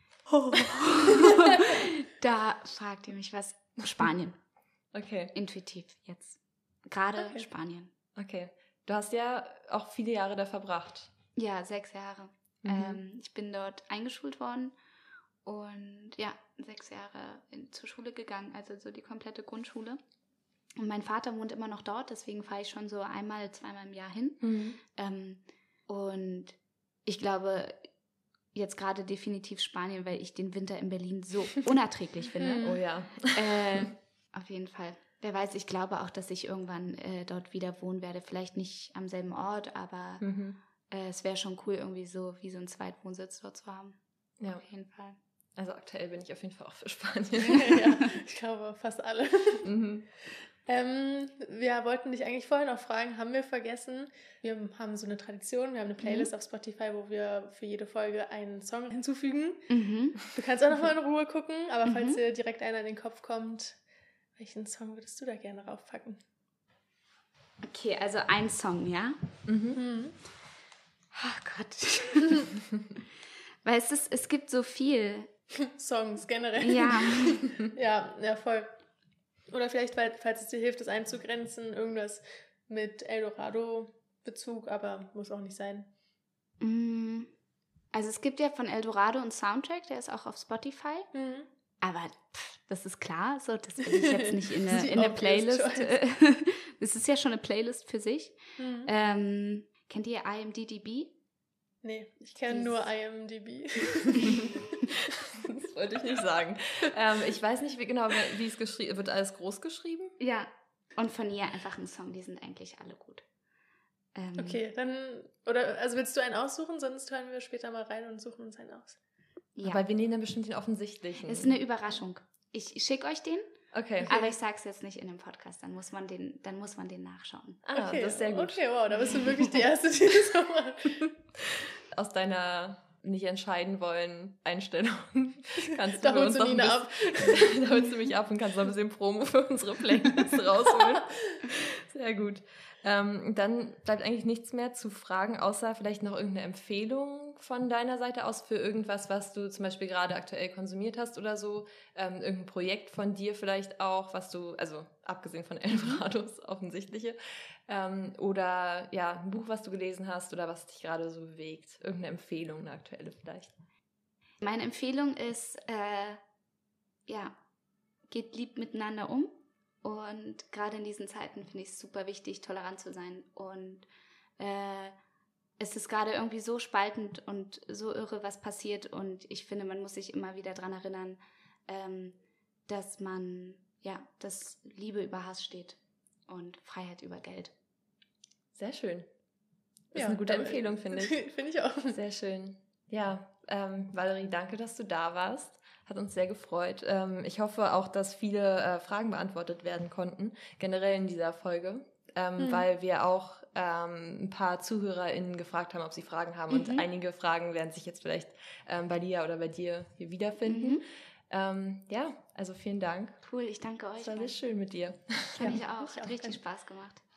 Da fragt ihr mich was. Spanien, Okay, intuitiv jetzt. Gerade Okay. Spanien. okay. Du hast ja auch viele Jahre da verbracht. Ja, sechs Jahre. Mhm. Ähm, ich bin dort eingeschult worden und ja, sechs Jahre in, zur Schule gegangen, also so die komplette Grundschule. Und mein Vater wohnt immer noch dort, deswegen fahre ich schon so einmal, zweimal im Jahr hin. Mhm. Ähm, und ich glaube, jetzt gerade definitiv Spanien, weil ich den Winter in Berlin so unerträglich finde. Oh ja. Äh, auf jeden Fall. Wer weiß, ich glaube auch, dass ich irgendwann äh, dort wieder wohnen werde. Vielleicht nicht am selben Ort, aber Mhm. äh, es wäre schon cool, irgendwie so wie so einen Zweitwohnsitz dort zu haben. Ja, Auf jeden Fall. also aktuell bin ich auf jeden Fall auch für Spanien. Ja, ich glaube fast alle. mhm. Ähm, wir wollten dich eigentlich vorher noch fragen, haben wir vergessen. Wir haben so eine Tradition, wir haben eine Playlist auf Spotify, wo wir für jede Folge einen Song hinzufügen. Mhm. Du kannst auch noch mal in Ruhe gucken, aber Mhm. falls dir direkt einer in den Kopf kommt, welchen Song würdest du da gerne raufpacken? Okay, also ein Song, ja? Mhm. Mhm. Oh Gott. Weil es ist, es gibt so viel. Songs generell. Ja. Ja, ja, voll. Oder vielleicht, weil, falls es dir hilft, das einzugrenzen, irgendwas mit Eldorado-Bezug, aber muss auch nicht sein. Mm, Also es gibt ja von Eldorado einen Soundtrack, der ist auch auf Spotify. Mhm. Aber pff, das ist klar, so, das will ich jetzt nicht in Das ist eine, die in eine obvious Playlist. choice. Das ist ja schon eine Playlist für sich. Mhm. Ähm, kennt ihr I M D B B? Nee, ich kenne Dies- nur I M D B. Das wollte ich nicht sagen. ähm, ich weiß nicht wie genau, wie es geschrieben wird. Alles groß geschrieben? Ja. Und von ihr einfach ein Song, die sind eigentlich alle gut. Ähm, Okay, dann, oder, also willst du einen aussuchen, sonst hören wir später mal rein und suchen uns einen aus. Ja. Weil wir nehmen dann bestimmt den offensichtlichen. Es ist eine Überraschung. Ich, ich schicke euch den, Okay. aber ich sag's jetzt nicht in dem Podcast. Dann muss man den, dann muss man den nachschauen. Ah, okay, das ist sehr gut. Okay, wow, da bist du wirklich die Erste, die das so macht. Aus deiner nicht entscheiden wollen Einstellung kannst du Da für holst uns du noch ein Nina ab. bisschen, da holst du mich ab und kannst noch ein bisschen Promo für unsere Playlist rausholen. Sehr gut. Ähm, dann bleibt eigentlich nichts mehr zu fragen, außer vielleicht noch irgendeine Empfehlung von deiner Seite aus für irgendwas, was du zum Beispiel gerade aktuell konsumiert hast oder so. Ähm, irgendein Projekt von dir vielleicht auch, was du, also abgesehen von Eldorados offensichtliche, ähm, oder ja, ein Buch, was du gelesen hast oder was dich gerade so bewegt. Irgendeine Empfehlung, eine aktuelle vielleicht. Meine Empfehlung ist, äh, ja, geht lieb miteinander um. Und gerade in diesen Zeiten finde ich es super wichtig, tolerant zu sein. Und äh, es ist gerade irgendwie so spaltend und so irre, was passiert. Und ich finde, man muss sich immer wieder daran erinnern, ähm, dass man, ja, dass Liebe über Hass steht und Freiheit über Geld. Sehr schön. Das Ja, ist eine gute aber- Empfehlung, finde ich. Finde ich auch. Sehr schön. Ja, ähm, Valerie, danke, dass du da warst. Hat uns sehr gefreut. Ähm, ich hoffe auch, dass viele äh, Fragen beantwortet werden konnten, generell in dieser Folge, ähm, Mhm. weil wir auch ähm, ein paar ZuhörerInnen gefragt haben, ob sie Fragen haben. Und Mhm. einige Fragen werden sich jetzt vielleicht ähm, bei Lia oder bei dir hier wiederfinden. Mhm. Ähm, ja, also vielen Dank. Cool, ich danke euch. Es war sehr schön mit dir. Fand ich Ja, auch. ich Hat auch. richtig Spaß gemacht.